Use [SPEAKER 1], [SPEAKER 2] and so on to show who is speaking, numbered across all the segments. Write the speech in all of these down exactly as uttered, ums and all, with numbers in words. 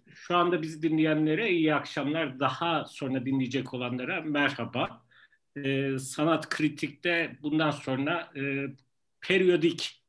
[SPEAKER 1] Şu anda bizi dinleyenlere iyi akşamlar, daha sonra dinleyecek olanlara merhaba. Ee, sanat kritikte bundan sonra e, periyodik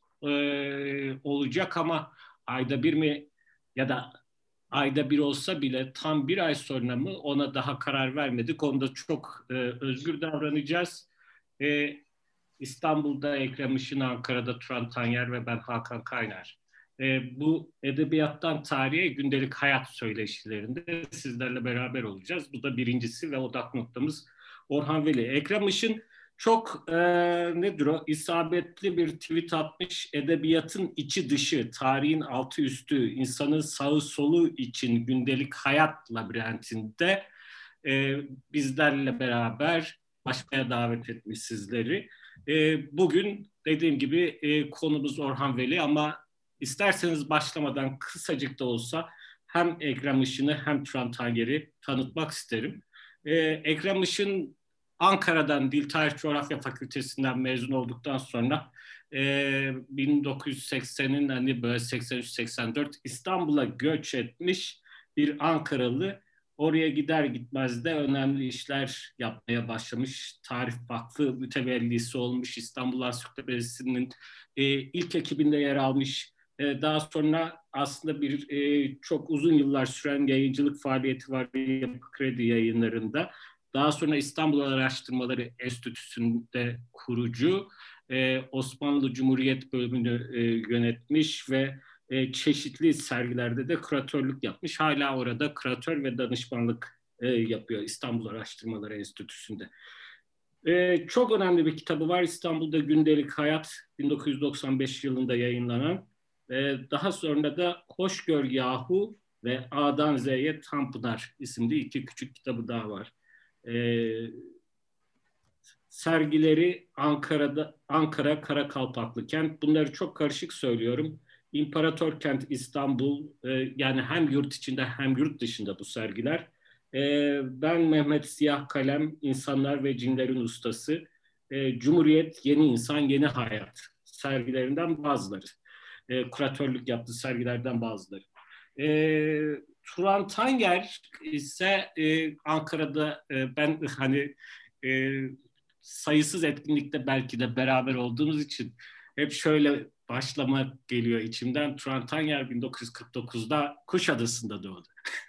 [SPEAKER 1] e, olacak ama ayda bir mi ya da ayda bir olsa bile tam bir ay sonra mı ona daha karar vermedik. Onda çok e, özgür davranacağız. E, İstanbul'da Ekrem Işın, Ankara'da Turan Tanyer ve ben Hakan Kaynar. E, bu edebiyattan tarihe, gündelik hayat söyleşilerinde sizlerle beraber olacağız. Bu da birincisi ve odak noktamız Orhan Veli. Ekrem Işın çok e, nedir o? İsabetli bir tweet atmış. Edebiyatın içi dışı, tarihin altı üstü, insanın sağı solu için gündelik hayat labirentinde e, bizlerle beraber başmaya davet etmiş sizleri. E, bugün dediğim gibi e, konumuz Orhan Veli ama isterseniz başlamadan kısacık da olsa hem Ekrem Işın'ı hem Turan Tanger'i tanıtmak isterim. E, Ekrem Işın Ankara'dan Dil Tarih Coğrafya Fakültesinden mezun olduktan sonra e, bin dokuz yüz seksenin hani böyle seksen üç seksen dört İstanbul'a göç etmiş bir Ankaralı. Oraya gider gitmez de önemli işler yapmaya başlamış. Tarih Vakfı mütevellisi olmuş. İstanbul Ansiklopedisi'nin e, ilk ekibinde yer almış. E, daha sonra aslında bir e, çok uzun yıllar süren yayıncılık faaliyeti var Yapı Kredi Yayınları'nda. Daha sonra İstanbul Araştırmaları Enstitüsü'nde kurucu, e, Osmanlı Cumhuriyet bölümünü e, yönetmiş ve e, çeşitli sergilerde de küratörlük yapmış. Hala orada küratör ve danışmanlık e, yapıyor İstanbul Araştırmaları Enstitüsü'nde. E, çok önemli bir kitabı var. İstanbul'da Gündelik Hayat, bin dokuz yüz doksan beş yılında yayınlanan. E, daha sonra da Hoşgör Yahu ve A'dan Z'ye Tanpınar isimli iki küçük kitabı daha var. E, sergileri Ankara'da, Ankara Karakalpaklı Kent. Bunları çok karışık söylüyorum. İmparator Kent İstanbul, e, yani hem yurt içinde hem yurt dışında bu sergiler. E, ben Mehmet Siyah Kalem, İnsanlar ve Cinlerin Ustası. E, Cumhuriyet, Yeni İnsan, Yeni Hayat sergilerinden bazıları. E, kuratörlük yaptığı sergilerden bazıları. E, Turan Tanger ise e, Ankara'da e, ben hani e, sayısız etkinlikte belki de beraber olduğumuz için hep şöyle başlamak geliyor içimden. Turan Tanyer bin dokuz yüz kırk dokuzda Kuşadası'nda doğdu.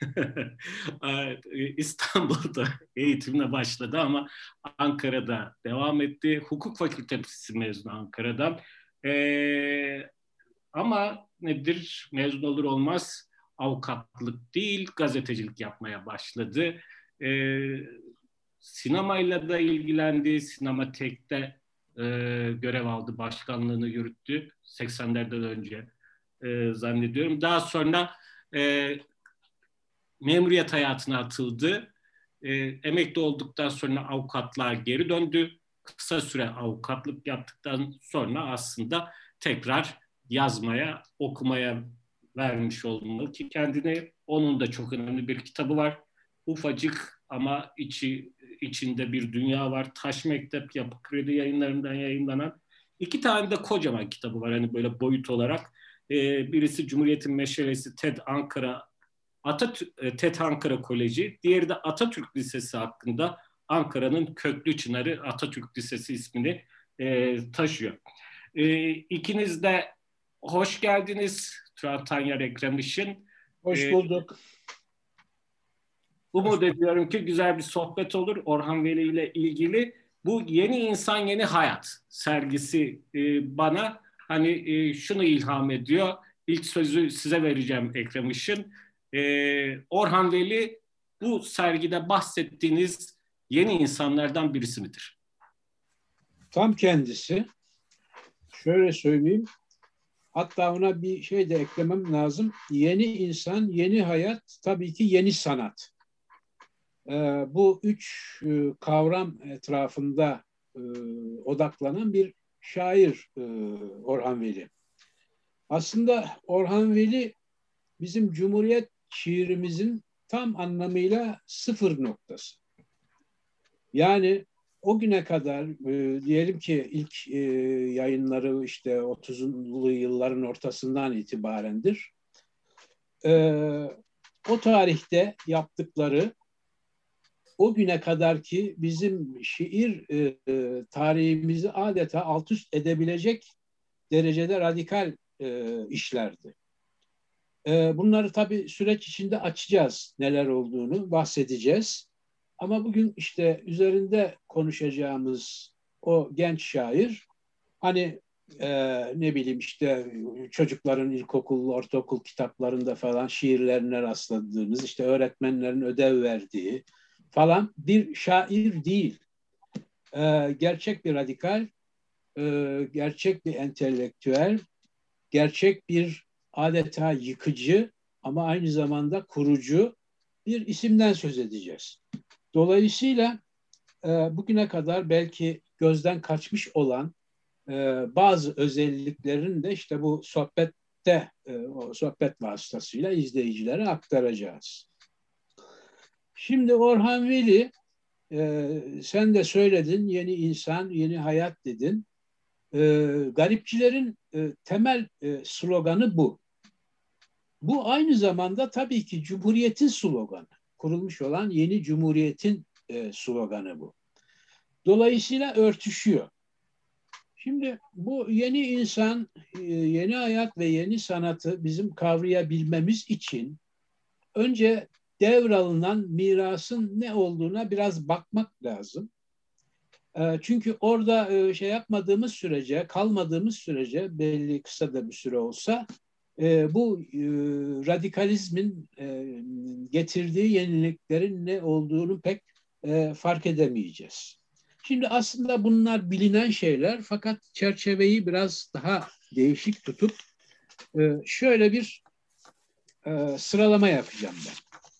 [SPEAKER 1] İstanbul'da eğitimine başladı ama Ankara'da devam etti. Hukuk fakültesi mezunu Ankara'dan. Ee, ama nedir? Mezun olur olmaz avukatlık değil, gazetecilik yapmaya başladı. Ee, sinemayla da ilgilendi. Sinematek'te e, görev aldı, başkanlığını yürüttü seksenlerden önce e, zannediyorum. Daha sonra e, memuriyet hayatına atıldı. E, emekli olduktan sonra avukatlığa geri döndü. Kısa süre avukatlık yaptıktan sonra aslında tekrar yazmaya, okumaya vermiş olmalı ki kendine. Onun da çok önemli bir kitabı var. Ufacık ama içi içinde bir dünya var. Taş Mektep, Yapı Kredi Yayınları'ndan yayınlanan iki tane de kocaman kitabı var. Hani böyle boyut olarak. Ee, birisi Cumhuriyet'in Meşalesi TED Ankara Atatürk, TED Ankara Koleji, diğeri de Atatürk Lisesi hakkında Ankara'nın köklü çınarı Atatürk Lisesi ismini e, taşıyor. E, ikiniz de hoş geldiniz. Turan Tanyer, Ekrem Işın.
[SPEAKER 2] Hoş
[SPEAKER 1] E,
[SPEAKER 2] bulduk.
[SPEAKER 1] umut ediyorum ki güzel bir sohbet olur Orhan Veli ile ilgili. Bu Yeni İnsan Yeni Hayat sergisi e, bana hani e, şunu ilham ediyor. İlk sözü size vereceğim Ekrem Işın. E, Orhan Veli bu sergide bahsettiğiniz yeni insanlardan birisi midir?
[SPEAKER 2] Tam kendisi. Şöyle söyleyeyim. Hatta ona bir şey de eklemem lazım. Yeni insan, yeni hayat, tabii ki yeni sanat. Ee, bu üç e, kavram etrafında e, odaklanan bir şair e, Orhan Veli. Aslında Orhan Veli bizim Cumhuriyet şiirimizin tam anlamıyla sıfır noktası. Yani o güne kadar e, diyelim ki ilk e, yayınları işte otuzlu yılların ortasından itibarendir. E, o tarihte yaptıkları o güne kadar ki bizim şiir e, e, tarihimizi adeta alt üst edebilecek derecede radikal e, işlerdi. E, bunları tabii süreç içinde açacağız, neler olduğunu bahsedeceğiz. Ama bugün işte üzerinde konuşacağımız o genç şair, hani e, ne bileyim işte çocukların ilkokul, ortaokul kitaplarında falan şiirlerine rastladığımız, işte öğretmenlerin ödev verdiği falan bir şair değil. E, gerçek bir radikal, e, gerçek bir entelektüel, gerçek bir adeta yıkıcı ama aynı zamanda kurucu bir isimden söz edeceğiz. Dolayısıyla e, bugüne kadar belki gözden kaçmış olan e, bazı özelliklerini de işte bu sohbette, e, o sohbet vasıtasıyla izleyicilere aktaracağız. Şimdi Orhan Veli, e, sen de söyledin, yeni insan, yeni hayat dedin. E, garipçilerin e, temel e, sloganı bu. Bu aynı zamanda tabii ki Cumhuriyet'in sloganı. Kurulmuş olan yeni Cumhuriyet'in e, sloganı bu. Dolayısıyla örtüşüyor. Şimdi bu yeni insan, e, yeni hayat ve yeni sanatı bizim kavrayabilmemiz için önce devralınan mirasın ne olduğuna biraz bakmak lazım. E, çünkü orada e, şey yapmadığımız sürece, kalmadığımız sürece belli kısa da bir süre olsa e, bu e, radikalizmin e, getirdiği yeniliklerin ne olduğunu pek e, fark edemeyeceğiz. Şimdi aslında bunlar bilinen şeyler, fakat çerçeveyi biraz daha değişik tutup e, şöyle bir e, sıralama yapacağım ben.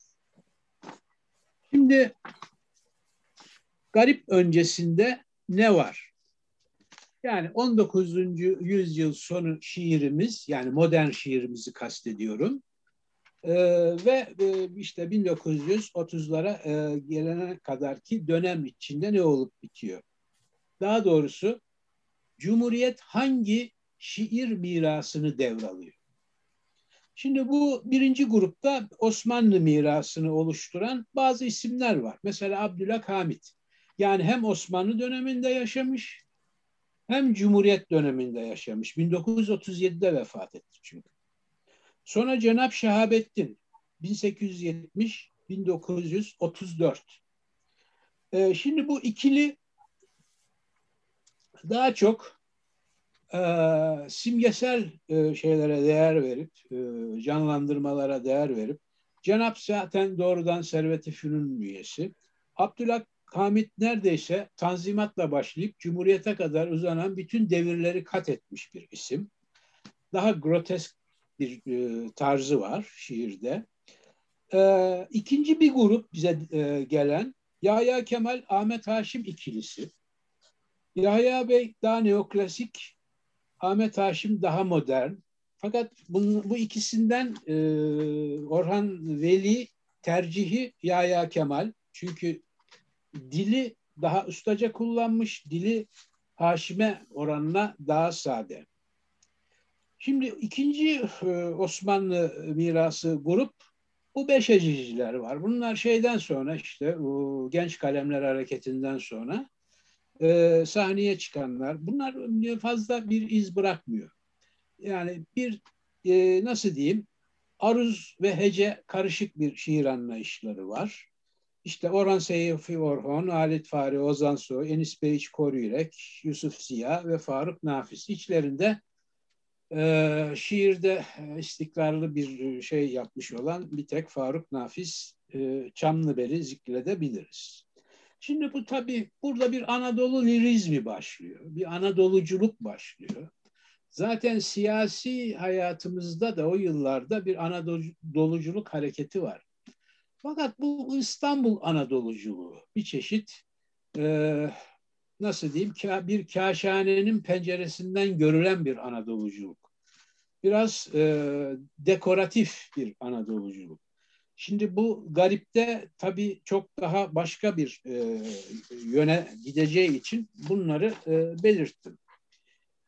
[SPEAKER 2] Şimdi garip öncesinde ne var? Yani on dokuzuncu yüzyıl sonu şiirimiz, yani modern şiirimizi kastediyorum. Ee, ve e, işte bin dokuz yüz otuzlara e, gelene kadarki dönem içinde ne olup bitiyor? Daha doğrusu Cumhuriyet hangi şiir mirasını devralıyor? Şimdi bu birinci grupta Osmanlı mirasını oluşturan bazı isimler var. Mesela Abdülhamit. Yani hem Osmanlı döneminde yaşamış hem Cumhuriyet döneminde yaşamış. bin dokuz yüz otuz yedide vefat etti çünkü. Sonra Cenab Şahabettin bin sekiz yüz yetmiş - bin dokuz yüz otuz dört. Ee, şimdi bu ikili daha çok e, simgesel e, şeylere değer verip, e, canlandırmalara değer verip, Cenab zaten doğrudan Servet-i Fünun üyesi. Abdülhamit neredeyse Tanzimat'la başlayıp Cumhuriyet'e kadar uzanan bütün devirleri kat etmiş bir isim. Daha grotesk bir e, tarzı var şiirde. E, ikinci bir grup bize e, gelen Yahya Kemal, Ahmet Haşim ikilisi. Yahya Bey daha neoklasik, Ahmet Haşim daha modern. Fakat bunun, bu ikisinden e, Orhan Veli tercihi Yahya Kemal. Çünkü dili daha ustaca kullanmış, dili Haşim'e oranla daha sade. Şimdi ikinci e, Osmanlı mirası grup, bu Beşeciciler var. Bunlar şeyden sonra, işte o Genç Kalemler Hareketi'nden sonra e, sahneye çıkanlar. Bunlar fazla bir iz bırakmıyor. Yani bir e, nasıl diyeyim, aruz ve hece karışık bir şiir anlayışları var. İşte Orhan Seyfi Orhon, Halit Fahri Ozansoy, Enis Behiç Koruyürek, Yusuf Ziya ve Faruk Nafiz. İçlerinde e, şiirde istikrarlı bir şey yapmış olan bir tek Faruk Nafiz e, Çamlıbel'i zikredebiliriz. Şimdi bu tabii burada bir Anadolu lirizmi başlıyor. Bir Anadoluculuk başlıyor. Zaten siyasi hayatımızda da o yıllarda bir Anadoluculuk hareketi var. Fakat bu İstanbul Anadoluculuğu bir çeşit e, nasıl diyeyim, bir kâşhanenin penceresinden görülen bir Anadoluculuk. Biraz e, dekoratif bir Anadoluculuk. Şimdi bu garipte tabii çok daha başka bir e, yöne gideceği için bunları e, belirttim.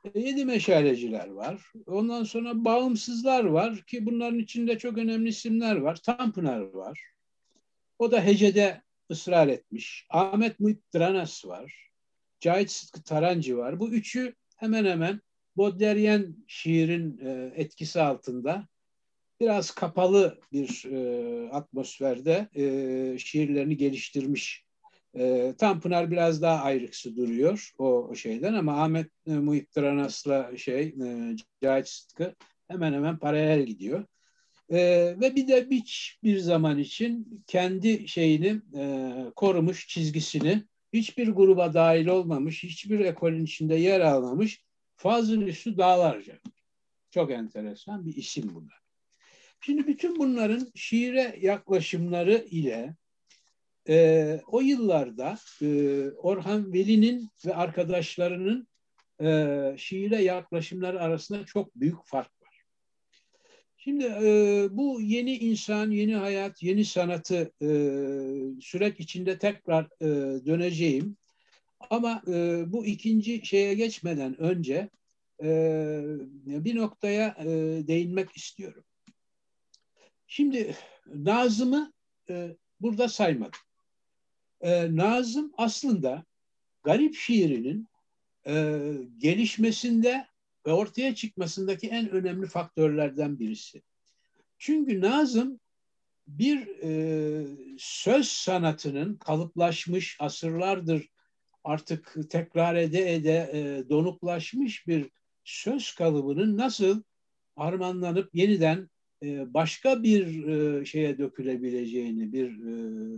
[SPEAKER 2] E, yedi meşaleciler var. Ondan sonra bağımsızlar var ki bunların içinde çok önemli isimler var. Tanpınar var. O da hecede ısrar etmiş. Ahmet Muhip Dranas var. Cahit Sıtkı Tarancı var. Bu üçü hemen hemen Baudelaire'yen şiirin e, etkisi altında biraz kapalı bir e, atmosferde e, şiirlerini geliştirmiş. E, Tanpınar biraz daha ayrıksı duruyor o, o şeyden ama Ahmet e, Muhip Dranas'la şey e, Cahit Sıtkı hemen hemen paralel gidiyor. E, ve bir de bir, bir zaman için kendi şeyini e, korumuş, çizgisini hiçbir gruba dahil olmamış, hiçbir ekolün içinde yer almamış Fazıl Üssü Dağlarca. Çok enteresan bir isim bu da. Şimdi bütün bunların şiire yaklaşımları ile e, o yıllarda e, Orhan Veli'nin ve arkadaşlarının e, şiire yaklaşımları arasında çok büyük fark var. Şimdi e, bu yeni insan, yeni hayat, yeni sanatı e, süreç içinde tekrar e, döneceğim. Ama e, bu ikinci şeye geçmeden önce e, bir noktaya e, değinmek istiyorum. Şimdi Nazım'ı e, burada saymadım. E, Nazım aslında garip şiirinin e, gelişmesinde ve ortaya çıkmasındaki en önemli faktörlerden birisi. Çünkü Nazım bir e, söz sanatının kalıplaşmış, asırlardır artık tekrar ede ede e, donuklaşmış bir söz kalıbının nasıl harmanlanıp yeniden e, başka bir e, şeye dökülebileceğini, bir e,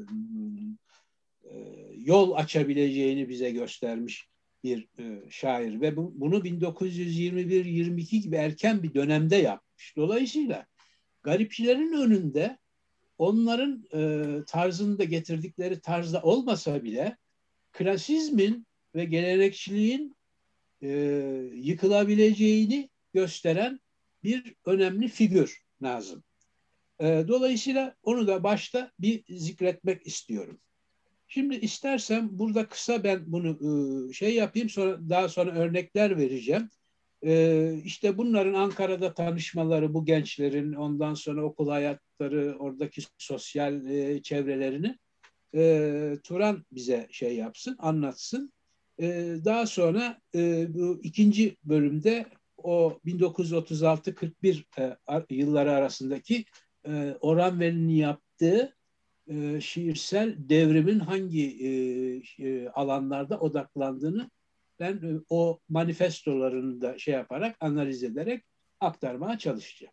[SPEAKER 2] e, yol açabileceğini bize göstermiş bir e, şair ve bu, bunu bin dokuz yüz yirmi bir yirmi iki gibi erken bir dönemde yapmış. Dolayısıyla garipçilerin önünde onların e, tarzında getirdikleri tarzda olmasa bile klasizmin ve gelenekçiliğin e, yıkılabileceğini gösteren bir önemli figür Nazım. E, dolayısıyla onu da başta bir zikretmek istiyorum. Şimdi istersem burada kısa ben bunu e, şey yapayım, sonra daha sonra örnekler vereceğim. E, işte bunların Ankara'da tanışmaları, bu gençlerin ondan sonra okul hayatları, oradaki sosyal e, çevrelerini e, Turan bize şey yapsın, anlatsın. E, daha sonra e, bu ikinci bölümde o bin dokuz yüz otuz altı kırk bir e, yılları arasındaki e, Orhan Veli'nin yaptığı e, şiirsel devrimin hangi e, e, alanlarda odaklandığını ben e, o manifestolarını da şey yaparak, analiz ederek aktarmaya çalışacağım.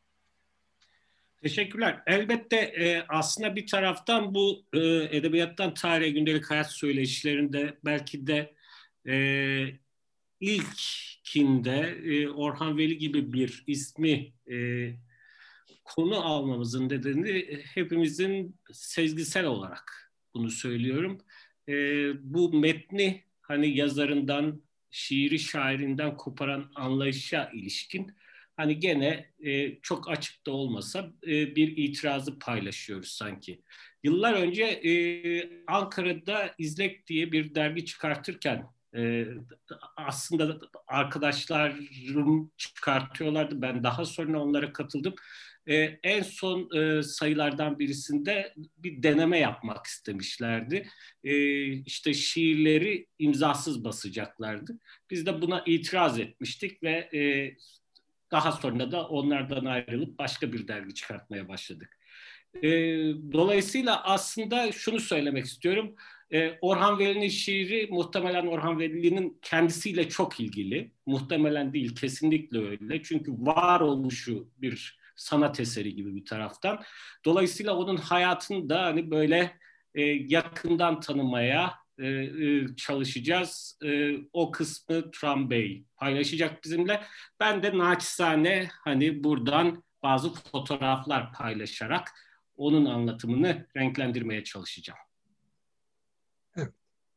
[SPEAKER 1] Teşekkürler. Elbette e, aslında bir taraftan bu e, edebiyattan tarihe gündelik hayat söyleşilerinde belki de e, ilkinde e, Orhan Veli gibi bir ismi e, konu almamızın nedeni hepimizin sezgisel olarak bunu söylüyorum. E, bu metni hani yazarından, şiiri şairinden koparan anlayışa ilişkin hani gene e, çok açık da olmasa e, bir itirazı paylaşıyoruz sanki. Yıllar önce e, Ankara'da İzlek diye bir dergi çıkartırken e, aslında arkadaşlarım çıkartıyorlardı. Ben daha sonra onlara katıldım. E, en son e, sayılardan birisinde bir deneme yapmak istemişlerdi. E, işte şiirleri imzasız basacaklardı. Biz de buna itiraz etmiştik ve e, daha sonra da onlardan ayrılıp başka bir dergi çıkartmaya başladık. E, dolayısıyla aslında şunu söylemek istiyorum. E, Orhan Veli'nin şiiri muhtemelen Orhan Veli'nin kendisiyle çok ilgili. Muhtemelen değil, kesinlikle öyle. Çünkü varoluşu bir sanat eseri gibi bir taraftan. Dolayısıyla onun hayatını da hani böyle e, yakından tanımaya e, e, çalışacağız. E, o kısmı Turan Bey paylaşacak bizimle. Ben de naçizane hani buradan bazı fotoğraflar paylaşarak onun anlatımını renklendirmeye çalışacağım.
[SPEAKER 3] Evet.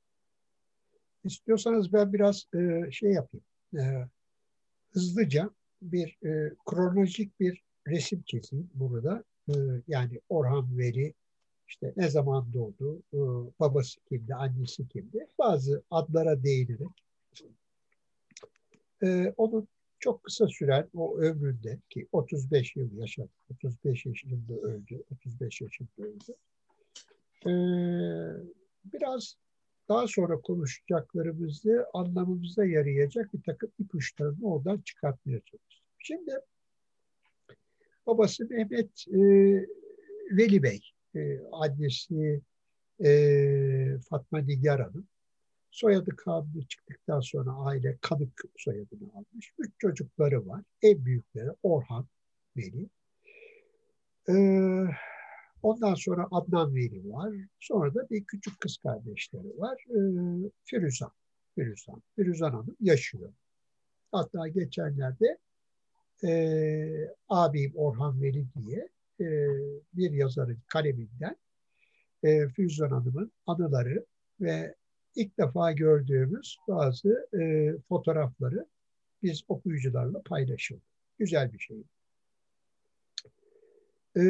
[SPEAKER 3] İstiyorsanız ben biraz e, şey yapayım. E, hızlıca bir e, kronolojik bir resim çizeyim burada. E, yani Orhan Veli işte ne zaman doğdu, e, babası kimdi, annesi kimdi? Bazı adlara değinerek e, onun çok kısa süren o ömründe ki otuz beş yıl yaşadı, otuz beş yaşında öldü, otuz beş yaşında öldü. E, biraz daha sonra konuşacaklarımızı anlamamıza yarayacak bir takım ipuçlarını oradan çıkartmaya çalıştık. Şimdi babası Mehmet e, Veli Bey, e, annesi e, Fatma Nigar Hanım. Soyadı kanunu çıktıktan sonra aile Kanık soyadını almış. Üç çocukları var. En büyükleri Orhan Veli. Ee, ondan sonra Adnan Veli var. Sonra da bir küçük kız kardeşleri var. Ee, Firuzan. Firuzan. Firuzan Hanım yaşıyor. Hatta geçenlerde e, abim Orhan Veli diye e, bir yazarın kaleminden e, Firuzan Hanım'ın anıları ve ilk defa gördüğümüz bazı e, fotoğrafları biz okuyucularla paylaşıldı. Güzel bir şey. E,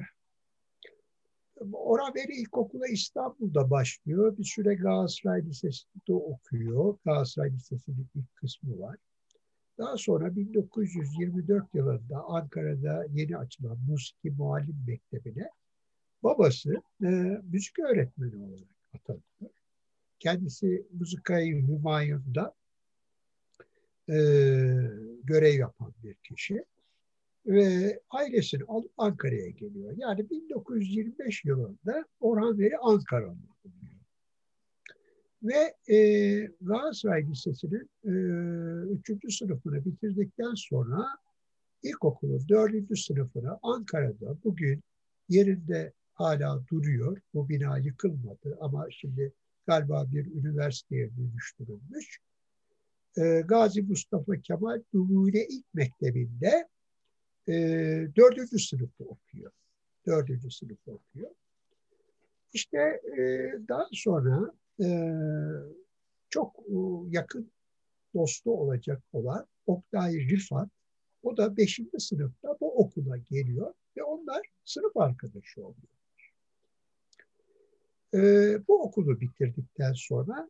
[SPEAKER 3] Orhan Veli İlkokula İstanbul'da başlıyor. Bir süre Galatasaray Lisesi'nde okuyor. Galatasaray Lisesi'nin ilk kısmı var. Daha sonra bin dokuz yüz yirmi dört yılında Ankara'da yeni açılan Musiki Muallim Mektebi'ne babası e, müzik öğretmeni olarak atanıyor. Kendisi Mızıkayı Hümayun'da e, görev yapan bir kişi ve ailesini alıp Ankara'ya geliyor. Yani bin dokuz yüz yirmi beş yılında Orhan Veli Ankara'da oluyor. Ve e, Galatasaray Lisesi'nin e, üçüncü sınıfını bitirdikten sonra ilkokulun dördüncü sınıfına Ankara'da bugün yerinde hala duruyor. Bu bina yıkılmadı ama şimdi galiba bir üniversiteye dönüştürülmüş. E, Gazi Mustafa Kemal Numune İlk Mektebi'nde e, dördüncü sınıfı okuyor. Dördüncü sınıfı okuyor. İşte e, daha sonra e, çok e, yakın dostu olacak olan Oktay Rifat, o da beşinci sınıfta bu okula geliyor ve onlar sınıf arkadaşı oluyor. E, bu okulu bitirdikten sonra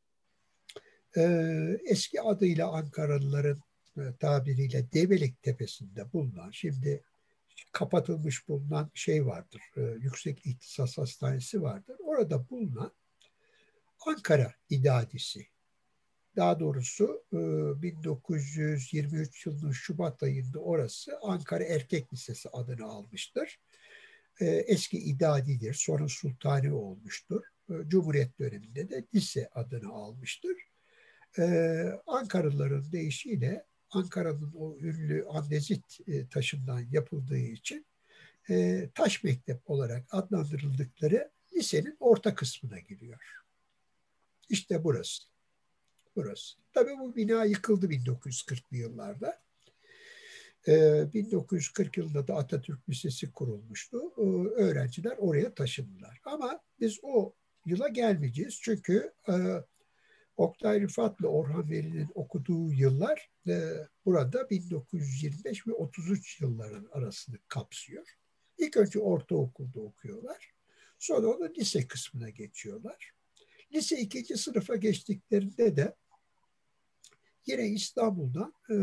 [SPEAKER 3] e, eski adıyla Ankaralıların e, tabiriyle Develik Tepesi'nde bulunan, şimdi kapatılmış bulunan şey vardır, e, Yüksek İhtisas Hastanesi vardır. Orada bulunan Ankara İdadisi, daha doğrusu e, bin dokuz yüz yirmi üç yılının Şubat ayında orası Ankara Erkek Lisesi adını almıştır. E, eski İdadi'dir, sonra Sultani olmuştur. E, Cumhuriyet döneminde de lise adını almıştır. Ee, Ankaralıların deyişiyle Ankara'nın o ünlü andezit e, taşından yapıldığı için e, taş mektep olarak adlandırıldıkları lisenin orta kısmına giriyor. İşte burası. Burası. Tabii bu bina yıkıldı bin dokuz yüz kırklı yıllarda. Ee, bin dokuz yüz kırk yılında da Atatürk Lisesi kurulmuştu. Ee, öğrenciler oraya taşındılar. Ama biz o yıla gelmeyeceğiz. Çünkü e, Oktay Rıfat'la Orhan Veli'nin okuduğu yıllar e, burada bin dokuz yüz yirmi beş ve otuz üç yılların arasını kapsıyor. İlk önce ortaokulda okuyorlar. Sonra onun lise kısmına geçiyorlar. Lise ikinci sınıfa geçtiklerinde de yine İstanbul'dan e,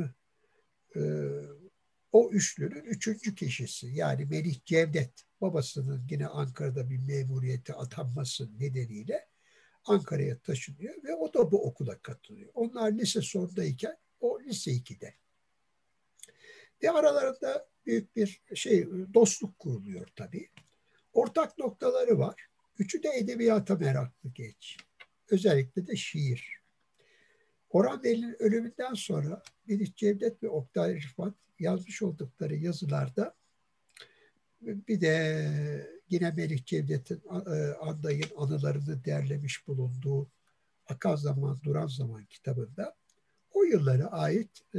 [SPEAKER 3] e, o üçlünün üçüncü kişisi yani Melih Cevdet, babasının yine Ankara'da bir memuriyete atanması nedeniyle Ankara'ya taşınıyor ve o da bu okula katılıyor. Onlar lise sondayken o lise ikide. Ve aralarında büyük bir şey dostluk kuruluyor tabii. Ortak noktaları var. Üçü de edebiyata meraklı genç. Özellikle de şiir. Orhan Veli'nin ölümünden sonra Melih Cevdet ve Oktay Rıfat yazmış oldukları yazılarda bir de yine Melih Cevdet'in Anday'ın anılarını derlemiş bulunduğu Akan Zaman Duran Zaman kitabında o yıllara ait e,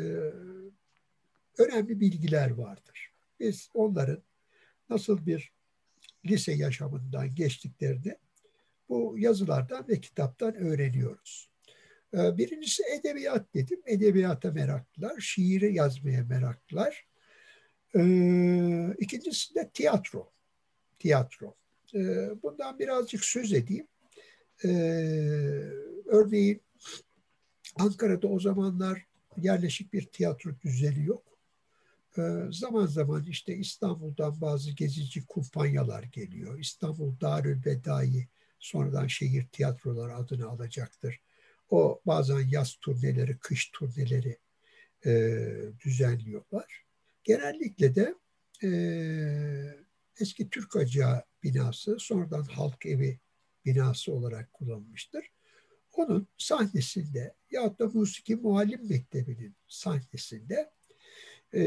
[SPEAKER 3] önemli bilgiler vardır. Biz onların nasıl bir lise yaşamından geçtiklerini bu yazılardan ve kitaptan öğreniyoruz. E, birincisi edebiyat dedim. Edebiyata meraklılar, şiiri yazmaya meraklılar. E, ikincisi de tiyatro. Tiyatro. E, bundan birazcık söz edeyim. E, örneğin Ankara'da o zamanlar yerleşik bir tiyatro düzeni yok. Ee, zaman zaman işte İstanbul'dan bazı gezici kumpanyalar geliyor. İstanbul Darülbedai sonradan şehir tiyatroları adını alacaktır. O bazen yaz turneleri, kış turneleri e, düzenliyorlar. Genellikle de e, eski Türk Ocağı binası sonradan Halk Evi binası olarak kullanılmıştır. Onun sahnesinde ya da Musiki Muallim Mektebi'nin sahnesinde e,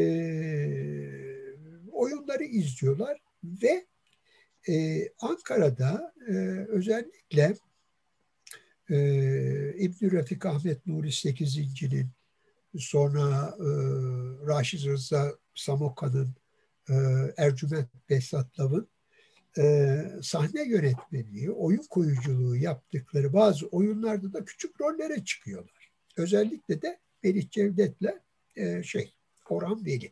[SPEAKER 3] oyunları izliyorlar ve e, Ankara'da e, özellikle e, İbn-i Refik Ahmet Nuri sekizincinin sonra e, Raşid Rıza Samoka'nın, e, Ercüment Behzatlav'ın e, sahne yönetmenliği, oyun koyuculuğu yaptıkları bazı oyunlarda da küçük rollere çıkıyorlar. Özellikle de Melih Cevdet'le e, şey Orhan Veli.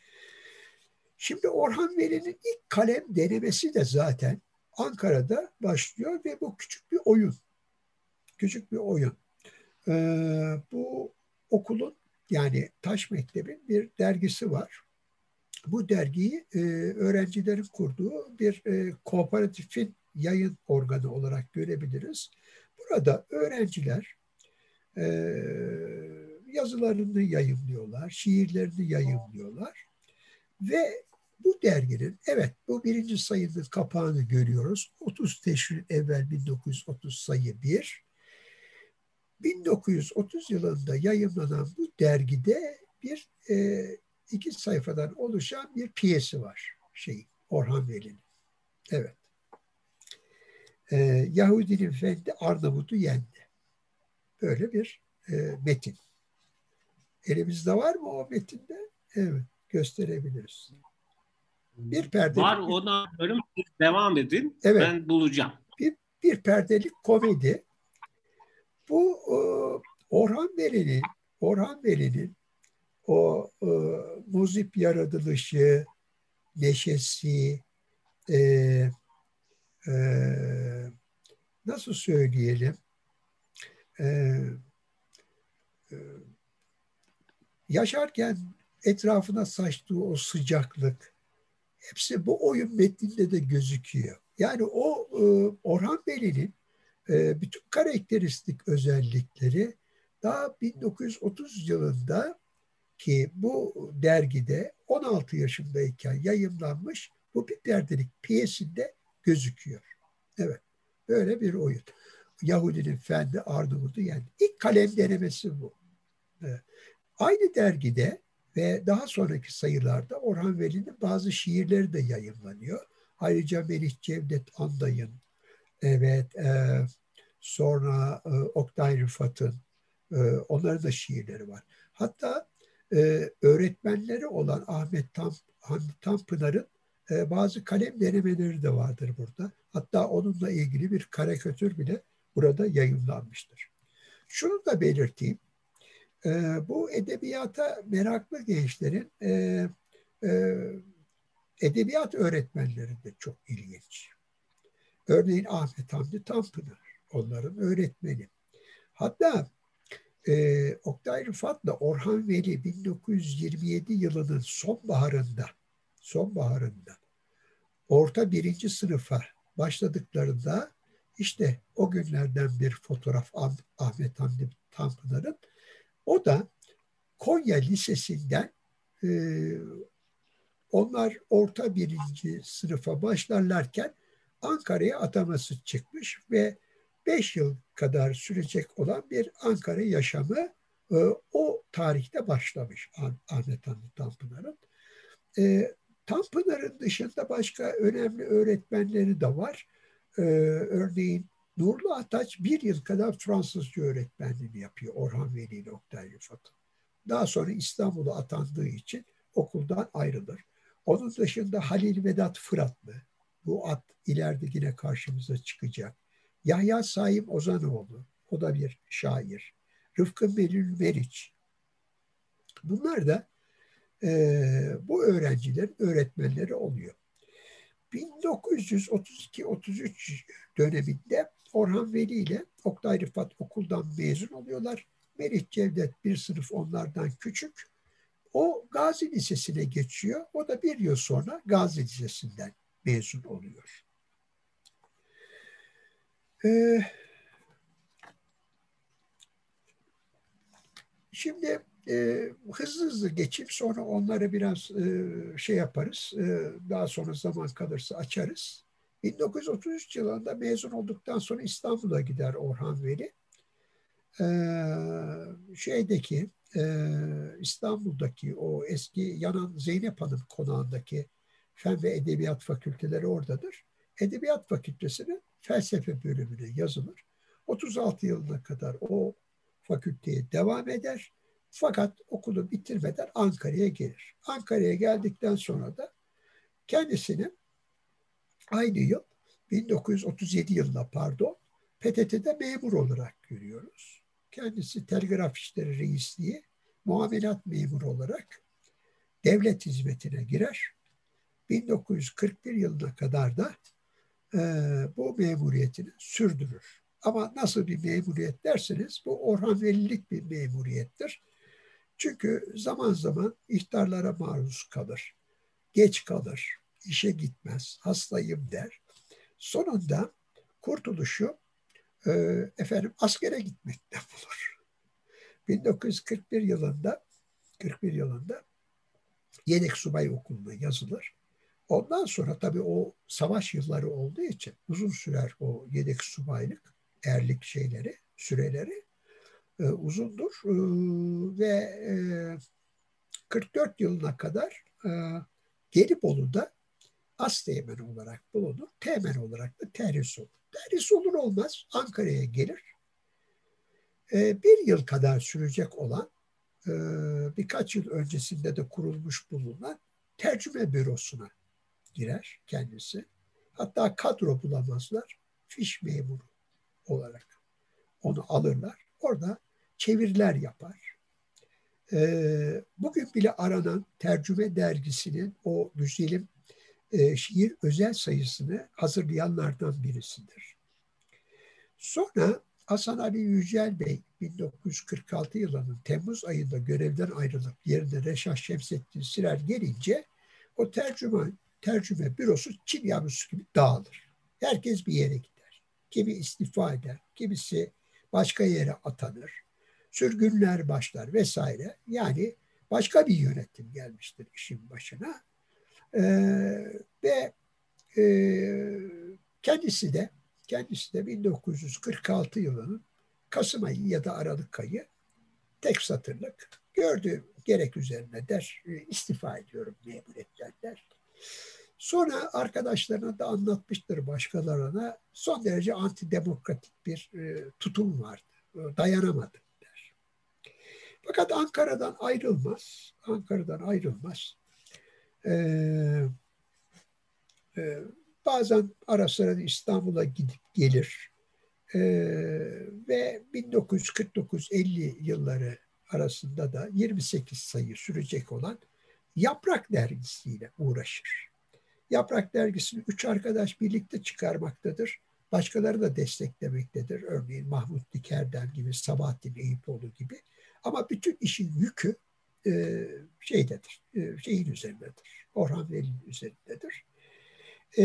[SPEAKER 3] Şimdi Orhan Veli'nin ilk kalem denemesi de zaten Ankara'da başlıyor ve bu küçük bir oyun. Küçük bir oyun. E, bu okulun yani Taş Mektebi'nin bir dergisi var. Bu dergiyi e, öğrencilerin kurduğu bir e, kooperatifin yayın organı olarak görebiliriz. Burada öğrenciler e, yazılarını yayımlıyorlar, şiirlerini yayımlıyorlar ve bu derginin, evet bu birinci sayının kapağını görüyoruz. otuz Teşrin evvel bin dokuz yüz otuz sayı bir. bin dokuz yüz otuz yılında yayımlanan bu dergide bir e, iki sayfadan oluşan bir piyesi var. Şey, Orhan Veli'nin. Evet. E, Yahudinin Fendi Arnavut'u yendi. Böyle bir e, metin. Elimizde var mı o metinde? Evet, gösterebiliriz. Bir perdelik.
[SPEAKER 1] Var, ona diyorum, devam edin.
[SPEAKER 3] Evet.
[SPEAKER 1] Ben bulacağım.
[SPEAKER 3] Bir, bir perdelik komedi. Bu e, Orhan Veli'nin Orhan Veli'nin o e, muzip yaratılışı, neşesi, e, e, nasıl söyleyelim, e, e, yaşarken etrafına saçtığı o sıcaklık, hepsi bu oyun metninde de gözüküyor. Yani o e, Orhan Veli'nin e, bütün karakteristik özellikleri daha bin dokuz yüz otuz yılında ki bu dergide on altı yaşındayken yayımlanmış bu bir perdelik piyesinde gözüküyor. Evet, böyle bir oyun. Yahudinin Fendi Arnavut'u yendi. İlk kalem denemesi bu. Evet. Aynı dergide ve daha sonraki sayılarda Orhan Veli'nin bazı şiirleri de yayımlanıyor. Ayrıca Melih Cevdet Anday'ın, evet, e, sonra e, Oktay Rıfat'ın, e, onların da şiirleri var. Hatta e, öğretmenleri olan Ahmet Tam, Hamdi Tanpınar'ın e, bazı kalem denemeleri de vardır burada. Hatta onunla ilgili bir karikatür bile burada yayınlanmıştır. Şunu da belirteyim. E, bu edebiyata meraklı gençlerin e, e, edebiyat öğretmenleri de çok ilginç. Örneğin Ahmet Hamdi Tanpınar, onların öğretmeni. Hatta e, Oktay Rıfat'la Orhan Veli bin dokuz yüz yirmi yedi yılının sonbaharında, sonbaharında orta birinci sınıfa başladıklarında işte o günlerden bir fotoğraf Ahmet Hamdi Tanpınar'ın. O da Konya Lisesi'nden e, onlar orta birinci sınıfa başlarlarken Ankara'ya ataması çıkmış ve beş yıl kadar sürecek olan bir Ankara yaşamı e, o tarihte başlamış Ahmet Hamdi Tanpınar'ın. E, Tanpınar'ın dışında başka önemli öğretmenleri de var. E, örneğin Nurlu Ataç bir yıl kadar Fransızca öğretmenliğini yapıyor Orhan Veli ile Oktay Rıfat'ın. Daha sonra İstanbul'a atandığı için okuldan ayrılır. Onun dışında Halil Vedat Fıratlı, bu ad ileride yine karşımıza çıkacak. Yahya Saim Ozanoğlu, o da bir şair. Rıfkı Melül Meriç. Bunlar da e, bu öğrencilerin öğretmenleri oluyor. bin dokuz yüz otuz iki otuz üç döneminde Orhan Veli ile Oktay Rıfat okuldan mezun oluyorlar Melih Cevdet bir sınıf onlardan küçük. O Gazi Lisesi'ne geçiyor. O da bir yıl sonra Gazi Lisesi'nden mezun oluyor. Ee, şimdi e, hızlı hızlı geçip sonra onları biraz e, şey yaparız. E, daha sonra zaman kalırsa açarız. bin dokuz yüz otuz üç yılında mezun olduktan sonra İstanbul'a gider Orhan Veli. Ee, şeydeki e, İstanbul'daki o eski yanan Zeynep Hanım konağındaki Fen ve Edebiyat Fakülteleri oradadır. Edebiyat Fakültesi'nin felsefe bölümüne yazılır. otuz altı yılına kadar o fakülteye devam eder. Fakat okulu bitirmeden Ankara'ya gelir. Ankara'ya geldikten sonra da kendisini aynı yıl bin dokuz yüz otuz yedi yılında pardon P T T'de memur olarak görüyoruz. Kendisi Telgraf İşleri Reisliği muamelat memuru olarak devlet hizmetine girer. bin dokuz yüz kırk bir yılına kadar da e, bu memuriyetini sürdürür. Ama nasıl bir memuriyet derseniz bu Orhan Velilik bir memuriyettir. Çünkü zaman zaman ihtarlara maruz kalır, geç kalır, işe gitmez, hastayım der. Sonunda kurtuluşu e, efendim askere gitmekte bulur. bin dokuz yüz kırk bir yılında kırk bir yılında Yedek Subay Okulu'na yazılır. Ondan sonra tabii o savaş yılları olduğu için uzun sürer o yedek subaylık, erlik şeyleri, süreleri e, uzundur. E, ve e, kırk dört yılına kadar e, Gelibolu'da asteğmen olarak bulunur. Teğmen olarak da terhis olur. Terhis olur olmaz Ankara'ya gelir. E, bir yıl kadar sürecek olan e, birkaç yıl öncesinde de kurulmuş bulunan tercüme bürosuna girer kendisi. Hatta kadro bulamazlar. Fiş memuru olarak onu alırlar. Orada çeviriler yapar. E, bugün bile aranan Tercüme Dergisi'nin o güzelim e, şiir özel sayısını hazırlayanlardan birisidir. Sonra Hasan Ali Yücel Bey bin dokuz yüz kırk altı yılının Temmuz ayında görevden ayrılıp yerine Reşah Şemsettin Sirer gelince o tercüme, tercüme bürosu Çin yavrusu gibi dağılır. Herkes bir yere gider. Kimi istifa eder, kimisi başka yere atanır. Sürgünler başlar vesaire. Yani başka bir yönetim gelmiştir işin başına. Ee, ve e, kendisi de kendisi de bin dokuz yüz kırk altı yılının Kasım ayı ya da Aralık ayı tek satırlık gördüğüm gerek üzerine der istifa ediyorum memuriyetten der. Sonra arkadaşlarına da anlatmıştır başkalarına son derece antidemokratik bir e, tutum vardı. Dayanamadım der. Fakat Ankara'dan ayrılmaz. Ankara'dan ayrılmaz. Ee, e, bazen ara sıra İstanbul'a gidip gelir. Ee, ve bin dokuz yüz kırk dokuz elli yılları arasında da yirmi sekiz sayı sürecek olan Yaprak dergisiyle uğraşır. Yaprak dergisini üç arkadaş birlikte çıkarmaktadır. Başkaları da desteklemektedir. Örneğin Mahmut Dikerden gibi, Sabahattin Eyüpoğlu gibi. Ama bütün işin yükü e, şeydedir, e, şeyin üzerindedir. Orhan Veli'nin üzerindedir. E,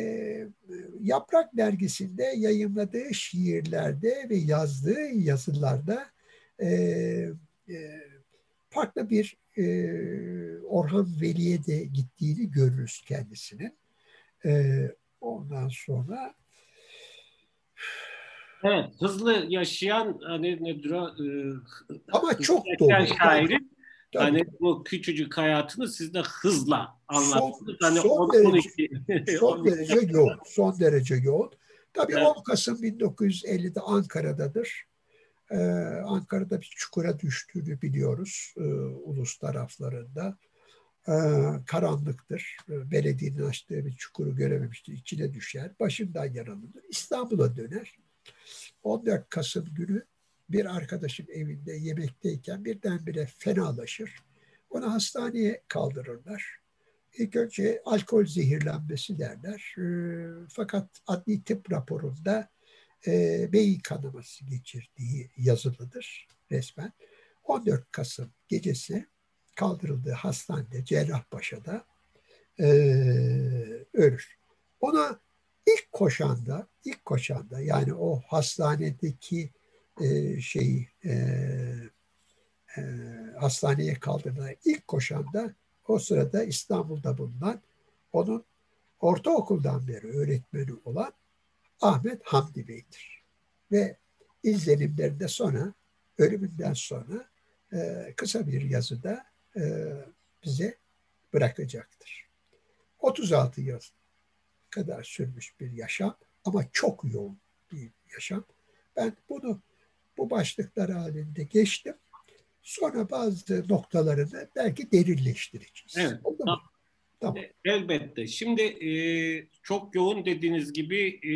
[SPEAKER 3] Yaprak dergisinde yayınladığı şiirlerde ve yazdığı yazılarda e, e, farklı bir e, Orhan Veli'ye de gittiğini görürüz kendisinin. E, ondan sonra
[SPEAKER 1] evet, hızlı yaşayan hani nedir o? E,
[SPEAKER 3] ama çok
[SPEAKER 1] yaşayan
[SPEAKER 3] dolu.
[SPEAKER 1] şairin
[SPEAKER 3] Tabii,
[SPEAKER 1] hani
[SPEAKER 3] tabii.
[SPEAKER 1] bu küçücük hayatını siz de hızla
[SPEAKER 3] Son,
[SPEAKER 1] anlattınız. Hani
[SPEAKER 3] son
[SPEAKER 1] on,
[SPEAKER 3] derece son
[SPEAKER 1] on iki
[SPEAKER 3] derece yoğun. Son derece yoğun. Tabii
[SPEAKER 1] evet.
[SPEAKER 3] on Kasım bin dokuz yüz ellide Ankara'dadır. Ee, Ankara'da bir çukura düştüğünü biliyoruz e, ulus taraflarında. Ee, karanlıktır. Belediyenin açtığı bir çukuru görememiştir. İçine düşer. Başından yaralıdır. İstanbul'a döner. on dört Kasım günü bir arkadaşın evinde yemekteyken birdenbire fenalaşır. Onu hastaneye kaldırırlar. İlk önce alkol zehirlenmesi derler. E, fakat adli tıp raporunda e, beyin kanaması geçirdiği yazılıdır. resmen. on dört Kasım gecesi kaldırıldığı hastanede Cerrahpaşa'da e, ölür. Ona ilk koşanda, ilk koşanda yani o hastanedeki e, şeyi e, e, hastaneye kaldırılan ilk koşanda o sırada İstanbul'da bulunan onun ortaokuldan beri öğretmeni olan Ahmet Hamdi Bey'dir. Ve izlenimlerinde sonra, ölümünden sonra e, kısa bir yazıda e, bize bırakacaktır. otuz altı yıl kadar sürmüş bir yaşam ama çok yoğun bir yaşam. Ben bunu bu başlıklar halinde geçtim. Sonra bazı noktalarını belki derinleştireceğiz.
[SPEAKER 1] Evet.
[SPEAKER 3] Oldu mu? Tamam.
[SPEAKER 1] Elbette. Şimdi e, çok yoğun dediğiniz gibi e,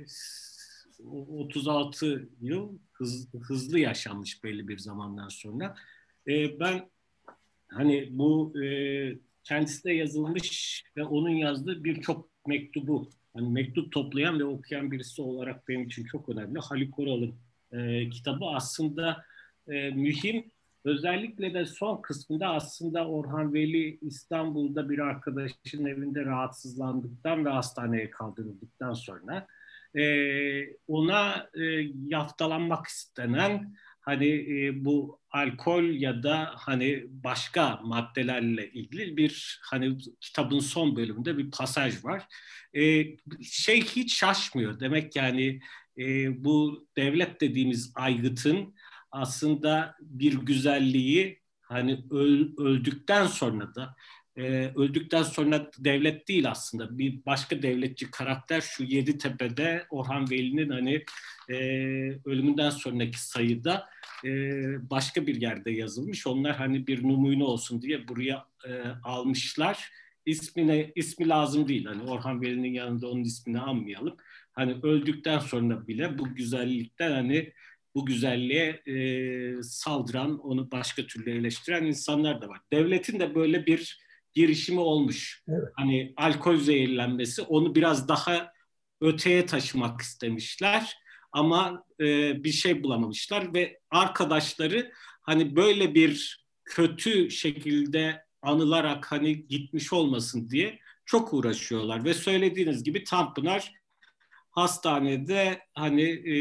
[SPEAKER 1] otuz altı yıl hız, hızlı yaşanmış belli bir zamandan sonra. E, ben hani bu e, kendisi de yazılmış ve onun yazdığı birçok mektubu, hani mektup toplayan ve okuyan birisi olarak benim için çok önemli. Haluk Oral'ın e, kitabı aslında e, mühim. Özellikle de son kısmında aslında Orhan Veli İstanbul'da bir arkadaşının evinde rahatsızlandıktan ve hastaneye kaldırıldıktan sonra e, ona e, yaftalanmak istenen hani e, bu alkol ya da hani başka maddelerle ilgili bir hani kitabın son bölümünde bir pasaj var. E, şey hiç şaşmıyor. Demek yani e, bu devlet dediğimiz aygıtın aslında bir güzelliği hani öl, öldükten sonra da e, öldükten sonra devlet değil aslında bir başka devletçi karakter şu Yeditepe'de Orhan Veli'nin hani e, ölümünden sonraki sayıda e, başka bir yerde yazılmış. Onlar hani bir numune olsun diye buraya e, almışlar. İsmine, ismi lazım değil. Hani Orhan Veli'nin yanında onun ismini anmayalım. Hani öldükten sonra bile bu güzellikten hani bu güzelliğe e, saldıran, onu başka türlü eleştiren insanlar da var. Devletin de böyle bir girişimi olmuş.
[SPEAKER 3] Evet.
[SPEAKER 1] Hani alkol zehirlenmesi, onu biraz daha öteye taşımak istemişler ama e, bir şey bulamamışlar ve arkadaşları hani böyle bir kötü şekilde anılarak hani gitmiş olmasın diye çok uğraşıyorlar ve söylediğiniz gibi Tanpınar hastanede hani e,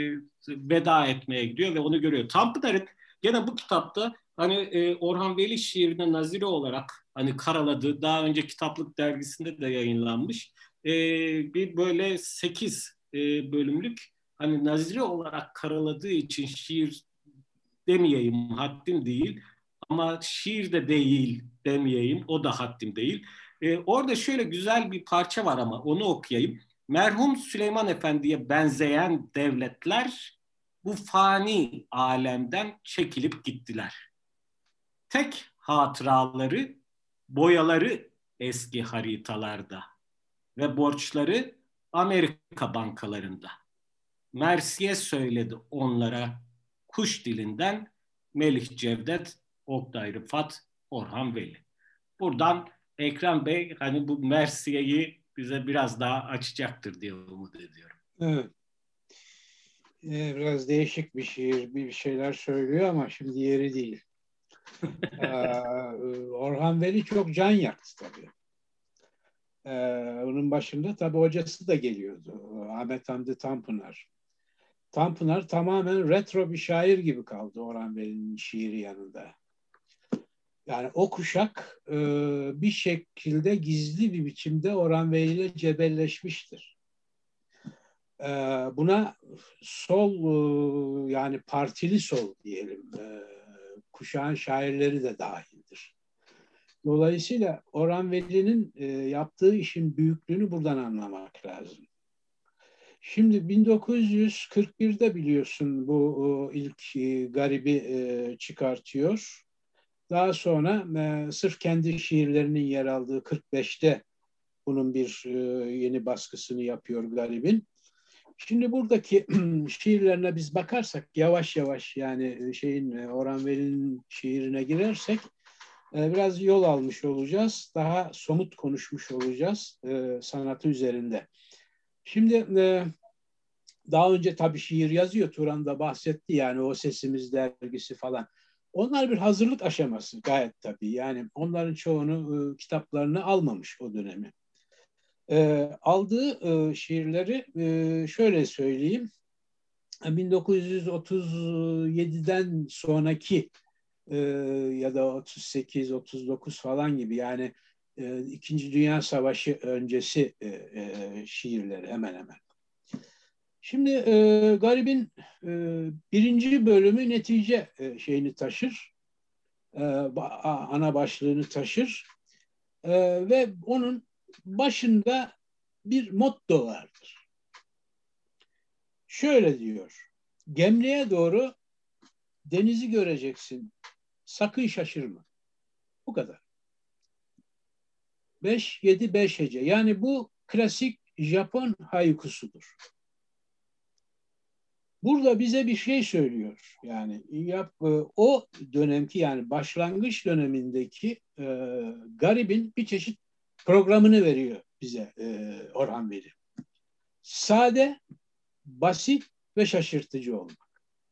[SPEAKER 1] veda etmeye gidiyor ve onu görüyor. Tanpınar'ın gene bu kitapta hani e, Orhan Veli şiirine nazire olarak hani karaladığı daha önce Kitaplık dergisinde de yayınlanmış e, bir böyle sekiz e, bölümlük hani nazire olarak karaladığı için şiir demeyeyim haddim değil ama şiir de değil demeyeyim o da haddim değil. E, orada şöyle güzel bir parça var ama onu okuyayım. Merhum Süleyman Efendi'ye benzeyen devletler bu fani alemden çekilip gittiler. Tek hatıraları, boyaları eski haritalarda ve borçları Amerika bankalarında. Mersiye söyledi onlara kuş dilinden Melih Cevdet, Oktay Rıfat, Orhan Veli. Buradan Ekrem Bey hani bu Mersiye'yi bize biraz daha açacaktır diye umut ediyorum.
[SPEAKER 2] Evet. Ee, biraz değişik bir şiir, bir şeyler söylüyor ama şimdi yeri değil. ee, Orhan Veli çok can yaktı tabii. Ee, onun başında tabii hocası da geliyordu. Ahmet Hamdi Tanpınar. Tanpınar tamamen retro bir şair gibi kaldı Orhan Veli'nin şiiri yanında. Yani o kuşak e, bir şekilde gizli bir biçimde Orhan Veli ile cebelleşmiştir. E, buna sol e, yani partili sol diyelim e, kuşağın şairleri de dahildir. Dolayısıyla Orhan Veli'nin e, yaptığı işin büyüklüğünü buradan anlamak lazım. Şimdi bin dokuz yüz kırk birde biliyorsun bu o, ilk e, Garibi e, çıkartıyor. Daha sonra e, sırf kendi şiirlerinin yer aldığı kırk beşte bunun bir e, yeni baskısını yapıyor Garib'in. Şimdi buradaki şiirlerine biz bakarsak yavaş yavaş yani şeyin Orhan Veli'nin şiirine girersek e, biraz yol almış olacağız. Daha somut konuşmuş olacağız e, sanatı üzerinde. Şimdi e, daha önce tabii şiir yazıyor. Turan da bahsetti yani o Sesimiz dergisi falan. Onlar bir hazırlık aşaması gayet tabii. Yani onların çoğunu e, kitaplarını almamış o dönemi. E, aldığı e, şiirleri e, şöyle söyleyeyim. bin dokuz yüz otuz yediden sonraki e, ya da otuz sekiz otuz dokuz falan gibi yani e, İkinci Dünya Savaşı öncesi e, e, şiirleri hemen hemen. Şimdi e, Garib'in e, birinci bölümü netice e, şeyini taşır, e, ana başlığını taşır e, ve onun başında bir motto vardır. Şöyle diyor, Gemliğe doğru denizi göreceksin, sakın şaşırma. Bu kadar. beş yedi beş hece. Yani bu klasik Japon haikusudur. Burada bize bir şey söylüyor. Yani yap, o dönemki yani başlangıç dönemindeki e, Garib'in bir çeşit programını veriyor bize e, Orhan Veli. Sade, basit ve şaşırtıcı olmak.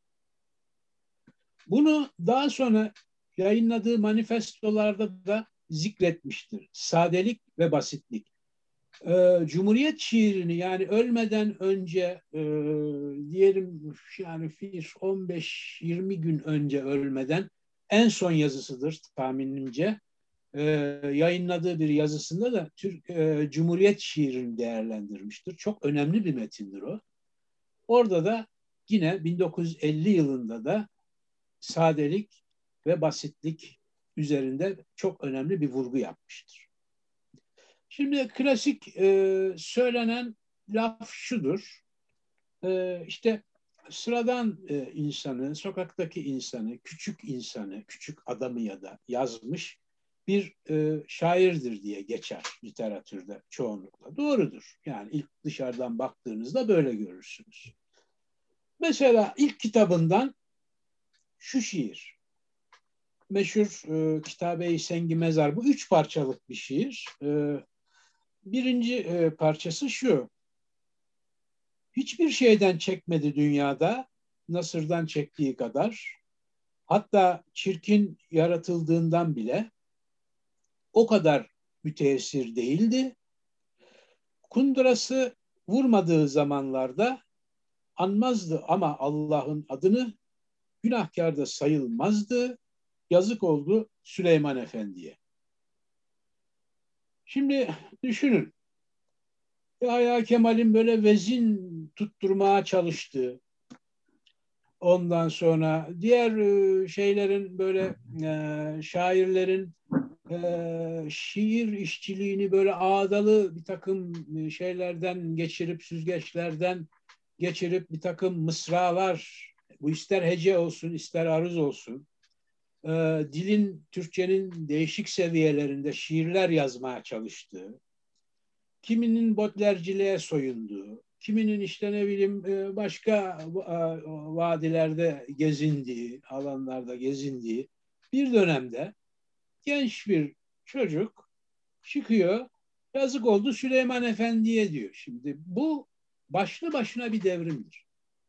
[SPEAKER 2] Bunu daha sonra yayınladığı manifestolarda da zikretmiştir. Sadelik ve basitlik. Ee, Cumhuriyet şiirini yani ölmeden önce e, diyelim yani on beş yirmi gün önce ölmeden en son yazısıdır tahminimce. Ee, yayınladığı bir yazısında da Türk e, Cumhuriyet şiirini değerlendirmiştir. Çok önemli bir metindir o. Orada da yine bin dokuz yüz elli yılında da sadelik ve basitlik üzerinde çok önemli bir vurgu yapmıştır. Şimdi klasik e, söylenen laf şudur. E, işte sıradan e, insanı, sokaktaki insanı, küçük insanı, küçük adamı ya da yazmış bir e, şairdir diye geçer literatürde çoğunlukla. Doğrudur. Yani ilk dışarıdan baktığınızda böyle görürsünüz. Mesela ilk kitabından şu şiir. Meşhur e, Kitabe-i Sengi Mezar. Bu üç parçalık bir şiir. E, birinci e, parçası şu. Hiçbir şeyden çekmedi dünyada, Nasır'dan çektiği kadar. Hatta çirkin yaratıldığından bile o kadar müteessir değildi. Kundurası vurmadığı zamanlarda anmazdı ama Allah'ın adını, günahkar da sayılmazdı. Yazık oldu Süleyman Efendi'ye. Şimdi düşünün. Yahya Kemal'in böyle vezin tutturmaya çalıştığı, ondan sonra diğer şeylerin böyle e, şairlerin e, şiir işçiliğini böyle ağdalı bir takım şeylerden geçirip, süzgeçlerden geçirip bir takım mısralar, bu ister hece olsun ister aruz olsun, e, dilin, Türkçenin değişik seviyelerinde şiirler yazmaya çalıştığı, kiminin botlerciliğe soyunduğu, kiminin işte ne bileyim başka vadilerde gezindiği, alanlarda gezindiği bir dönemde genç bir çocuk çıkıyor, yazık oldu Süleyman Efendi'ye diyor. Şimdi bu başlı başına bir devrimdir.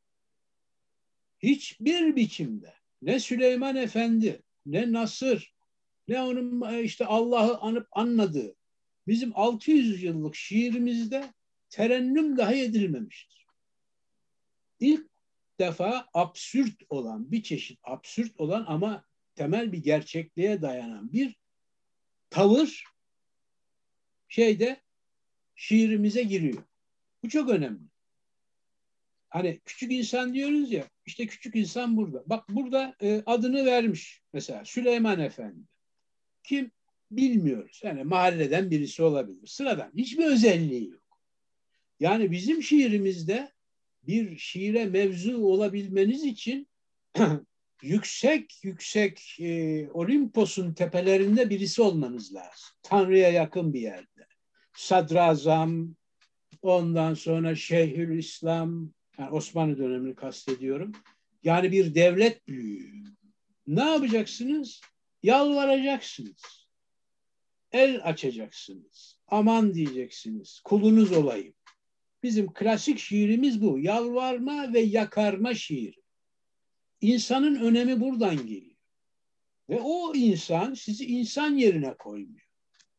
[SPEAKER 2] Hiçbir biçimde ne Süleyman Efendi, ne Nasır, ne onun işte Allah'ı anıp anladığı bizim altı yüz yıllık şiirimizde terennüm dahi edilmemiştir. İlk defa absürt olan, bir çeşit absürt olan ama temel bir gerçekliğe dayanan bir tavır şeyde şiirimize giriyor. Bu çok önemli. Hani küçük insan diyoruz ya, işte küçük insan burada. Bak burada e, adını vermiş mesela Süleyman Efendi. Kim? Bilmiyoruz. Yani mahalleden birisi olabilir. Sıradan. Hiçbir özelliği yok. Yani bizim şiirimizde bir şiire mevzu olabilmeniz için yüksek yüksek e, Olimpos'un tepelerinde birisi olmanız lazım. Tanrı'ya yakın bir yerde. Sadrazam, ondan sonra Şeyhülislam, yani Osmanlı dönemini kastediyorum. Yani bir devlet büyüğü. Ne yapacaksınız? Yalvaracaksınız. El açacaksınız. Aman diyeceksiniz. Kulunuz olayım. Bizim klasik şiirimiz bu. Yalvarma ve yakarma şiiri. İnsanın önemi buradan geliyor. Ve o insan sizi insan yerine koymuyor.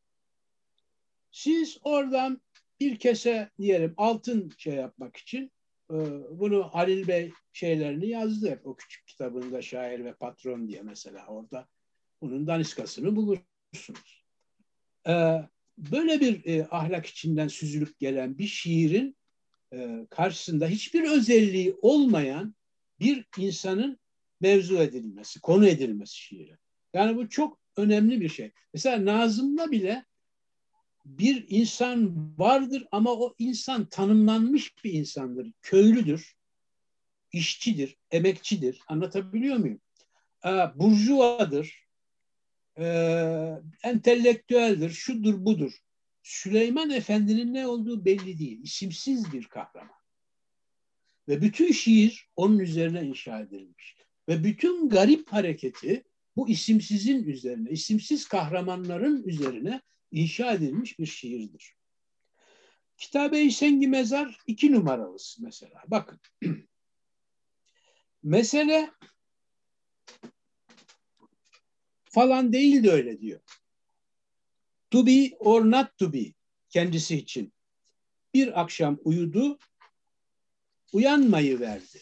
[SPEAKER 2] Siz oradan bir kese diyelim altın şey yapmak için bunu Halil Bey şeylerini yazdı hep o küçük kitabında Şair ve Patron diye mesela orada bunun daniskasını bulursunuz. Böyle bir ahlak içinden süzülüp gelen bir şiirin karşısında hiçbir özelliği olmayan bir insanın mevzu edilmesi, konu edilmesi şiire. Yani bu çok önemli bir şey. Mesela Nazım'da bile bir insan vardır ama o insan tanımlanmış bir insandır. Köylüdür, işçidir, emekçidir. Anlatabiliyor muyum? Ee, burjuvadır, e, entelektüeldir, şudur budur. Süleyman Efendi'nin ne olduğu belli değil. İsimsiz bir kahraman. Ve bütün şiir onun üzerine inşa edilmiş. Ve bütün garip hareketi bu isimsizin üzerine, isimsiz kahramanların üzerine inşa edilmiş bir şiirdir. Kitabe-i Sengi Mezar iki numaralısı mesela. Bakın. Mesele falan değil de öyle diyor. To be or not to be kendisi için. Bir akşam uyudu, uyanmayı verdi.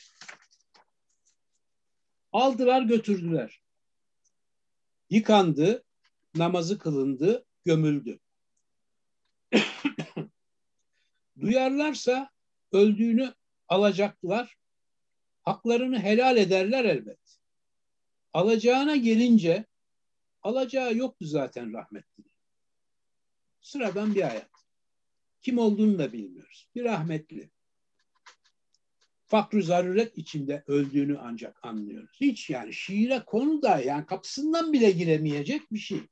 [SPEAKER 2] Aldılar götürdüler. Yıkandı, namazı kılındı, gömüldü. Duyarlarsa öldüğünü alacaklar, haklarını helal ederler elbet. Alacağına gelince, alacağı yoktu zaten rahmetli. Sıradan bir hayat. Kim olduğunu da bilmiyoruz. Bir rahmetli. Fakr-ı zaruret içinde öldüğünü ancak anlıyoruz. Hiç yani şiire konu da yani kapısından bile giremeyecek bir şey.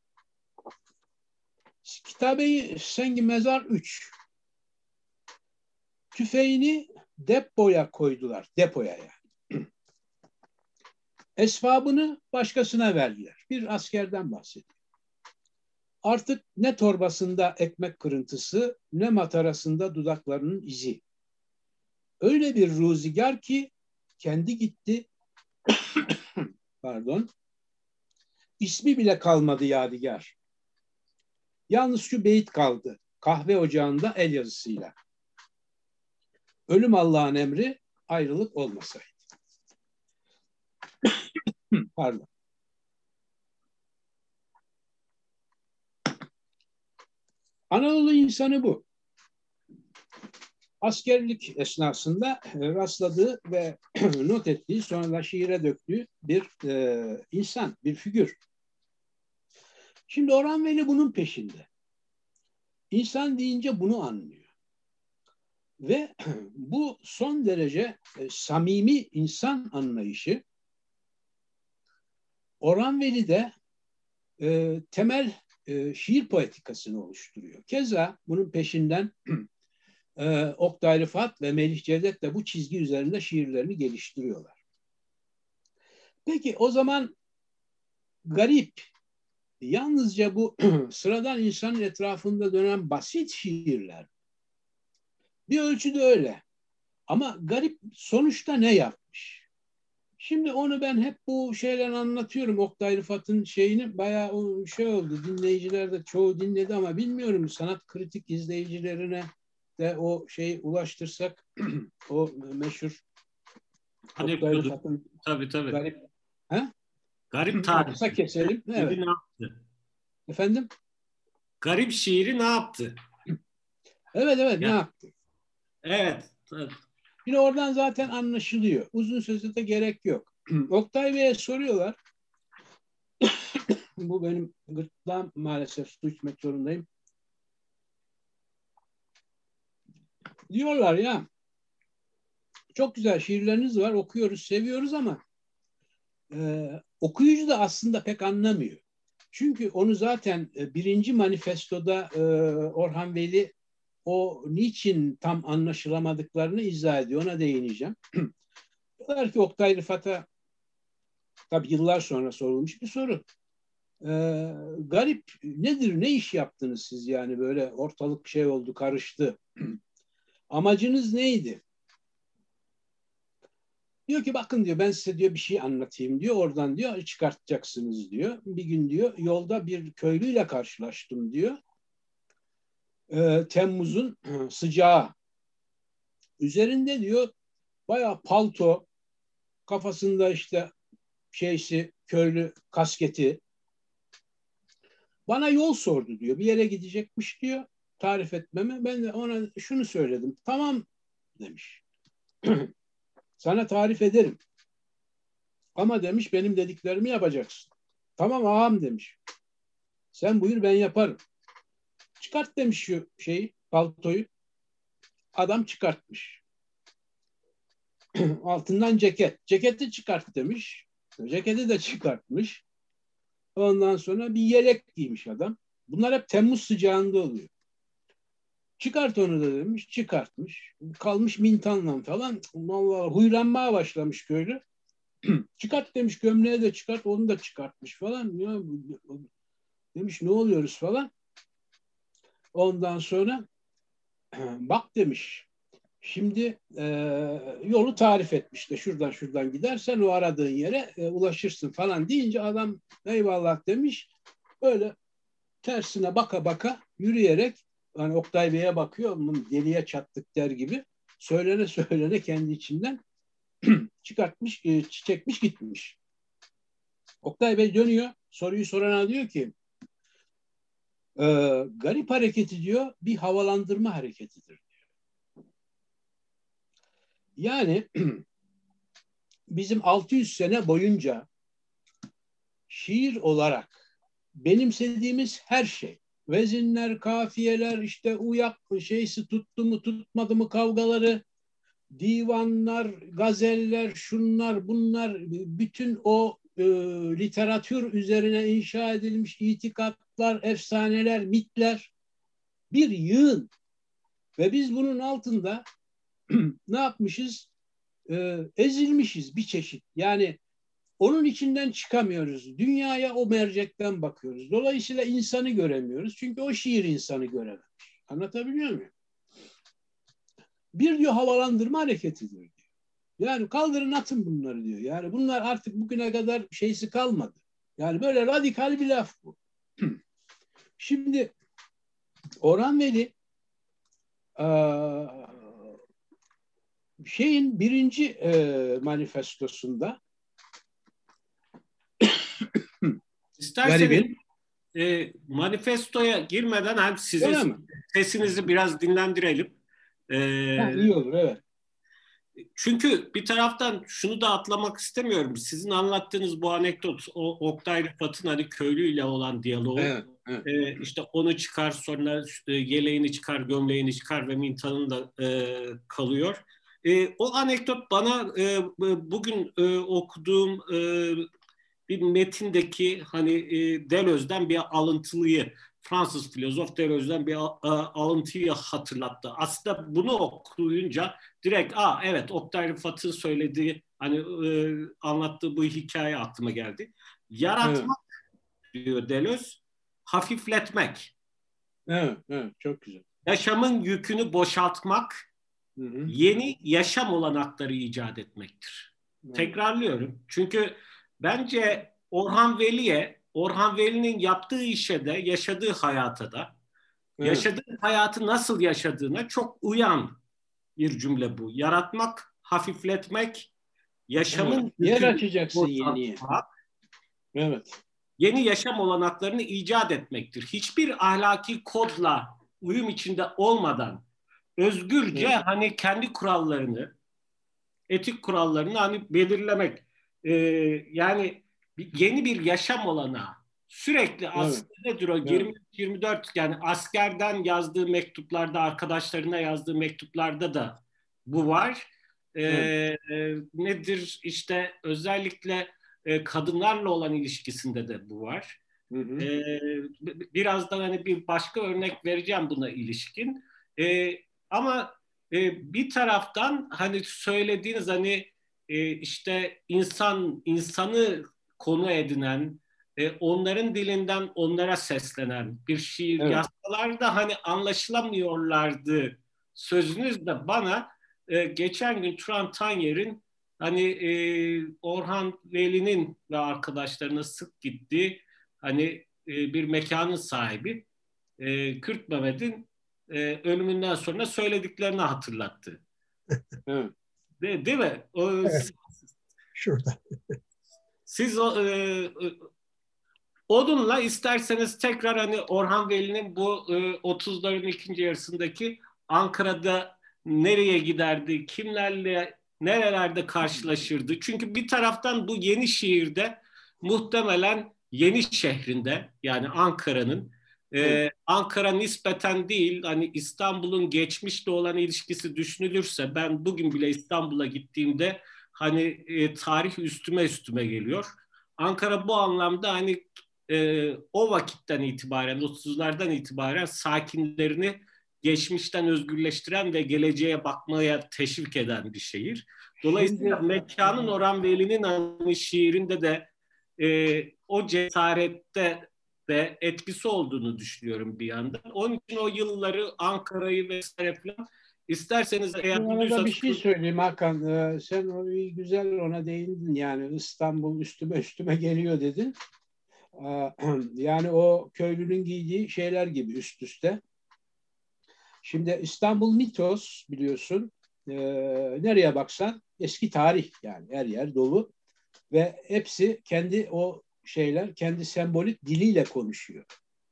[SPEAKER 2] Kitabe-i Sengi Mezar üç. Tüfeğini depoya koydular. Depoya yani. Esbabını başkasına verdiler. Bir askerden bahsediyor. Artık ne torbasında ekmek kırıntısı ne matarasında dudaklarının izi. Öyle bir ruzigar ki kendi gitti. Pardon. İsmi bile kalmadı yadigar. Yalnız şu beyit kaldı. Kahve ocağında el yazısıyla. Ölüm Allah'ın emri, ayrılık olmasaydı. Pardon. Anadolu insanı bu. Askerlik esnasında rastladığı ve not ettiği, sonra da şiire döktüğü bir e, insan, bir figür. Şimdi Orhan Veli bunun peşinde. İnsan deyince bunu anlıyor. Ve bu son derece e, samimi insan anlayışı Orhan Veli'de e, temel e, şiir poetikasını oluşturuyor. Keza bunun peşinden e, Oktay Rıfat ve Melih Cevdet de bu çizgi üzerinde şiirlerini geliştiriyorlar. Peki o zaman garip, yalnızca bu sıradan insanın etrafında dönen basit şiirler. Bir ölçüde öyle. Ama garip sonuçta ne yapmış? Şimdi onu ben hep bu şeyle anlatıyorum. Oktay Rıfat'ın şeyini bayağı o şey oldu. Dinleyiciler de çoğu dinledi ama bilmiyorum sanat kritik izleyicilerine de o şeyi ulaştırsak o meşhur Oktay Rıfat'ın
[SPEAKER 1] tabii tabii.
[SPEAKER 2] Garip, he?
[SPEAKER 1] Garip tarih.
[SPEAKER 2] Kısa keselim. Evet.
[SPEAKER 1] Ne yaptı?
[SPEAKER 2] Efendim?
[SPEAKER 1] Garip şiiri ne yaptı?
[SPEAKER 2] Evet evet ya. Ne yaptı?
[SPEAKER 1] Evet. Evet.
[SPEAKER 2] Şimdi oradan zaten anlaşılıyor. Uzun söze de gerek yok. Oktay Bey'e soruyorlar. Bu benim gırtlağım maalesef su içmek zorundayım. Diyorlar ya çok güzel şiirleriniz var okuyoruz seviyoruz ama e, okuyucu da aslında pek anlamıyor. Çünkü onu zaten e, birinci manifestoda e, Orhan Veli o niçin tam anlaşılamadıklarını izah ediyor. Ona değineceğim. Diyorlar ki Oktay Rıfat'a tabii yıllar sonra sorulmuş bir soru. Ee, garip nedir? Ne iş yaptınız siz yani böyle ortalık şey oldu karıştı. Amacınız neydi? Diyor ki bakın diyor ben size diyor bir şey anlatayım diyor. Oradan diyor çıkartacaksınız diyor. Bir gün diyor yolda bir köylüyle karşılaştım diyor. Ee, Temmuz'un sıcağı. Üzerinde diyor bayağı palto, kafasında işte şeysi köylü kasketi. Bana yol sordu diyor. Bir yere gidecekmiş diyor. Tarif etmeme. Ben de ona şunu söyledim. Tamam demiş. Sana tarif ederim. Ama demiş benim dediklerimi yapacaksın. Tamam ağam demiş. Sen buyur ben yaparım. Çıkart demiş şu şeyi, paltoyu. Adam çıkartmış. Altından ceket. Ceketi çıkart demiş. Ceketi de çıkartmış. Ondan sonra bir yelek giymiş adam. Bunlar hep Temmuz sıcağında oluyor. Çıkart onu da demiş. Çıkartmış. Kalmış mintanla falan. Vallahi huylanmaya başlamış köylü. Çıkart demiş gömleği de çıkart. Onu da çıkartmış falan. Ya, demiş ne oluyoruz falan. Ondan sonra bak demiş. Şimdi e, yolu tarif etmiş de şuradan şuradan gidersen o aradığın yere e, ulaşırsın falan deyince adam eyvallah demiş. Böyle tersine baka baka yürüyerek hani Oktay Bey'e bakıyor. Deliye çattık der gibi. Söylene söylene kendi içinden çıkartmış, e, çekmiş gitmiş. Oktay Bey dönüyor. Soruyu sorana diyor ki e, garip hareketi diyor bir havalandırma hareketidir. Yani bizim altı yüz sene boyunca şiir olarak benimsediğimiz her şey, vezinler, kafiyeler, işte uyak şeysi tuttu mu tutmadı mı kavgaları, divanlar, gazeller, şunlar bunlar, bütün o e, literatür üzerine inşa edilmiş itikatlar, efsaneler, mitler bir yığın ve biz bunun altında ne yapmışız? Ee, ezilmişiz bir çeşit. Yani onun içinden çıkamıyoruz. Dünyaya o mercekten bakıyoruz. Dolayısıyla insanı göremiyoruz. Çünkü o şiir insanı görememiş. Anlatabiliyor muyum? Bir diyor havalandırma hareketidir diyor. Yani kaldırın atın bunları diyor. Yani bunlar artık bugüne kadar şeysi kalmadı. Yani böyle radikal bir laf bu. Şimdi Orhan Veli şeyin birinci e, manifestosunda
[SPEAKER 1] İsterseniz e, manifestoya girmeden hem sizin sesinizi biraz dinlendirelim. E,
[SPEAKER 2] ha, iyi olur, evet.
[SPEAKER 1] Çünkü bir taraftan şunu da atlamak istemiyorum. Sizin anlattığınız bu anekdot, o Oktay Rıfat'ın hani köylüyle olan diyaloğu,
[SPEAKER 2] evet, evet.
[SPEAKER 1] E, işte onu çıkar sonra e, yeleğini çıkar, gömleğini çıkar ve mintanın da e, kalıyor. E, o anekdot bana e, bugün e, okuduğum e, bir metindeki hani e, Deleuze'den bir alıntılıyı, Fransız filozof Deleuze'den bir a, alıntıyı hatırlattı. Aslında bunu okuyunca direkt aa evet Oktay Rıfat'ın söylediği hani e, anlattığı bu hikaye aklıma geldi. Yaratmak evet. diyor Deleuze, hafifletmek.
[SPEAKER 2] Evet, evet, çok güzel.
[SPEAKER 1] Yaşamın yükünü boşaltmak, hı hı. yeni yaşam olanakları icat etmektir. Evet. Tekrarlıyorum. Çünkü bence Orhan Veli'ye, Orhan Veli'nin yaptığı işe de, yaşadığı hayata da, evet. yaşadığı hayatı nasıl yaşadığına çok uyan bir cümle bu. Yaratmak, hafifletmek, yaşamın
[SPEAKER 2] evet. Yer açacaksın yeniye. Evet.
[SPEAKER 1] Yeni yaşam olanaklarını icat etmektir. Hiçbir ahlaki kodla uyum içinde olmadan özgürce evet. hani kendi kurallarını, etik kurallarını hani belirlemek. Ee, yani yeni bir yaşam olanağı. Sürekli aslında evet. nedir o? Evet. yirmi yirmi dört yani askerden yazdığı mektuplarda, arkadaşlarına yazdığı mektuplarda da bu var. Ee, evet. e, nedir işte özellikle e, kadınlarla olan ilişkisinde de bu var. Hı hı. Ee, birazdan hani bir başka örnek vereceğim buna ilişkin. Ee, ama e, bir taraftan hani söylediğiniz hani e, işte insan insanı konu edinen, e, onların dilinden onlara seslenen bir şiir evet. yazsalar da hani anlaşılamıyorlardı sözünüz de bana e, geçen gün Turan Tanyer'in hani e, Orhan Veli'nin ve arkadaşlarına sık gittiği hani e, bir mekanın sahibi e, Kürt Mehmet'in e, ölümünden sonra söylediklerini hatırlattı.
[SPEAKER 2] Evet.
[SPEAKER 1] De, değil mi? O,
[SPEAKER 3] Evet, şurada.
[SPEAKER 1] Siz o, e, onunla isterseniz tekrar hani Orhan Veli'nin bu e, otuzların ikinci yarısındaki Ankara'da nereye giderdi, kimlerle, nerelerde karşılaşırdı? Çünkü bir taraftan bu yeni şiirde muhtemelen yeni şehrinde yani Ankara'nın e, Ankara nispeten değil hani İstanbul'un geçmişle olan ilişkisi düşünülürse ben bugün bile İstanbul'a gittiğimde hani e, tarih üstüme üstüme geliyor. Ankara bu anlamda hani e, o vakitten itibaren, otuzlardan itibaren sakinlerini geçmişten özgürleştiren ve geleceğe bakmaya teşvik eden bir şehir. Dolayısıyla
[SPEAKER 2] Şimdi
[SPEAKER 1] mekanın Orhan Veli'nin hani şiirinde de e, o cesarette de etkisi olduğunu düşünüyorum bir yandan. Onun için o yılları, Ankara'yı vesaire falan isterseniz eğer
[SPEAKER 2] bu arada bir
[SPEAKER 1] duyduysanız
[SPEAKER 2] şey söyleyeyim Hakan. Ee, sen o iyi güzel ona değindin yani İstanbul üstüme üstüme geliyor dedin. Ee, yani o köylünün giydiği şeyler gibi üst üste. Şimdi İstanbul mitos biliyorsun. Ee, nereye baksan eski tarih yani her yer dolu ve hepsi kendi o şeyler kendi sembolik diliyle konuşuyor.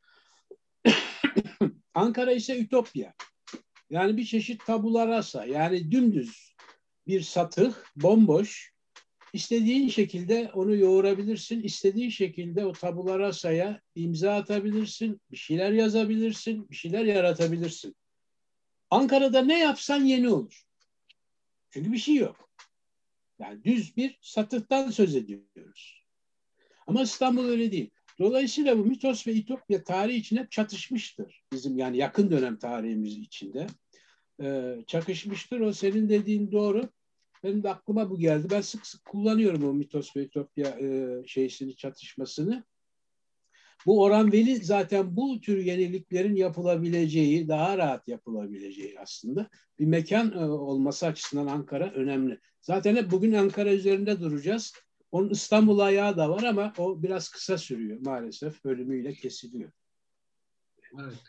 [SPEAKER 2] Ankara ise ütopya. Yani bir çeşit tabula rasa yani dümdüz bir satıh bomboş. İstediğin şekilde onu yoğurabilirsin. İstediğin şekilde o tabula rasaya imza atabilirsin. Bir şeyler yazabilirsin. Bir şeyler yaratabilirsin. Ankara'da ne yapsan yeni olur. Çünkü bir şey yok. Yani düz bir satıhtan söz ediyoruz. Ama İstanbul öyle değil. Dolayısıyla bu mitos ve ütopya tarihi için hep çatışmıştır. Bizim yani yakın dönem tarihimiz içinde. Ee, çakışmıştır. O senin dediğin doğru. Benim de aklıma bu geldi. Ben sık sık kullanıyorum o mitos ve ütopya e, şeysini, çatışmasını. Bu Orhan Veli zaten bu tür yeniliklerin yapılabileceği, daha rahat yapılabileceği aslında bir mekan e, olması açısından Ankara önemli. Zaten hep bugün Ankara üzerinde duracağız. Onun İstanbul ayağı da var ama o biraz kısa sürüyor maalesef. Bölümüyle kesiliyor.
[SPEAKER 1] evet.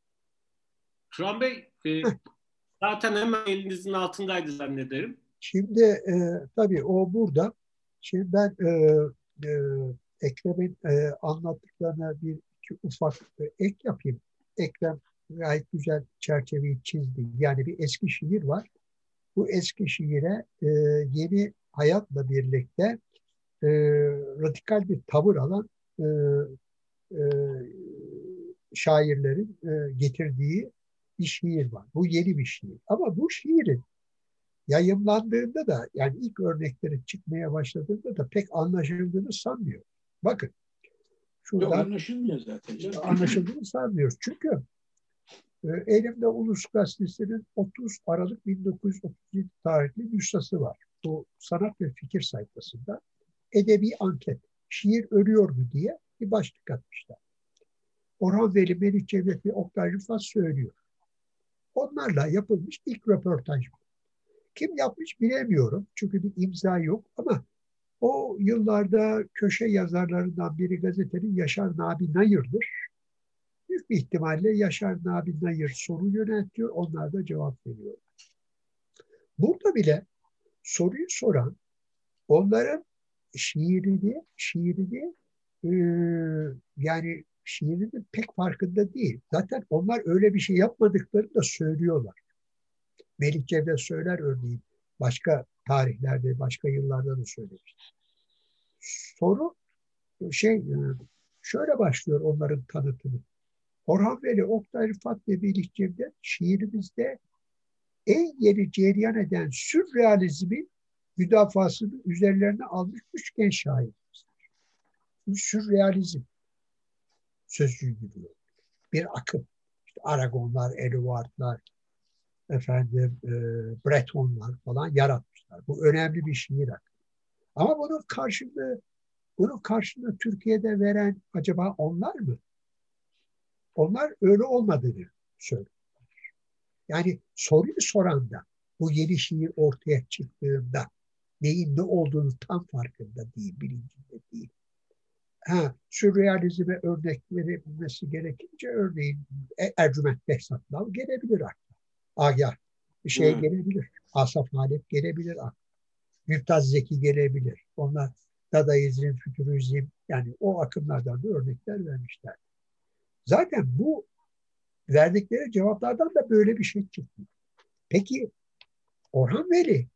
[SPEAKER 1] Turan Bey e, zaten hemen elinizin altındaydı zannederim.
[SPEAKER 3] Şimdi e, tabii o burada. Şimdi ben e, e, Ekrem'in e, anlattıklarına bir iki ufak e, ek yapayım. Ekrem gayet güzel çerçeveyi çizdi. Yani bir eski şiir var. Bu eski şiire e, yeni hayatla birlikte e, radikal bir tavır alan e, e, şairlerin e, getirdiği bir şiir var. Bu yeni bir şiir. Ama bu şiirin yayımlandığında da yani ilk örnekleri çıkmaya başladığında da pek anlaşıldığını sanmıyorum. Bakın
[SPEAKER 2] Yok
[SPEAKER 3] şurada
[SPEAKER 2] anlaşılmıyor zaten. Canım.
[SPEAKER 3] anlaşıldığını sanmıyoruz. Çünkü e, elimde Ulus Gazetesi'nin otuz Aralık bin dokuz yüz otuz yedi tarihli nüshası var. Bu sanat ve fikir sayfasında edebi anket, şiir ölüyor mu diye bir başlık atmışlar. Orhan Veli, Melih Cevdet ve Oktay Rıfat söylüyor. Onlarla yapılmış ilk röportaj. Kim yapmış bilemiyorum. Çünkü bir imza yok ama o yıllarda köşe yazarlarından biri gazetenin Yaşar Nabi Nayır'dır. Büyük bir ihtimalle Yaşar Nabi Nayır soru yöneltiyor. Onlar da cevap veriyorlar. Burada bile soruyu soran onların şiirini, şiirini e, yani şiirinin pek farkında değil. Zaten onlar öyle bir şey yapmadıklarını da söylüyorlar. Melih Cevdet söyler örneğin. Başka tarihlerde, başka yıllarda da söylemiş. Soru şey şöyle başlıyor onların tanıtımı. Orhan Veli, Oktay Rıfat ve Melih Cevdet şiirimizde en yeni cereyan eden sürrealizmin müdafasını üzerlerine almış üç genç şairimiz. Sürrealizm sözcüğü gibi bir akım. İşte Aragonlar, Eluardlar, efendim e, Bretonlar falan yaratmışlar. Bu önemli bir şiir akımı. Ama bunun karşılığı bunun karşılığını Türkiye'de veren acaba onlar mı? Onlar öyle olmadığını söylüyor. Yani soruyu soran da bu yeni şiir ortaya çıktığında neyin ne olduğunu tam farkında değil, bilincinde değil. Ha, sürrealizme örnek verilmesi gerekince örneğin Ercüment Behzatlıoğlu gelebilir akla. Agah bir şey
[SPEAKER 2] Hı.
[SPEAKER 3] gelebilir. Asaf Halet gelebilir akla. Mümtaz Zeki gelebilir. Onlar Dadaizm, Fütürizm yani o akımlardan da örnekler vermişler. Zaten bu verdikleri cevaplardan da böyle bir şey çıktı. Peki Orhan Veli,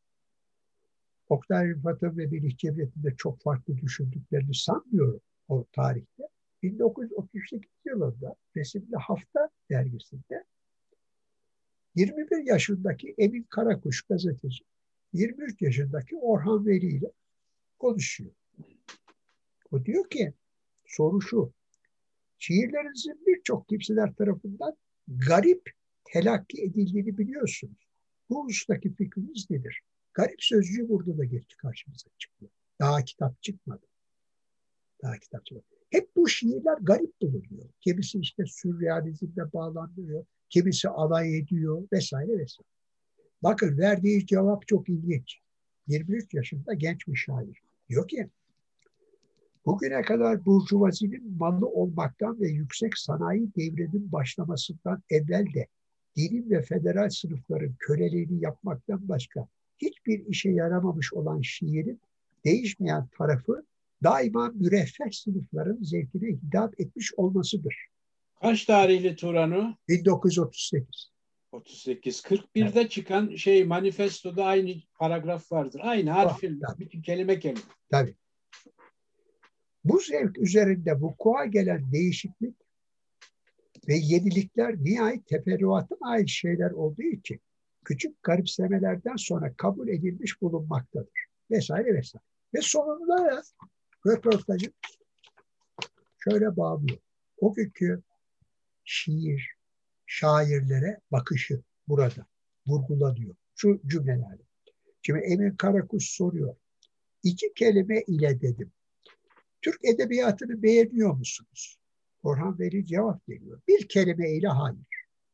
[SPEAKER 3] Oktay Rıfat'ın ve Melih Cevdet'in de çok farklı düşündüklerini sanmıyorum o tarihte. bin dokuz yüz otuz sekiz yılında Resimli Hafta dergisinde yirmi bir yaşındaki Emin Karakuş gazeteci yirmi üç yaşındaki Orhan Veli ile konuşuyor. O diyor ki soru şu, şiirlerinizin birçok kimseler tarafından garip telakki edildiğini biliyorsunuz. Bu husustaki fikriniz nedir? Garip sözcüğü burada da geç karşımıza çıkıyor. Daha kitap çıkmadı. Daha kitap çıkmadı. Hep bu şiirler garip bulunuyor. Kimisi işte sürrealizmle bağlandırıyor. Kimisi alay ediyor vesaire vesaire. Bakın verdiği cevap çok ilginç. yirmi üç yaşında genç bir şair. Diyor ki bugüne kadar burjuvazinin malı olmaktan ve yüksek sanayi devrinin başlamasından evvel de dinin ve federal sınıfların köleliğini yapmaktan başka hiçbir işe yaramamış olan şiirin değişmeyen tarafı daima müreffeh sınıfların zevkine hitap etmiş olmasıdır.
[SPEAKER 2] Kaç tarihli Turan o?
[SPEAKER 3] bin dokuz yüz otuz sekiz.
[SPEAKER 2] otuz sekiz. kırk birde evet. Çıkan şey manifestoda aynı paragraf vardır. Aynı harfin, bütün kelime kelime.
[SPEAKER 3] Tabii. Bu zevk üzerinde vuku'a gelen değişiklik ve yenilikler nihayet teferruata ait şeyler olduğu için küçük garipsemelerden sonra kabul edilmiş bulunmaktadır. Vesaire vesaire. Ve sonunda da röportajı şöyle bağlıyor. O günkü şiir, şairlere bakışı burada vurgulanıyor. Şu cümlelerle. Şimdi Emin Karakuş soruyor. İki kelime ile dedim. Türk edebiyatını beğeniyor musunuz? Orhan Veli cevap veriyor. Bir kelime ile hayır.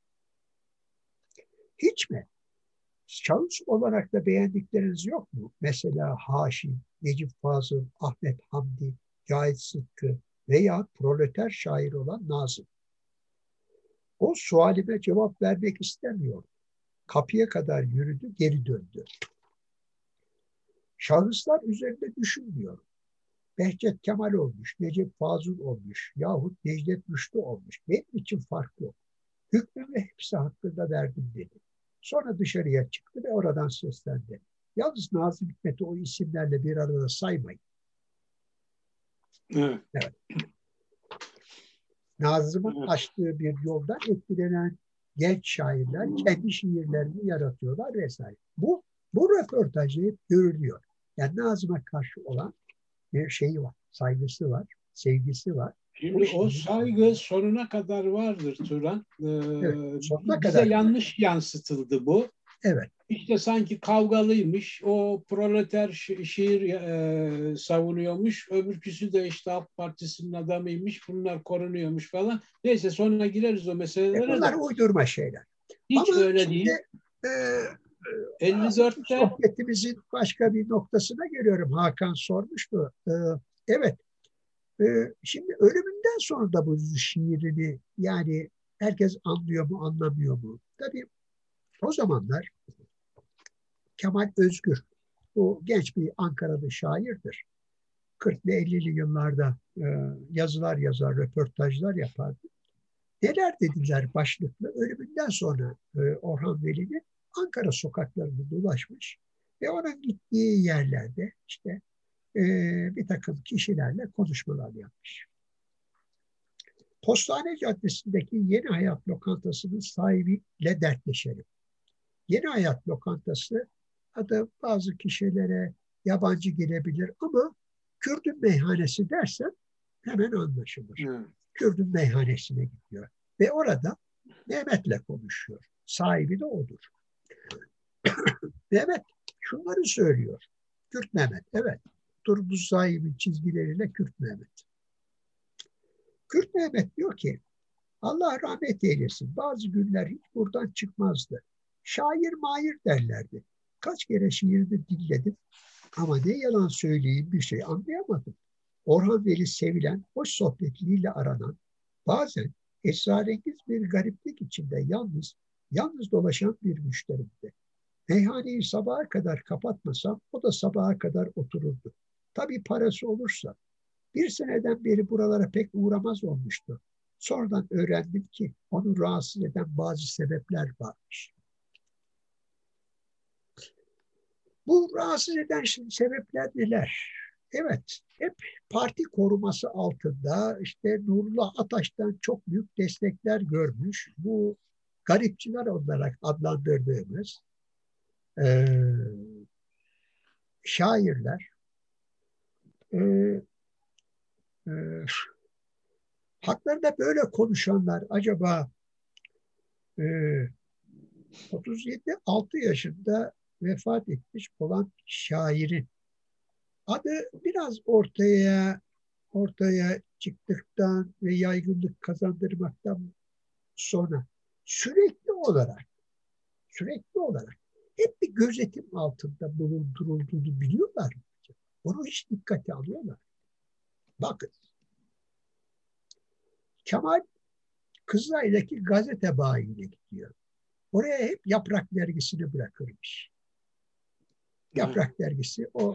[SPEAKER 3] Hiç mi? Şahıs olarak da beğendikleriniz yok mu? Mesela Haşim, Necip Fazıl, Ahmet Hamdi, Cahit Sıtkı veya proleter şair olan Nazım. O sualime cevap vermek istemiyor. Kapıya kadar yürüdü, geri döndü. Şahıslar üzerinde düşünmüyorum. Behçet Kemal olmuş, Necip Fazıl olmuş yahut Necdet Rüştü olmuş. Benim için fark yok. Hükmümü hepsi hakkında verdim dedi. Sonra dışarıya çıktı ve oradan seslendi. Yalnız Nazım Hikmet'i o isimlerle bir arada saymayın.
[SPEAKER 2] Evet.
[SPEAKER 3] Evet. Nazım'ın evet. açtığı bir yoldan etkilenen genç şairler kendi şiirlerini yaratıyorlar vesaire. Bu, bu röportajı hep görülüyor. Yani Nazım'a karşı olan bir şeyi var, saygısı var, sevgisi var.
[SPEAKER 2] Şimdi o, o saygı sonuna kadar vardır Turan. Ee,
[SPEAKER 3] evet, sonuna
[SPEAKER 2] bize
[SPEAKER 3] kadar
[SPEAKER 2] yanlış yansıtıldı bu.
[SPEAKER 3] Evet.
[SPEAKER 2] İşte sanki kavgalıymış, o proleter şi- şiir e, savunuyormuş, öbürküsü de işte Halk Partisi'nin adamıymış, bunlar korunuyormuş falan. Neyse sonra gireriz o meselelere.
[SPEAKER 3] E bunlar uydurma şeyler.
[SPEAKER 2] Hiç
[SPEAKER 3] Ama
[SPEAKER 2] öyle
[SPEAKER 3] şimdi,
[SPEAKER 2] değil.
[SPEAKER 3] E,
[SPEAKER 2] elli dörtte
[SPEAKER 3] sohbetimizin başka bir noktasına geliyorum. Hakan sormuştu. Ee, evet. Ee, şimdi ölümünden sonra da bu şiirini yani herkes anlıyor mu anlamıyor mu? Tabii o zamanlar Kemal Özgür, bu genç bir Ankaralı şairdir. kırklı ellili yıllarda e, yazılar yazar, röportajlar yapardı. Neler dediler başlıklı? Ölümünden sonra e, Orhan Veli'nin Ankara sokaklarında dolaşmış ve onun gittiği yerlerde işte e, bir takım kişilerle konuşmalar yapmış. Postane Caddesi'ndeki Yeni Hayat Lokantası'nın sahibiyle dertleşelim. Yeni Hayat Lokantası adı bazı kişilere yabancı gelebilir ama Kürdün meyhanesi dersen hemen anlaşılır. Hmm. Kürdün meyhanesine gidiyor ve orada Mehmet'le konuşuyor. Sahibi de odur. Mehmet şunları söylüyor. Kürt Mehmet, evet. Turgutuz sahibin çizgileriyle Kürt Mehmet. Kürt Mehmet diyor ki, Allah rahmet eylesin. Bazı günler hiç buradan çıkmazdı. Şair mair derlerdi. Kaç kere şiirini dinledim ama ne yalan söyleyeyim bir şey anlayamadım. Orhan Veli sevilen, hoş sohbetliğiyle aranan, bazen esrarengiz bir gariplik içinde yalnız, yalnız dolaşan bir müşterimdi. Meyhaneyi sabaha kadar kapatmasam o da sabaha kadar otururdu. Tabii parası olursa. Bir seneden beri buralara pek uğramaz olmuştu. Sonradan öğrendim ki onu rahatsız eden bazı sebepler varmış. Bu rahatsız eden sebepler neler? Evet, hep parti koruması altında işte Nurullah Ataş'tan çok büyük destekler görmüş. Bu garipçiler olarak adlandırdığımız e, şairler e, e, haklarında böyle konuşanlar acaba e, otuz yedi altı yaşında vefat etmiş olan şairin adı biraz ortaya ortaya çıktıktan ve yaygınlık kazandırmaktan sonra sürekli olarak sürekli olarak hep bir gözetim altında bulundurulduğunu biliyorlar mı? Bunu hiç dikkate alıyorlar. Bakın, Kemal Kızılay'daki gazete bayine gidiyor. Oraya hep Yaprak dergisini bırakırmış. Yaprak dergisi o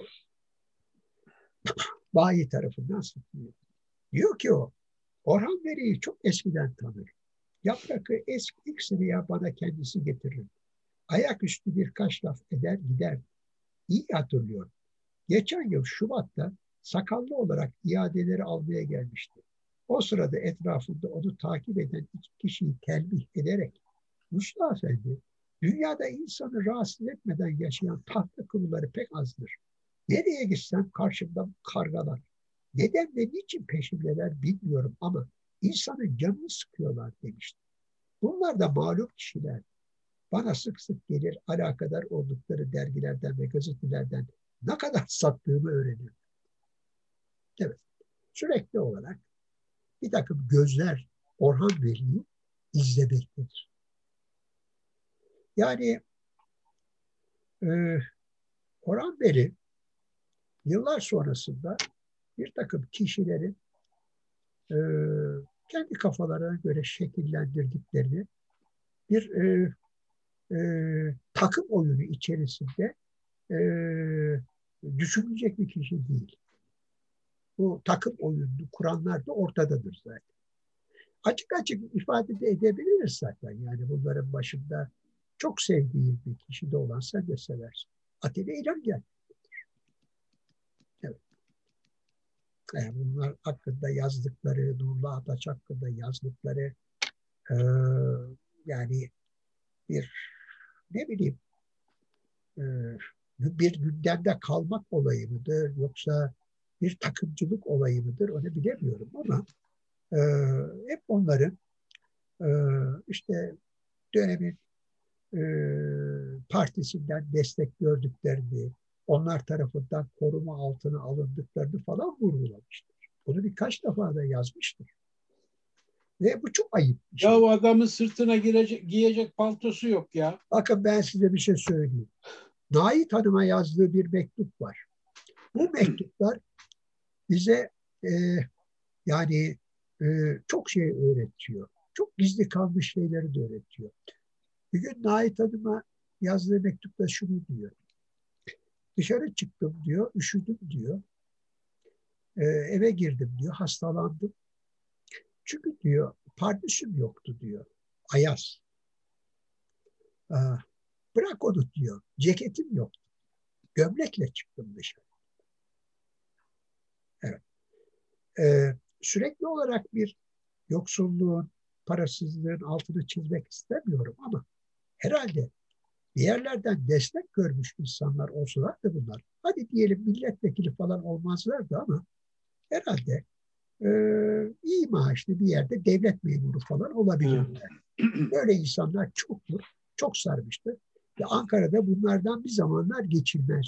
[SPEAKER 3] bayi tarafından satılıyor. Diyor ki o, Orhan Veli'yi çok eskiden tanır. Yaprak'ı eski ilk sıraya bana kendisi getirir. Ayaküstü birkaç laf eder gider. İyi hatırlıyorum. Geçen yıl Şubat'ta sakallı olarak iadeleri almaya gelmişti. O sırada etrafında onu takip eden iki kişiyi telbih ederek Mustafa Efendi, dünyada insanı rahatsız etmeden yaşayan tahta kuruları pek azdır. Nereye gitsem karşımda kargalar. Neden ve niçin peşimdeler bilmiyorum ama insanın canını sıkıyorlar demişti. Bunlar da malum kişiler. Bana sık sık gelir alakadar oldukları dergilerden ve gazetelerden ne kadar sattığımı öğreniyorum. Evet, sürekli olarak bir takım gözler Orhan Veli'yi izlemektedir. Yani e, Orhan Veli yıllar sonrasında bir takım kişilerin e, kendi kafalarına göre şekillendirdiklerini bir e, e, takım oyunu içerisinde e, düşünülecek bir kişi değil. Bu takım oyununu kuranlar da ortadadır zaten. Açık açık ifade de edebiliriz zaten. Yani bunların başında çok sevdiğim bir kişi de olan sen de seversin. Atilla İlhan. Evet. Yani bunlar hakkında yazdıkları, Nurullah Ataç hakkında yazdıkları e, yani bir ne bileyim e, bir gündemde kalmak olayı mıdır yoksa bir takımcılık olayı mıdır onu bilemiyorum ama e, hep onların e, işte dönemin e, partisinden destek gördüklerini, onlar tarafından koruma altına alındıklarını falan vurgulamıştır. Bunu birkaç defa da yazmıştır. Ve bu çok ayıp bir şey.
[SPEAKER 2] Ya o adamın sırtına girecek, giyecek paltosu yok ya.
[SPEAKER 3] Bakın ben size bir şey söyleyeyim. Nait Hanım'a yazdığı bir mektup var. Bu mektuplar bize e, yani e, çok şey öğretiyor. Çok gizli kalmış şeyleri de öğretiyor. Bir gün Nait Hanım'a yazdığı mektupta şunu diyor. Dışarı çıktım diyor, üşüdüm diyor. E, eve girdim diyor, hastalandım. Çünkü diyor pardesüm yoktu diyor. Ayaz. Aa, bırak onu diyor. Ceketim yoktu. Gömlekle çıktım dışarı. Evet. Ee, sürekli olarak bir yoksulluğun, parasızlığın altını çizmek istemiyorum ama herhalde bir yerlerden destek görmüş insanlar olsalar da bunlar. Hadi diyelim milletvekili falan olmazlardı ama herhalde e, iyi maaşlı bir yerde devlet memuru falan olabilirler. Böyle insanlar çoktur, çok sarmıştır. Ve Ankara'da bunlardan bir zamanlar geçilmez.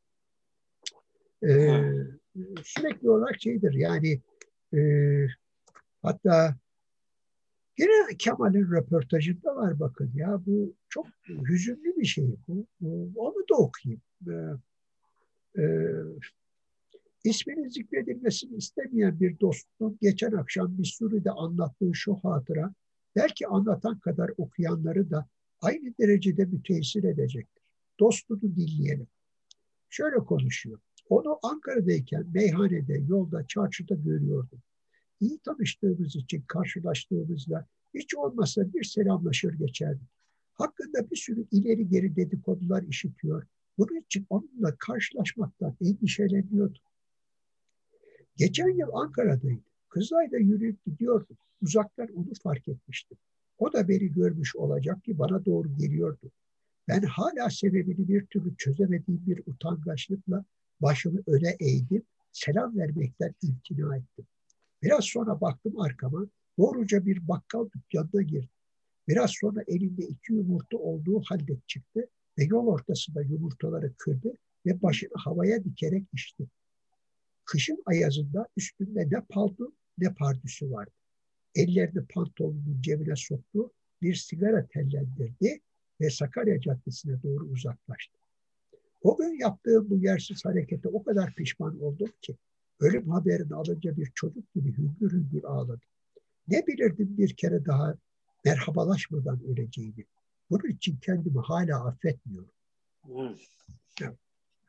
[SPEAKER 3] Ee, sürekli olarak şeydir yani e, hatta Yine Kemal'in röportajında var bakın ya, bu çok hüzünlü bir şey bu. Onu da okuyayım. Ee, e, isminin zikredilmesini istemeyen bir dostum geçen akşam Missouri'de anlattığı şu hatıra belki anlatan kadar okuyanları da aynı derecede müteessir edecektir. Dostunu dinleyelim. Şöyle konuşuyor. Onu Ankara'dayken meyhanede, yolda, çarşıda görüyordum. İyi tanıştığımız için karşılaştığımızda hiç olmazsa bir selamlaşır geçerdik. Hakkında bir sürü ileri geri dedikodular işitiyor. Bunun için onunla karşılaşmaktan endişeleniyordum. Geçen yıl Ankara'daydı. Kızılay'da yürüyüp gidiyordum. Uzaktan onu fark etmiştim. O da beni görmüş olacak ki bana doğru geliyordu. Ben hala sebebini bir türlü çözemediğim bir utangaçlıkla başımı öne eğdim, selam vermekten imtina ettim. Biraz sonra baktım arkama, doğruca bir bakkal dükkanına girdim. Biraz sonra elinde iki yumurta olduğu halde çıktı ve yol ortasında yumurtaları kırdı ve başını havaya dikerek içti. Kışın ayazında üstünde ne palto ne pardüsü vardı. Ellerini pantolonunun cebine soktu, bir sigara tellendirdi ve Sakarya Caddesi'ne doğru uzaklaştı. O gün yaptığım bu yersiz harekete o kadar pişman oldum ki ölüm haberini alınca bir çocuk gibi hüngür hüngür ağladım. Ne bilirdim bir kere daha merhabalaşmadan öleceğini. Bunun için kendimi hala affetmiyorum. Evet.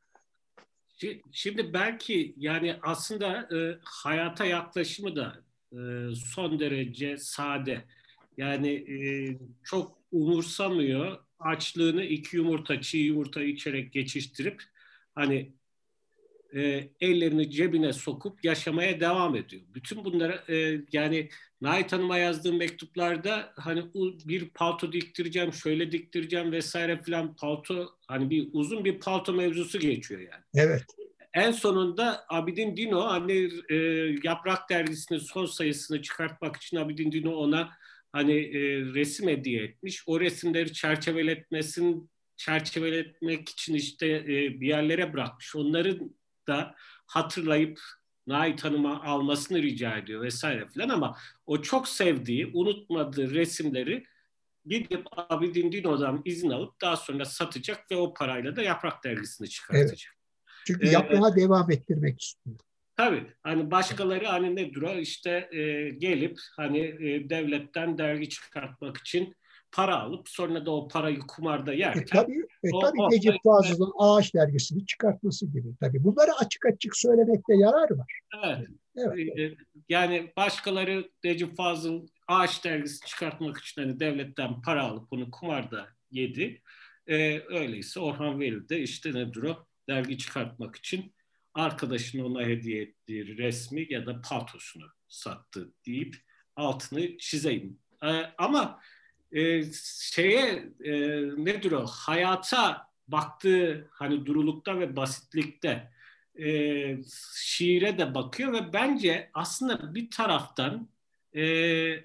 [SPEAKER 1] Şimdi belki yani aslında e, hayata yaklaşımı da e, son derece sade. Yani e, çok umursamıyor. Açlığını iki yumurta, çiğ yumurta içerek geçiştirip hani e, ellerini cebine sokup yaşamaya devam ediyor. Bütün bunlara e, yani Nait Hanım'a yazdığım mektuplarda hani bir palto diktireceğim, şöyle diktireceğim vesaire filan palto hani bir uzun bir palto mevzusu geçiyor yani.
[SPEAKER 3] Evet.
[SPEAKER 1] En sonunda Abidin Dino hani e, Yaprak Dergisi'nin son sayısını çıkartmak için Abidin Dino ona hani e, resim hediye etmiş. O resimleri çerçeveletmesin çerçeveletmek için işte e, bir yerlere bırakmış. Onları da hatırlayıp Nait Hanım'a almasını rica ediyor vesaire filan ama o çok sevdiği, unutmadığı resimleri gidip Abidin Dino'dan izin alıp daha sonra satacak ve o parayla da Yaprak Dergisi'ni çıkartacak.
[SPEAKER 3] Evet. Çünkü ee, yaprağa devam ettirmek istiyor.
[SPEAKER 1] Tabii. Hani başkaları hani nedir o işte e, gelip hani e, devletten dergi çıkartmak için para alıp sonra da o parayı kumarda yerken.
[SPEAKER 3] E, tabii e,
[SPEAKER 1] o,
[SPEAKER 3] tabii
[SPEAKER 1] o,
[SPEAKER 3] Necip
[SPEAKER 1] o,
[SPEAKER 3] Fazıl'ın Ağaç Dergisi'ni çıkartması gibi. Tabii bunları açık açık söylemekte yarar var.
[SPEAKER 1] Evet.
[SPEAKER 3] Evet.
[SPEAKER 1] E, yani başkaları Necip Fazıl Ağaç Dergisi çıkartmak için hani devletten para alıp onu kumarda yedi. E, öyleyse Orhan Veli de işte nedir o dergi çıkartmak için arkadaşının ona hediye ettiği resmi ya da paltosunu sattı deyip altını çizeyim. E, ama e, şeye e, nedir o hayata baktığı hani durulukta ve basitlikte e, şiire de bakıyor ve bence aslında bir taraftan e,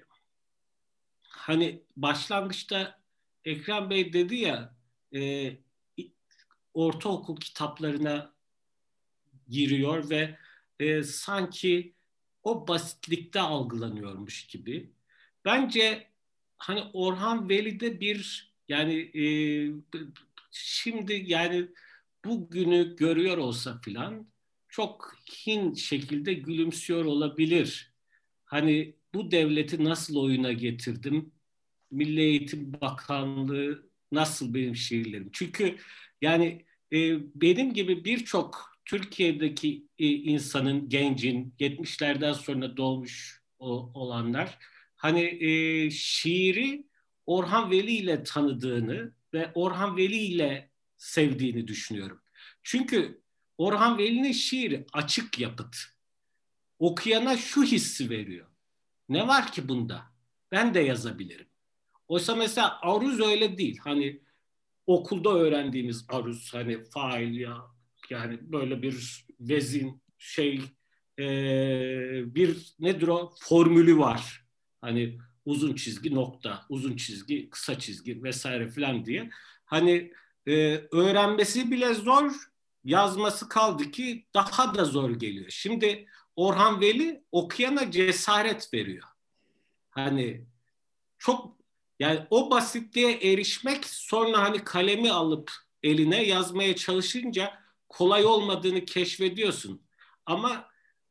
[SPEAKER 1] hani başlangıçta Ekrem Bey dedi ya e, ortaokul kitaplarına giriyor ve e, sanki o basitlikte algılanıyormuş gibi. Bence hani Orhan Veli'de bir yani e, şimdi yani bugünü görüyor olsa filan çok hin şekilde gülümsüyor olabilir. Hani bu devleti nasıl oyuna getirdim? Milli Eğitim Bakanlığı nasıl benim şiirlerim? Çünkü yani e, benim gibi birçok Türkiye'deki e, insanın, gencin, yetmişlerden sonra doğmuş o, olanlar hani e, şiiri Orhan Veli ile tanıdığını ve Orhan Veli ile sevdiğini düşünüyorum. Çünkü Orhan Veli'nin şiiri açık yapıt. Okuyana şu hissi veriyor. Ne var ki bunda? Ben de yazabilirim. Oysa mesela aruz öyle değil. Hani okulda öğrendiğimiz aruz hani fail ya yani böyle bir vezin şey e, bir nedir o formülü var. Hani uzun çizgi nokta, uzun çizgi kısa çizgi vesaire filan diye. Hani e, öğrenmesi bile zor, yazması kaldı ki daha da zor geliyor. Şimdi Orhan Veli okuyana cesaret veriyor. Hani çok, yani o basitliğe erişmek, sonra hani kalemi alıp eline yazmaya çalışınca kolay olmadığını keşfediyorsun. Ama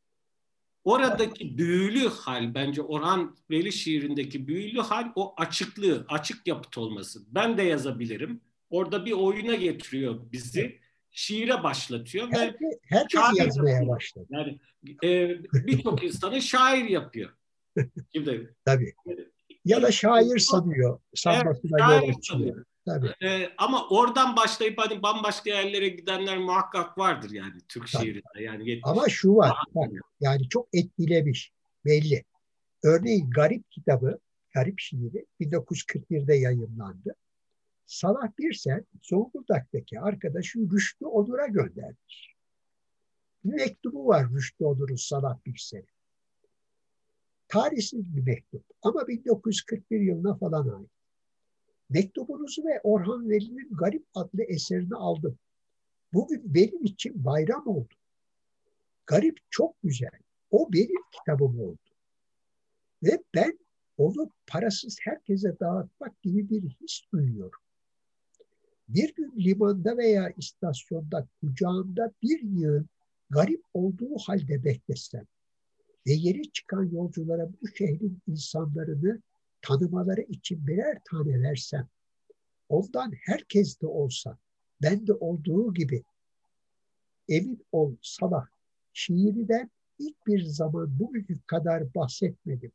[SPEAKER 1] oradaki büyülü hal, bence Orhan Veli şiirindeki büyülü hal o açıklığı, açık yapıt olması. Ben de yazabilirim. Orada bir oyuna getiriyor bizi. Şiire başlatıyor ve
[SPEAKER 3] Herkes, herkes
[SPEAKER 1] şair
[SPEAKER 3] yazmaya
[SPEAKER 1] yapıyor.
[SPEAKER 3] başladı.
[SPEAKER 1] Yani e, birçok insanı şair yapıyor. Şimdi
[SPEAKER 3] Tabii. Ya da
[SPEAKER 1] ilk,
[SPEAKER 3] şair sanıyor.
[SPEAKER 1] evet,
[SPEAKER 3] Sanmasına yol
[SPEAKER 1] şair
[SPEAKER 3] açıyor.
[SPEAKER 1] sanıyor.
[SPEAKER 3] Tabii.
[SPEAKER 1] E, ama oradan başlayıp hani bambaşka yerlere gidenler muhakkak vardır yani Türk
[SPEAKER 3] Tabii.
[SPEAKER 1] şiirinde. Yani yetmiş.
[SPEAKER 3] Ama şu var. Bak, yani çok etkilemiş. Belli. Örneğin Garip kitabı, Garip şiiri bin dokuz yüz kırk birde yayımlandı. Salah Birsen Zonguldak'taki arkadaşı Rüştü Onur'a göndermiş. Bir mektubu var Rüştü Onur'un Salah Birsen'e. Tarihsiz bir mektup ama bin dokuz yüz kırk bir yılına falan ait. Mektubunuzu ve Orhan Veli'nin Garip adlı eserini aldım. Bugün benim için bayram oldu. Garip çok güzel. O benim kitabım oldu. Ve ben onu parasız herkese dağıtmak gibi bir his duyuyorum. Bir gün limanda veya istasyonda kucağımda bir yığın garip olduğu halde beklesem ve yeni çıkan yolculara bu şehrin insanlarını tanımaları için birer tane versem, ondan herkes de olsa, ben de olduğu gibi, emin ol Salah, şiirden ilk bir zaman bugünkü kadar bahsetmedim.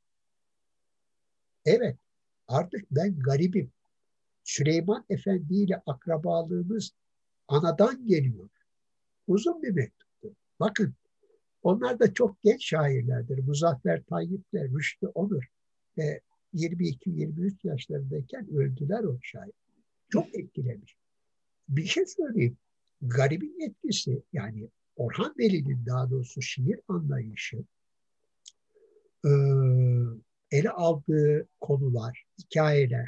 [SPEAKER 3] Evet, artık ben garibim. Süleyman Efendi ile akrabalığımız anadan geliyor. Uzun bir mektuptu. Bakın, onlar da çok genç şairlerdir. Muzaffer Tayyip'le Rüştü Onur. Ve yirmi iki yirmi üç yaşlarındayken öldüler o şair. Çok etkilemiş. Bir şey söyleyeyim. Garibin etkisi, yani Orhan Veli'nin daha doğrusu şiir anlayışı, ele aldığı konular, hikayeler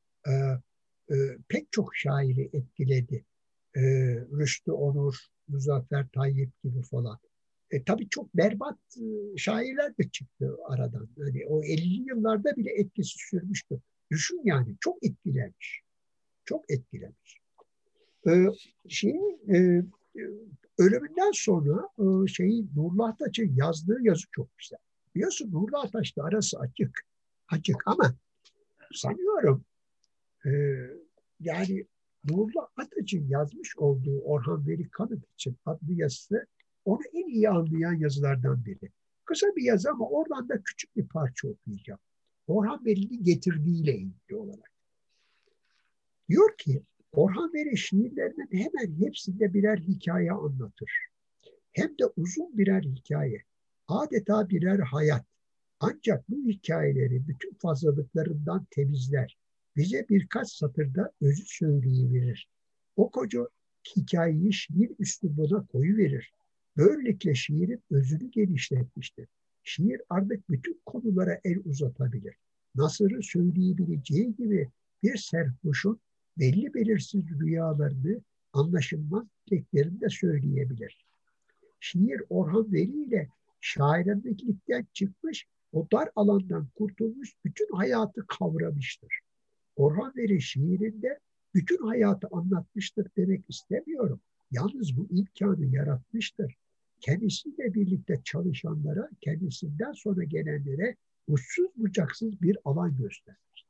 [SPEAKER 3] pek çok şairi etkiledi. Rüştü Onur, Muzaffer Tayyip gibi falan. E, tabii çok berbat e, şairler de çıktı aradan. Yani o ellili yıllarda bile etkisi sürmüştü. Düşün yani, çok etkilemiş. Çok etkilemiş. E, şey, e, ölümünden sonra e, şeyi Nurullah Ataç'ın yazdığı yazı çok güzel. Biliyorsun Nurullah Ataç'la arası açık. Açık ama sanıyorum e, yani Nurullah Ataç'ın yazmış olduğu Orhan Veli Kanıt için adlı yazısı onu en iyi anlayan yazılardan biri. Kısa bir yazı ama oradan da küçük bir parça okuyacağım. Orhan Veli'nin getirdiğiyle ilgili olarak. Diyor ki, Orhan Veli şiirlerinin hemen hepsinde birer hikaye anlatır. Hem de uzun birer hikaye. Adeta birer hayat. Ancak bu hikayeleri bütün fazlalıklarından temizler. Bize birkaç satırda özü söyleyiverir. O koca hikayeyi şiir üslubuna koyuverir. Böylelikle şiirin özünü genişletmiştir. Şiir artık bütün konulara el uzatabilir. Nasır'ı söyleyebileceği gibi bir serhoşun belli belirsiz rüyalarını, anlaşılmaz dileklerini de söyleyebilir. Şiir Orhan Veli ile şairlikten çıkmış, o dar alandan kurtulmuş, bütün hayatı kavramıştır. Orhan Veli şiirinde bütün hayatı anlatmıştır demek istemiyorum. Yalnız bu imkanı yaratmıştır. Kendisiyle birlikte çalışanlara, kendisinden sonra gelenlere uçsuz bucaksız bir alan göstermiştir.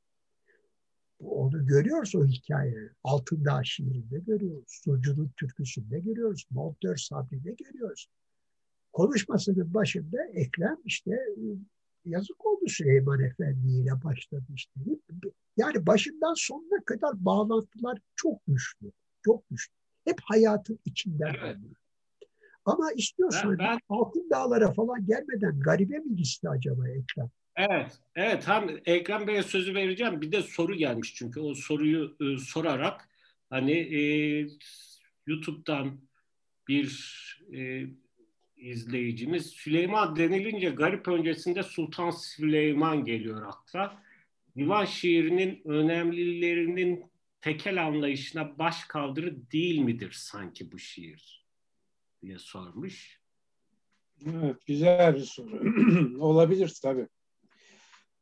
[SPEAKER 3] Onu görüyoruz o hikayeleri. Altındağ şiirinde görüyoruz. Sucu'nun türküsünde görüyoruz. Montör Sabri'de görüyoruz. Konuşmasının başında Ekrem işte yazık oldu Süleyman Efendi ile başladı işte. Yani başından sonuna kadar bağlantılar çok güçlü. Çok güçlü. Hep hayatın içinden.
[SPEAKER 1] Evet.
[SPEAKER 3] Ama istiyorsan
[SPEAKER 1] Ben, ben...
[SPEAKER 3] Altın Dağlara falan gelmeden garibe mi gitti acaba Ekrem?
[SPEAKER 1] Evet, evet. Hem Ekrem Bey'e sözü vereceğim. Bir de soru gelmiş çünkü o soruyu e, sorarak hani e, YouTube'dan bir e, izleyicimiz Süleyman denilince garip öncesinde Sultan Süleyman geliyor akla. Divan şiirinin önemlilerinin tekel anlayışına baş kaldırı değil midir sanki bu şiir diye sormuş.
[SPEAKER 2] Evet, güzel bir soru. Olabilir tabii.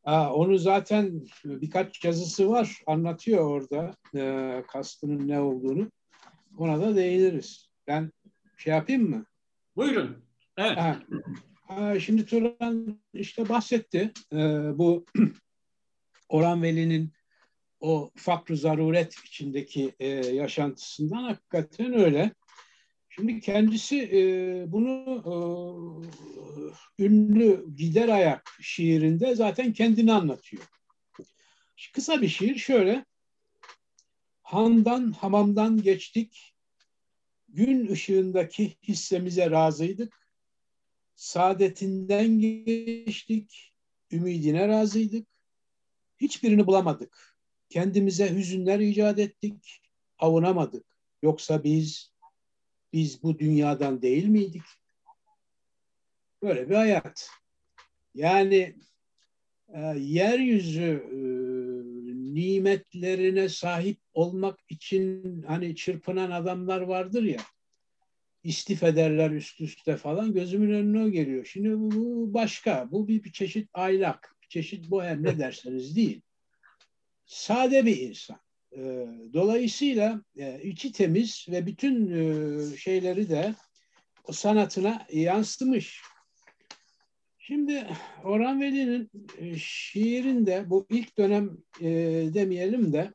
[SPEAKER 2] Ha, onu zaten birkaç yazısı var. Anlatıyor orada e, kastının ne olduğunu. Ona da değiniriz. Ben şey yapayım mı?
[SPEAKER 1] Buyurun. Evet.
[SPEAKER 2] Ha, ha, şimdi Turan işte bahsetti. E, bu Orhan Veli'nin o fakr-ı zaruret içindeki e, yaşantısından hakikaten öyle. Şimdi kendisi e, bunu e, ünlü Gider Ayak şiirinde zaten kendini anlatıyor. Kısa bir şiir şöyle. Handan hamamdan geçtik, gün ışığındaki hissemize razıydık, saadetinden geçtik, ümidine razıydık, hiçbirini bulamadık, kendimize hüzünler icat ettik, avunamadık. Yoksa biz, biz bu dünyadan değil miydik? Böyle bir hayat. Yani e, yeryüzü e, nimetlerine sahip olmak için hani çırpınan adamlar vardır ya, istif ederler üst üste falan, gözümün önüne o geliyor. Şimdi bu, bu başka, bu bir, bir çeşit aylak, bir çeşit bohem, ne derseniz değil. Sade bir insan. E, dolayısıyla e, içi temiz ve bütün e, şeyleri de o sanatına yansımış. Şimdi Orhan Veli'nin e, şiirinde bu ilk dönem e, demeyelim de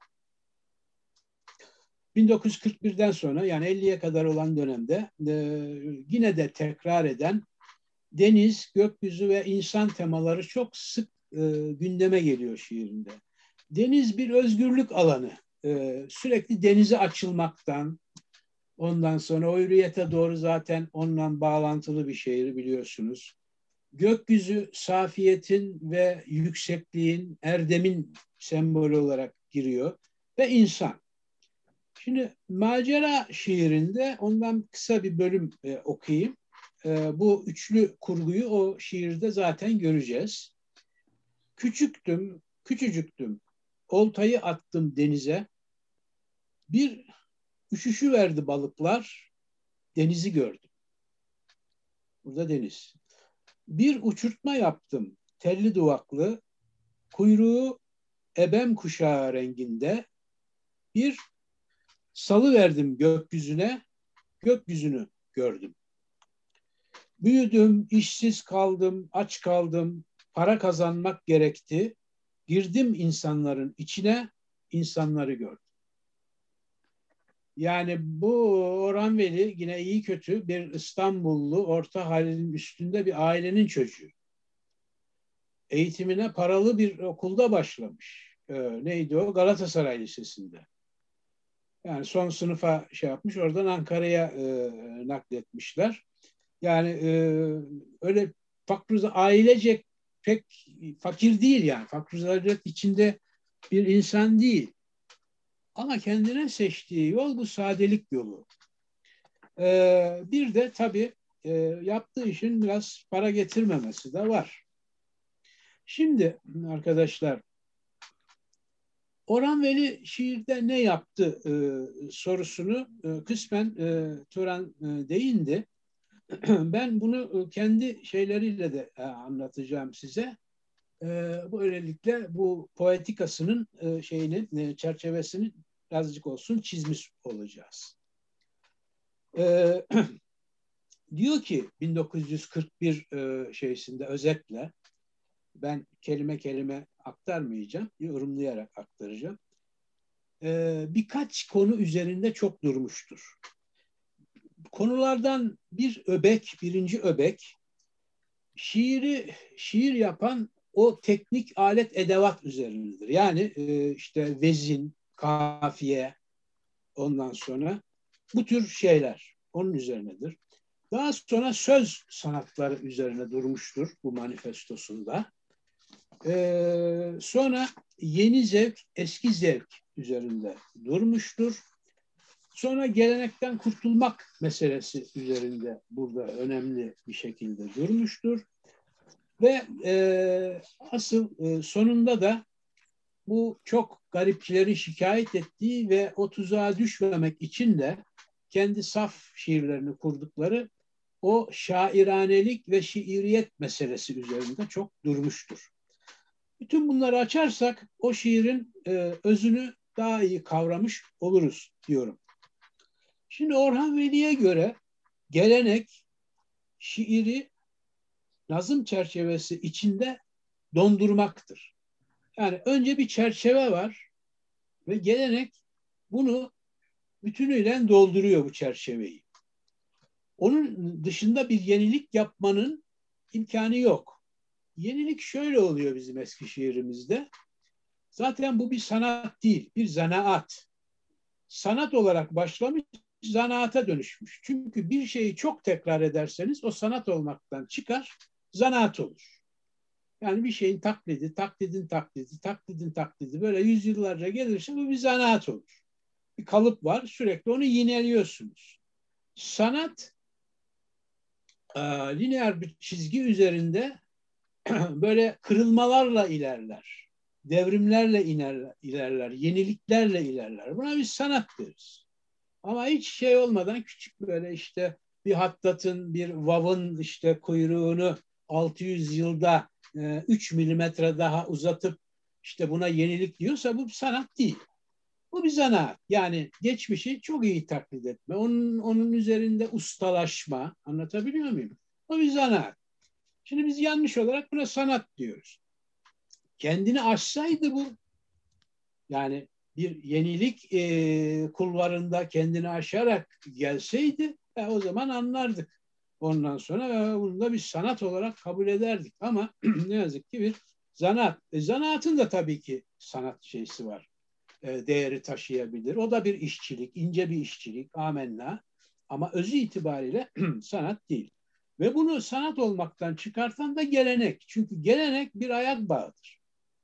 [SPEAKER 2] bin dokuz yüz kırk birden sonra, yani elliye kadar olan dönemde e, yine de tekrar eden deniz, gökyüzü ve insan temaları çok sık e, gündeme geliyor şiirinde. Deniz bir özgürlük alanı. E, sürekli denize açılmaktan, ondan sonra o hürriyete doğru zaten onunla bağlantılı bir şiir biliyorsunuz. Gökyüzü safiyetin ve yüksekliğin, erdemin sembolü olarak giriyor ve insan. Şimdi macera şiirinde ondan kısa bir bölüm e, okuyayım. E, bu üçlü kurguyu o şiirde zaten göreceğiz. Küçüktüm, küçücüktüm, oltayı attım denize, bir üşüşüverdi balıklar, denizi gördüm. Burada deniz. Bir uçurtma yaptım, telli duvaklı, kuyruğu ebem kuşağı renginde, bir salıverdim gökyüzüne, gökyüzünü gördüm. Büyüdüm, işsiz kaldım, aç kaldım, para kazanmak gerekti. Girdim insanların içine, insanları gördüm. Yani bu Orhan Veli yine iyi kötü bir İstanbullu, orta halinin üstünde bir ailenin çocuğu. Eğitimine paralı bir okulda başlamış. Ee, neydi o? Galatasaray Lisesi'nde. Yani son sınıfa şey yapmış, oradan Ankara'ya e, nakletmişler. Yani e, öyle fakr ailecek pek fakir değil yani. Fakr zaruret içinde bir insan değil. Ama kendine seçtiği yol bu sadelik yolu. E, bir de tabii e, yaptığı işin biraz para getirmemesi de var. Şimdi arkadaşlar, Orhan Veli şiirde ne yaptı e, sorusunu e, kısmen e, Turan e, değindi. Ben bunu kendi şeyleriyle de anlatacağım size. Böylelikle bu poetikasının şeyini, çerçevesini azıcık olsun çizmiş olacağız. Diyor ki bin dokuz yüz kırk bir şeysinde özetle, ben kelime kelime aktarmayacağım, yorumlayarak aktaracağım. Birkaç konu üzerinde çok durmuştur. Konulardan bir öbek, birinci öbek, şiiri şiir yapan o teknik alet edevat üzerindedir. Yani e, işte vezin, kafiye, ondan sonra bu tür şeyler onun üzerinedir. Daha sonra söz sanatları üzerine durmuştur bu manifestosunda. Ee, sonra yeni zevk, eski zevk üzerinde durmuştur. Sonra gelenekten kurtulmak meselesi üzerinde burada önemli bir şekilde durmuştur. Ve e, asıl e, sonunda da bu çok garipçilerin şikayet ettiği ve o tuzağa düşmemek için de kendi saf şiirlerini kurdukları o şairanelik ve şiiriyet meselesi üzerinde çok durmuştur. Bütün bunları açarsak o şiirin e, özünü daha iyi kavramış oluruz diyorum. Şimdi Orhan Veli'ye göre gelenek şiiri nazım çerçevesi içinde dondurmaktır. Yani önce bir çerçeve var ve gelenek bunu bütünüyle dolduruyor bu çerçeveyi. Onun dışında bir yenilik yapmanın imkanı yok. Yenilik şöyle oluyor bizim eski şiirimizde. Zaten bu bir sanat değil, bir zanaat. Sanat olarak başlamış, zanaata dönüşmüş. Çünkü bir şeyi çok tekrar ederseniz o sanat olmaktan çıkar, zanaat olur. Yani bir şeyin taklidi, taklidin taklidi, taklidin taklidi böyle yüzyıllarca gelirse bu bir zanaat olur. Bir kalıp var, sürekli onu yineliyorsunuz. Sanat e, lineer bir çizgi üzerinde böyle kırılmalarla ilerler. Devrimlerle inerler, ilerler, yeniliklerle ilerler. Buna biz sanat deriz. Ama hiç şey olmadan küçük böyle işte bir hattatın, bir vav'ın işte kuyruğunu altı yüz yılda e, üç milimetre daha uzatıp işte buna yenilik diyorsa bu sanat değil. Bu bir zanaat. Yani geçmişi çok iyi taklit etme. Onun, onun üzerinde ustalaşma. Anlatabiliyor muyum? O bir zanaat. Şimdi biz yanlış olarak buna sanat diyoruz. Kendini aşsaydı bu, yani bir yenilik e, kulvarında kendini aşarak gelseydi e, o zaman anlardık. Ondan sonra e, bunu da bir sanat olarak kabul ederdik. Ama ne yazık ki bir zanaat. E, zanaatın da tabii ki sanat şeysi var. E, değeri taşıyabilir. O da bir işçilik, ince bir işçilik, amenna. Ama özü itibariyle sanat değil. Ve bunu sanat olmaktan çıkartan da gelenek. Çünkü gelenek bir ayak bağıdır.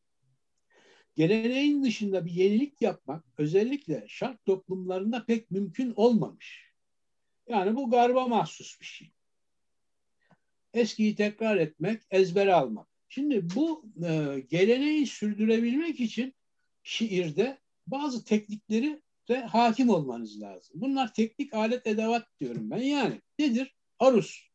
[SPEAKER 2] Geleneğin dışında bir yenilik yapmak özellikle şark toplumlarında pek mümkün olmamış. Yani bu garba mahsus bir şey. Eskiyi tekrar etmek, ezbere almak. Şimdi bu e, geleneği sürdürebilmek için şiirde bazı teknikleri de hakim olmanız lazım. Bunlar teknik alet edevat diyorum ben. Yani nedir? Aruz.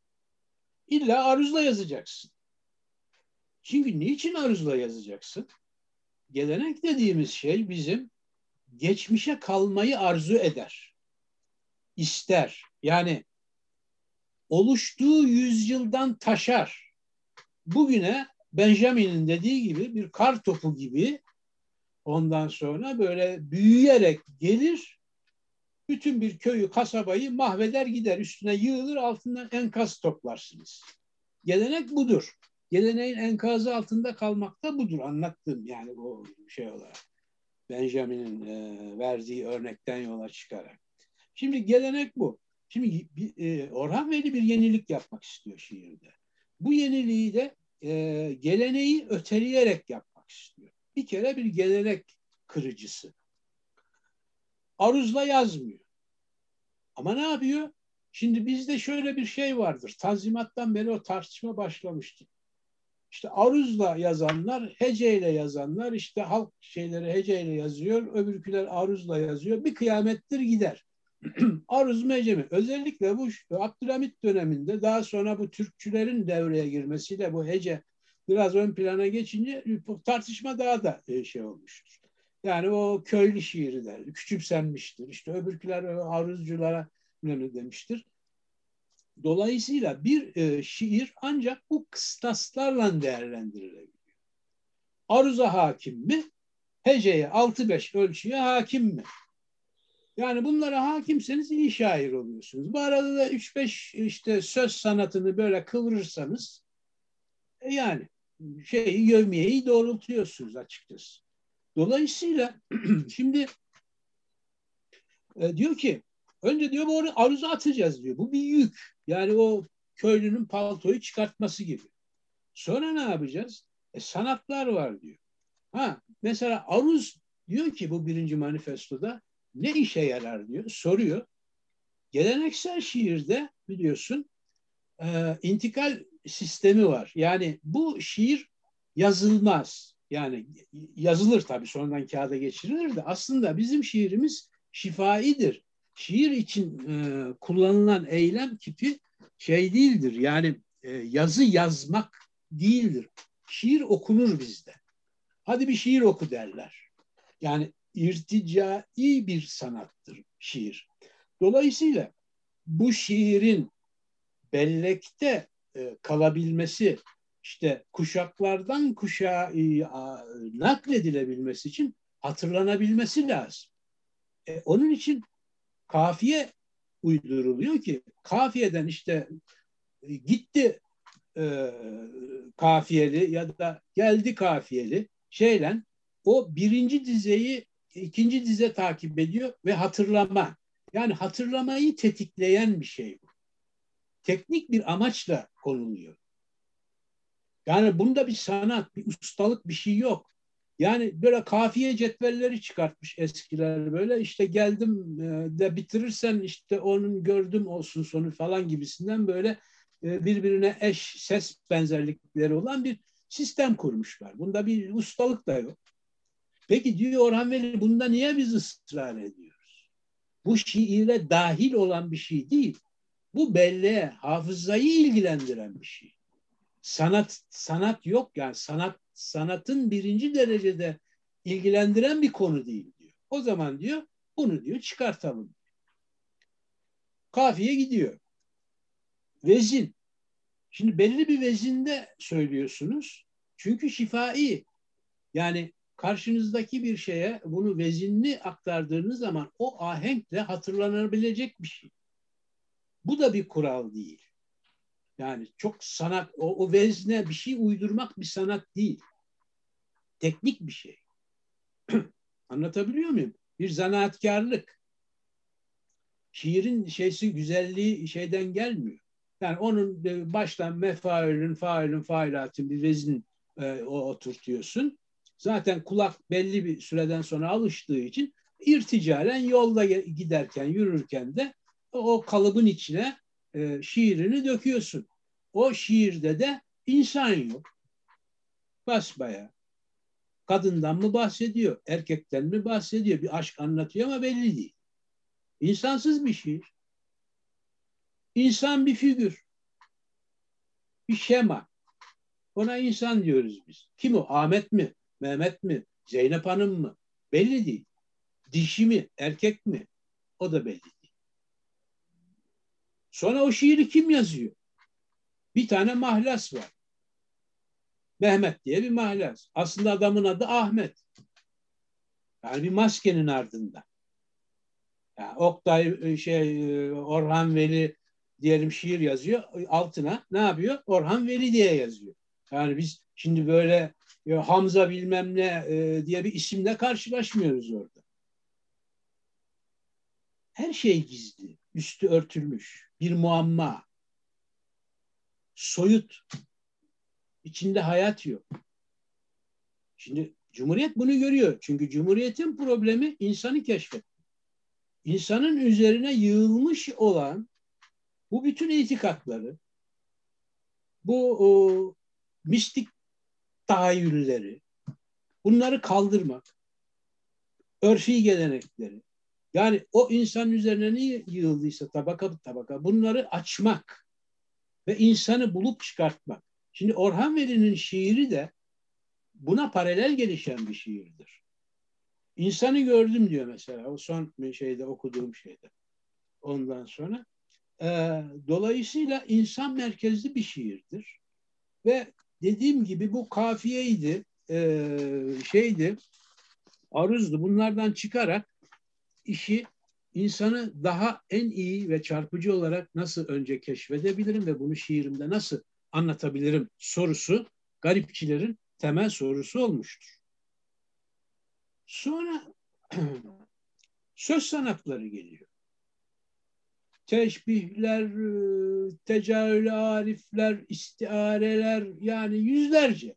[SPEAKER 2] İlla aruzla yazacaksın. Çünkü niçin aruzla yazacaksın? Gelenek dediğimiz şey bizim geçmişe kalmayı arzu eder. İster. Yani oluştuğu yüzyıldan taşar. Bugüne Benjamin'in dediği gibi bir kar topu gibi ondan sonra böyle büyüyerek gelir, bütün bir köyü, kasabayı mahveder gider. Üstüne yığılır, altından enkaz toplarsınız. Gelenek budur. Geleneğin enkazı altında kalmak da budur. Anlattım yani o şey olarak. Benjamin'in e, verdiği örnekten yola çıkarak. Şimdi gelenek bu. Şimdi e, Orhan Veli bir yenilik yapmak istiyor şiirde. Bu yeniliği de e, geleneği öteleyerek yapmak istiyor. Bir kere bir gelenek kırıcısı. Aruzla yazmıyor. Ama ne yapıyor? Şimdi bizde şöyle bir şey vardır. Tanzimattan beri o tartışma başlamıştı. İşte aruzla yazanlar, heceyle yazanlar, işte halk şeyleri heceyle yazıyor, öbürküler aruzla yazıyor. Bir kıyamettir gider. Aruz mecemi. Özellikle bu Abdülhamit döneminde daha sonra bu Türkçülerin devreye girmesiyle bu hece biraz ön plana geçince tartışma daha da şey olmuştur. Yani o köylü şiiri der, küçümsenmiştir. İşte öbürküler aruzculara ne demiştir. Dolayısıyla bir e, şiir ancak bu kıstaslarla değerlendirilebiliyor. Aruza hakim mi? Heceye altı beş ölçüye hakim mi? Yani bunlara hakimseniz iyi şair oluyorsunuz. Bu arada da üç beş işte söz sanatını böyle kıvırırsanız e yani şeyi yövmiyeyi doğrultuyorsunuz açıkçası. Dolayısıyla şimdi e, diyor ki önce diyor bu aruza atacağız diyor. Bu bir yük. Yani o köylünün paltoyu çıkartması gibi. Sonra ne yapacağız? E, sanatlar var diyor. Ha mesela aruz diyor ki bu birinci manifestoda ne işe yarar diyor. Soruyor. Geleneksel şiirde biliyorsun e, intikal sistemi var. Yani bu şiir yazılmaz. Yani yazılır tabii sonradan kağıda geçirilir de aslında bizim şiirimiz şifaidir. Şiir için e, kullanılan eylem tipi şey değildir. Yani e, yazı yazmak değildir. şiir okunur bizde. Hadi bir şiir oku derler. Yani irticai bir sanattır şiir. Dolayısıyla bu şiirin bellekte e, kalabilmesi, işte kuşaklardan kuşağa e, nakledilebilmesi için hatırlanabilmesi lazım. E, onun için kafiye uyduruluyor ki kafiyeden işte e, gitti e, kafiyeli ya da geldi kafiyeli şeyle o birinci dizeyi ikinci dize takip ediyor ve hatırlama. Yani hatırlamayı tetikleyen bir şey bu. Teknik bir amaçla konuluyor. Yani bunda bir sanat, bir ustalık bir şey yok. Yani böyle kafiye cetvelleri çıkartmış eskiler böyle işte geldim de bitirirsen işte onun gördüm olsun sonu falan gibisinden böyle birbirine eş ses benzerlikleri olan bir sistem kurmuşlar. Bunda bir ustalık da yok. Peki diyor Orhan Veli bunda niye biz ısrar ediyoruz? Bu şiire dahil olan bir şey değil. Bu belleğe, hafızayı ilgilendiren bir şey. Sanat sanat yok yani sanat sanatın birinci derecede ilgilendiren bir konu değil diyor. O zaman diyor bunu diyor çıkartalım. Kafiye gidiyor. Vezin. Şimdi belli bir vezinde söylüyorsunuz. Çünkü şifai. Yani karşınızdaki bir şeye bunu vezinli aktardığınız zaman o ahenkle hatırlanabilecek bir şey. Bu da bir kural değil. Yani çok sanat, o, o vezne bir şey uydurmak bir sanat değil. Teknik bir şey. Anlatabiliyor muyum? Bir zanaatkarlık. Şiirin şeysi, güzelliği şeyden gelmiyor. Yani onun baştan mefailün, failün, failatın bir vezin e, o oturtuyorsun. Zaten kulak belli bir süreden sonra alıştığı için irticalen yolda giderken, yürürken de o kalıbın içine e, şiirini döküyorsun. O şiirde de insan yok. Basbayağı. Kadından mı bahsediyor, erkekten mi bahsediyor? Bir aşk anlatıyor ama belli değil. İnsansız bir şiir. İnsan bir figür. Bir şema. Ona insan diyoruz biz. Kim o? Ahmet mi? Mehmet mi? Zeynep Hanım mı? Belli değil. Dişi mi? Erkek mi? O da belli değil. Sonra o şiiri kim yazıyor? Bir tane mahlas var. Mehmet diye bir mahlas. Aslında adamın adı Ahmet. Yani bir maskenin ardında. Yani Oktay şey Orhan Veli diyelim şiir yazıyor. Altına ne yapıyor? Orhan Veli diye yazıyor. Yani biz şimdi böyle ya Hamza bilmem ne e, diye bir isimle karşılaşmıyoruz orada. Her şey gizli, üstü örtülmüş, bir muamma. Soyut, içinde hayat yok. Şimdi Cumhuriyet bunu görüyor. Çünkü Cumhuriyet'in problemi insanı keşfetmek. İnsanın üzerine yığılmış olan bu bütün itikatları, bu o, mistik tahayyülleri, bunları kaldırmak, örfi gelenekleri, yani o insanın üzerine ne yığıldıysa tabaka tabaka bunları açmak ve insanı bulup çıkartmak. Şimdi Orhan Veli'nin şiiri de buna paralel gelişen bir şiirdir. İnsanı gördüm diyor mesela o son şeyde okuduğum şeyde. Ondan sonra e, dolayısıyla insan merkezli bir şiirdir. Ve dediğim gibi bu kafiyeydi, e, şeydi, aruzdu. Bunlardan çıkarak işi insanı daha en iyi ve çarpıcı olarak nasıl önce keşfedebilirim ve bunu şiirimde nasıl anlatabilirim sorusu garipçilerin temel sorusu olmuştur. Sonra söz sanatları geliyor. Teşbihler, tecahül arifler, istiareler yani yüzlerce.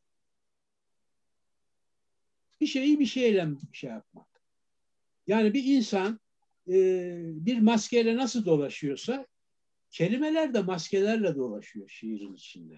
[SPEAKER 2] Bir şeyi bir şeyle şey yapmak. Yani bir insan e, bir maskeyle nasıl dolaşıyorsa kelimeler de maskelerle dolaşıyor şiirin içinde.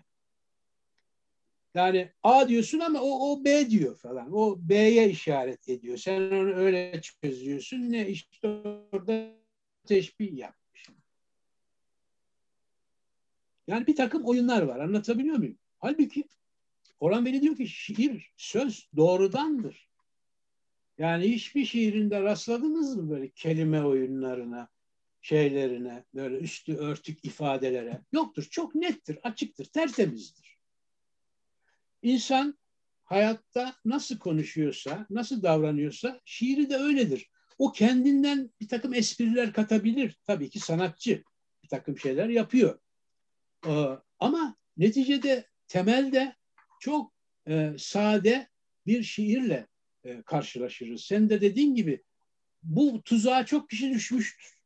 [SPEAKER 2] Yani A diyorsun ama o, o B diyor falan. O B'ye işaret ediyor. Sen onu öyle çözüyorsun. Ne işte orada teşbih yapmış. Yani bir takım oyunlar var. Anlatabiliyor muyum? Halbuki Orhan Veli diyor ki şiir, söz doğrudandır. Yani hiçbir şiirinde rastladınız mı böyle kelime oyunlarına, şeylerine, böyle üstü örtük ifadelere? Yoktur. Çok nettir, açıktır, tertemizdir. İnsan hayatta nasıl konuşuyorsa, nasıl davranıyorsa şiiri de öyledir. O kendinden bir takım espriler katabilir. Tabii ki sanatçı bir takım şeyler yapıyor. Ee, ama neticede temelde çok e, sade bir şiirle e, karşılaşırız. Sen de dediğin gibi bu tuzağa çok kişi düşmüştür.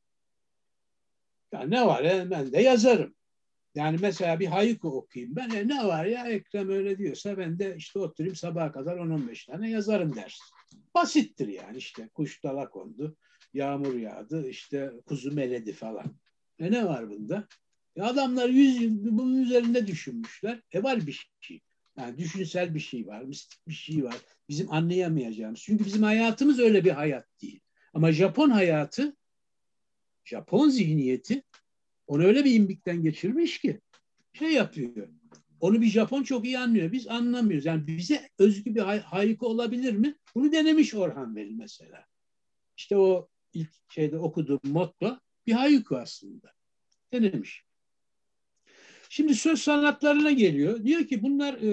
[SPEAKER 2] Ya ne var ya, ben de yazarım. Yani mesela bir haiku okuyayım. Ben e, ne var ya, Ekrem öyle diyorsa ben de işte oturayım sabaha kadar on on beş tane yazarım dersin. Basittir yani, işte kuş dala kondu, yağmur yağdı, işte kuzu meledi falan. E ne var bunda? E adamlar yüz yıl bunun üzerinde düşünmüşler. E var bir şey. Yani düşünsel bir şey var, mistik bir şey var. Bizim anlayamayacağımız. Çünkü bizim hayatımız öyle bir hayat değil. Ama Japon hayatı, Japon zihniyeti onu öyle bir imbikten geçirmiş ki şey yapıyor. Onu bir Japon çok iyi anlıyor. Biz anlamıyoruz. Yani bize özgü bir hay- haiku olabilir mi? Bunu denemiş Orhan Veli mesela. İşte o ilk şeyde okuduğum motto bir haiku aslında. Denemiş. Şimdi söz sanatlarına geliyor. Diyor ki bunlar e,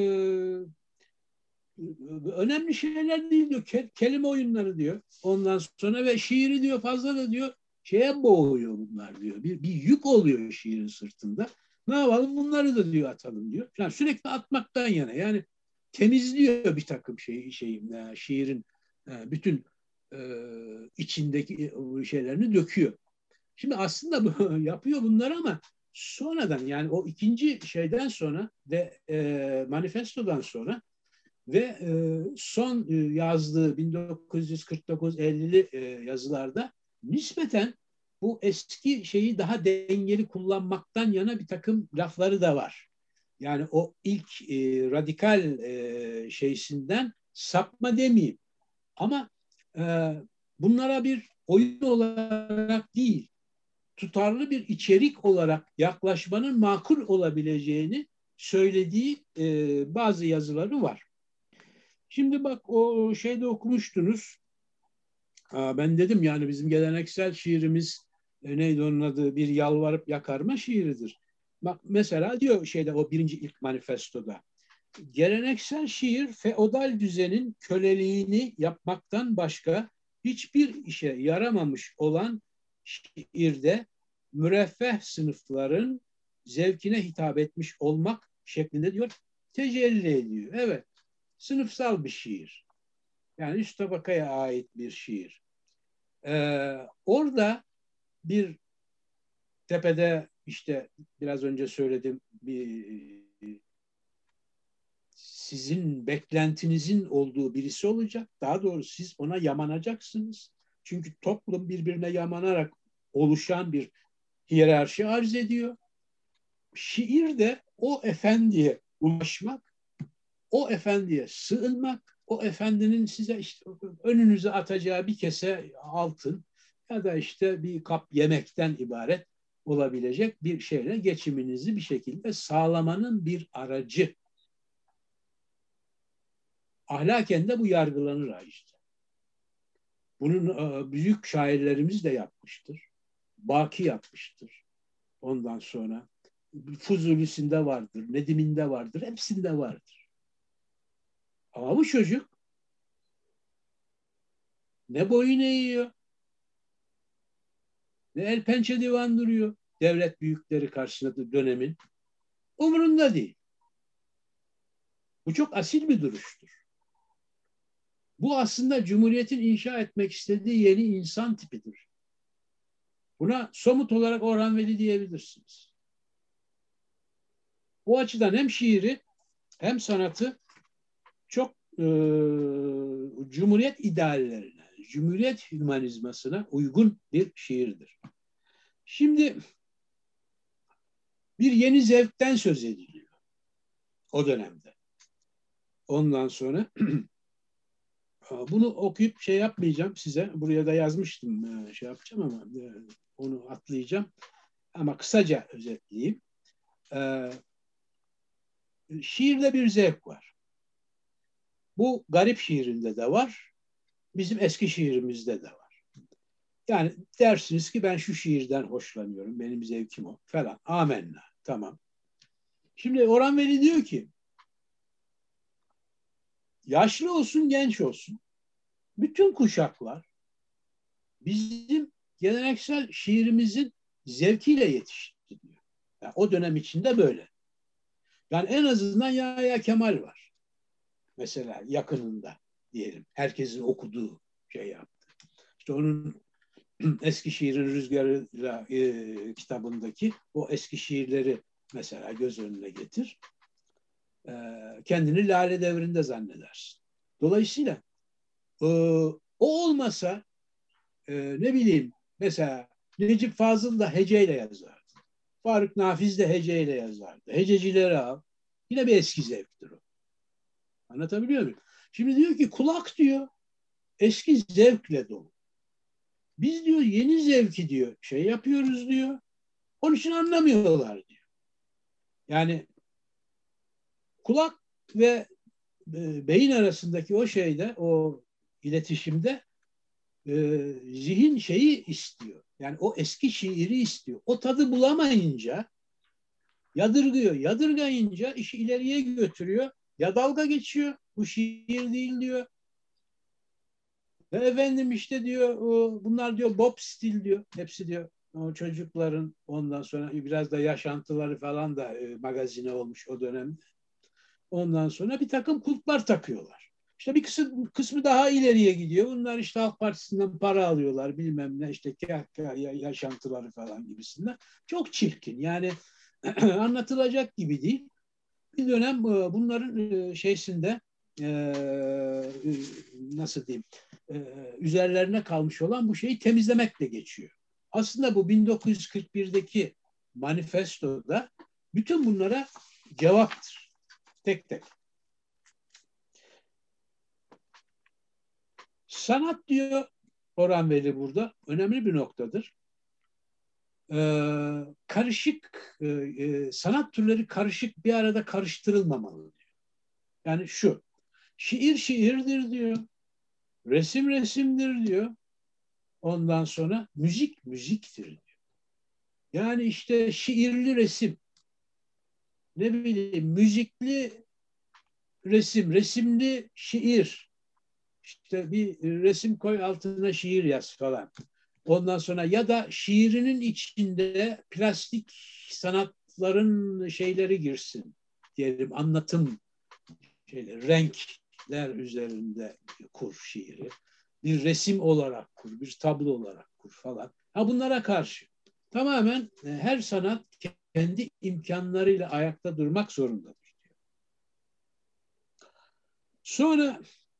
[SPEAKER 2] önemli şeyler değil diyor. Ke- kelime oyunları diyor. Ondan sonra ve şiiri diyor fazla da diyor şeye boğuyor bunlar diyor. Bir, bir yük oluyor şiirin sırtında. Ne yapalım bunları da diyor atalım diyor. Yani sürekli atmaktan yana. Yani temizliyor bir takım şey, şey e, şiirin e, bütün e, içindeki şeylerini döküyor. Şimdi aslında bu, yapıyor bunları ama sonradan, yani o ikinci şeyden sonra ve e, manifestodan sonra ve e, son e, yazdığı bin dokuz yüz kırk dokuz ellili e, yazılarda nispeten bu eski şeyi daha dengeli kullanmaktan yana bir takım lafları da var. Yani o ilk e, radikal e, şeysinden sapma demeyeyim. Ama e, bunlara bir oyun olarak değil, tutarlı bir içerik olarak yaklaşmanın makul olabileceğini söylediği e, bazı yazıları var. Şimdi bak o şeyde okumuştunuz. Aa, ben dedim yani bizim geleneksel şiirimiz e, neydi onun adı? Bir yalvarıp yakarma şiiridir. Bak mesela diyor şeyde o birinci ilk manifestoda. Geleneksel şiir feodal düzenin köleliğini yapmaktan başka hiçbir işe yaramamış olan şiirde müreffeh sınıfların zevkine hitap etmiş olmak şeklinde diyor tecelli ediyor. Evet, sınıfsal bir şiir. Yani üst tabakaya ait bir şiir. Ee, orada bir tepede işte biraz önce söyledim bir sizin beklentinizin olduğu birisi olacak. Daha doğrusu siz ona yamanacaksınız. Çünkü toplum birbirine yamanarak oluşan bir hiyerarşi arz ediyor. Şiir de o efendiye ulaşmak, o efendiye sığınmak, o efendinin size işte önünüze atacağı bir kese altın ya da işte bir kap yemekten ibaret olabilecek bir şeyle geçiminizi bir şekilde sağlamanın bir aracı. Ahlaken de bu yargılanır ayrıca. Bunun büyük şairlerimiz de yapmıştır. Baki yapmıştır. Ondan sonra Fuzuli'sinde vardır, Nedim'inde vardır, hepsinde vardır. Ama bu çocuk ne boyun eğiyor, ne el pençe divan duruyor devlet büyükleri karşısında dönemin. Umurunda değil. Bu çok asil bir duruştur. Bu aslında Cumhuriyet'in inşa etmek istediği yeni insan tipidir. Buna somut olarak Orhan Veli diyebilirsiniz. Bu açıdan hem şiiri hem sanatı çok e, Cumhuriyet ideallerine, Cumhuriyet hümanizmasına uygun bir şiirdir. Şimdi bir yeni zevkten söz ediliyor o dönemde. Ondan sonra bunu okuyup şey yapmayacağım size. Buraya da yazmıştım şey yapacağım ama onu atlayacağım. Ama kısaca özetleyeyim. şiirde bir zevk var. Bu garip şiirinde de var. Bizim eski şiirimizde de var. Yani dersiniz ki ben şu şiirden hoşlanıyorum. Benim zevkim o falan. Amenna. Tamam. Şimdi Orhan Veli diyor ki yaşlı olsun genç olsun bütün kuşaklar bizim geleneksel şiirimizin zevkiyle yetişti diyor. Yani o dönem içinde böyle. Yani en azından Yahya Kemal var. Mesela yakınında diyelim. Herkesin okuduğu şey yaptı. İşte onun Eskişehir'in Rüzgarı'yla e, kitabındaki o eski şiirleri mesela göz önüne getir. E, kendini Lale Devri'nde zannedersin. Dolayısıyla e, o olmasa e, ne bileyim mesela Necip Fazıl da heceyle yazardı. Faruk Nafiz de heceyle yazardı. Hececileri al. Yine bir eski zevktir o. Anlatabiliyor muyum? Şimdi diyor ki kulak diyor eski zevkle dolu. Biz diyor yeni zevki diyor şey yapıyoruz diyor. Onun için anlamıyorlar diyor. Yani kulak ve e, beyin arasındaki o şeyde, o iletişimde e, zihin şeyi istiyor. Yani o eski şiiri istiyor. O tadı bulamayınca yadırgıyor. Yadırgayınca işi ileriye götürüyor. Ya dalga geçiyor. Bu şiir değil diyor. Ve efendim işte diyor o, bunlar diyor Bob stil diyor. Hepsi diyor o çocukların ondan sonra biraz da yaşantıları falan da e, magazine olmuş o dönemde. Ondan sonra bir takım kulplar takıyorlar. İşte bir kısmı, kısmı daha ileriye gidiyor. Bunlar işte Halk Partisi'nden para alıyorlar bilmem ne işte kahkaha yaşantıları falan gibisinden. Çok çirkin yani anlatılacak gibi değil. Bir dönem bunların şeysinde nasıl diyeyim üzerlerine kalmış olan bu şeyi temizlemekle geçiyor. Aslında bu bin dokuz yüz kırk birdeki manifestoda bütün bunlara cevaptır. Tek tek. Sanat diyor Orhan Veli burada önemli bir noktadır. Ee, karışık e, e, sanat türleri karışık bir arada karıştırılmamalı diyor. Yani şu şiir şiirdir diyor. Resim resimdir diyor. Ondan sonra müzik müziktir diyor. Yani işte şiirli resim ne bileyim müzikli resim, resimli şiir. İşte bir resim koy altına şiir yaz falan. Ondan sonra ya da şiirinin içinde plastik sanatların şeyleri girsin diyelim anlatım şeyleri, renkler üzerinde kur şiiri. Bir resim olarak kur, bir tablo olarak kur falan. Ha bunlara karşı tamamen her sanat kendi imkanlarıyla ayakta durmak zorundadır. Sonra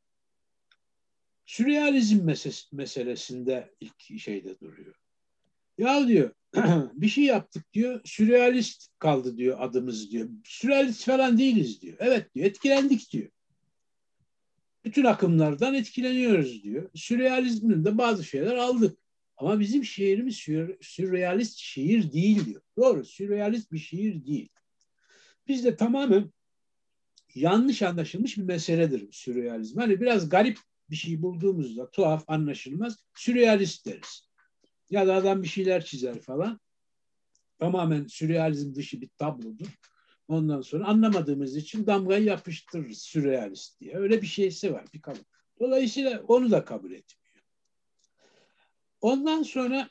[SPEAKER 2] sürrealizm meselesinde ilk şeyde duruyor. Ya diyor bir şey yaptık diyor. Sürrealist kaldı diyor adımız diyor. Sürrealist falan değiliz diyor. Evet diyor etkilendik diyor. Bütün akımlardan etkileniyoruz diyor. Sürrealizmin de bazı şeyler aldık. Ama bizim şiirimiz sür, sürrealist şiir değil diyor. Doğru sürrealist bir şiir değil. Bizde tamamen yanlış anlaşılmış bir meseledir sürrealizm. Hani biraz garip bir şey bulduğumuzda tuhaf anlaşılmaz. Sürrealist deriz. Ya da adam bir şeyler çizer falan. Tamamen sürrealizm dışı bir tablodur. Ondan sonra anlamadığımız için damgayı yapıştırırız sürrealist diye. Öyle bir şeysi var bir kalıp. Dolayısıyla onu da kabul etmiyor. Ondan sonra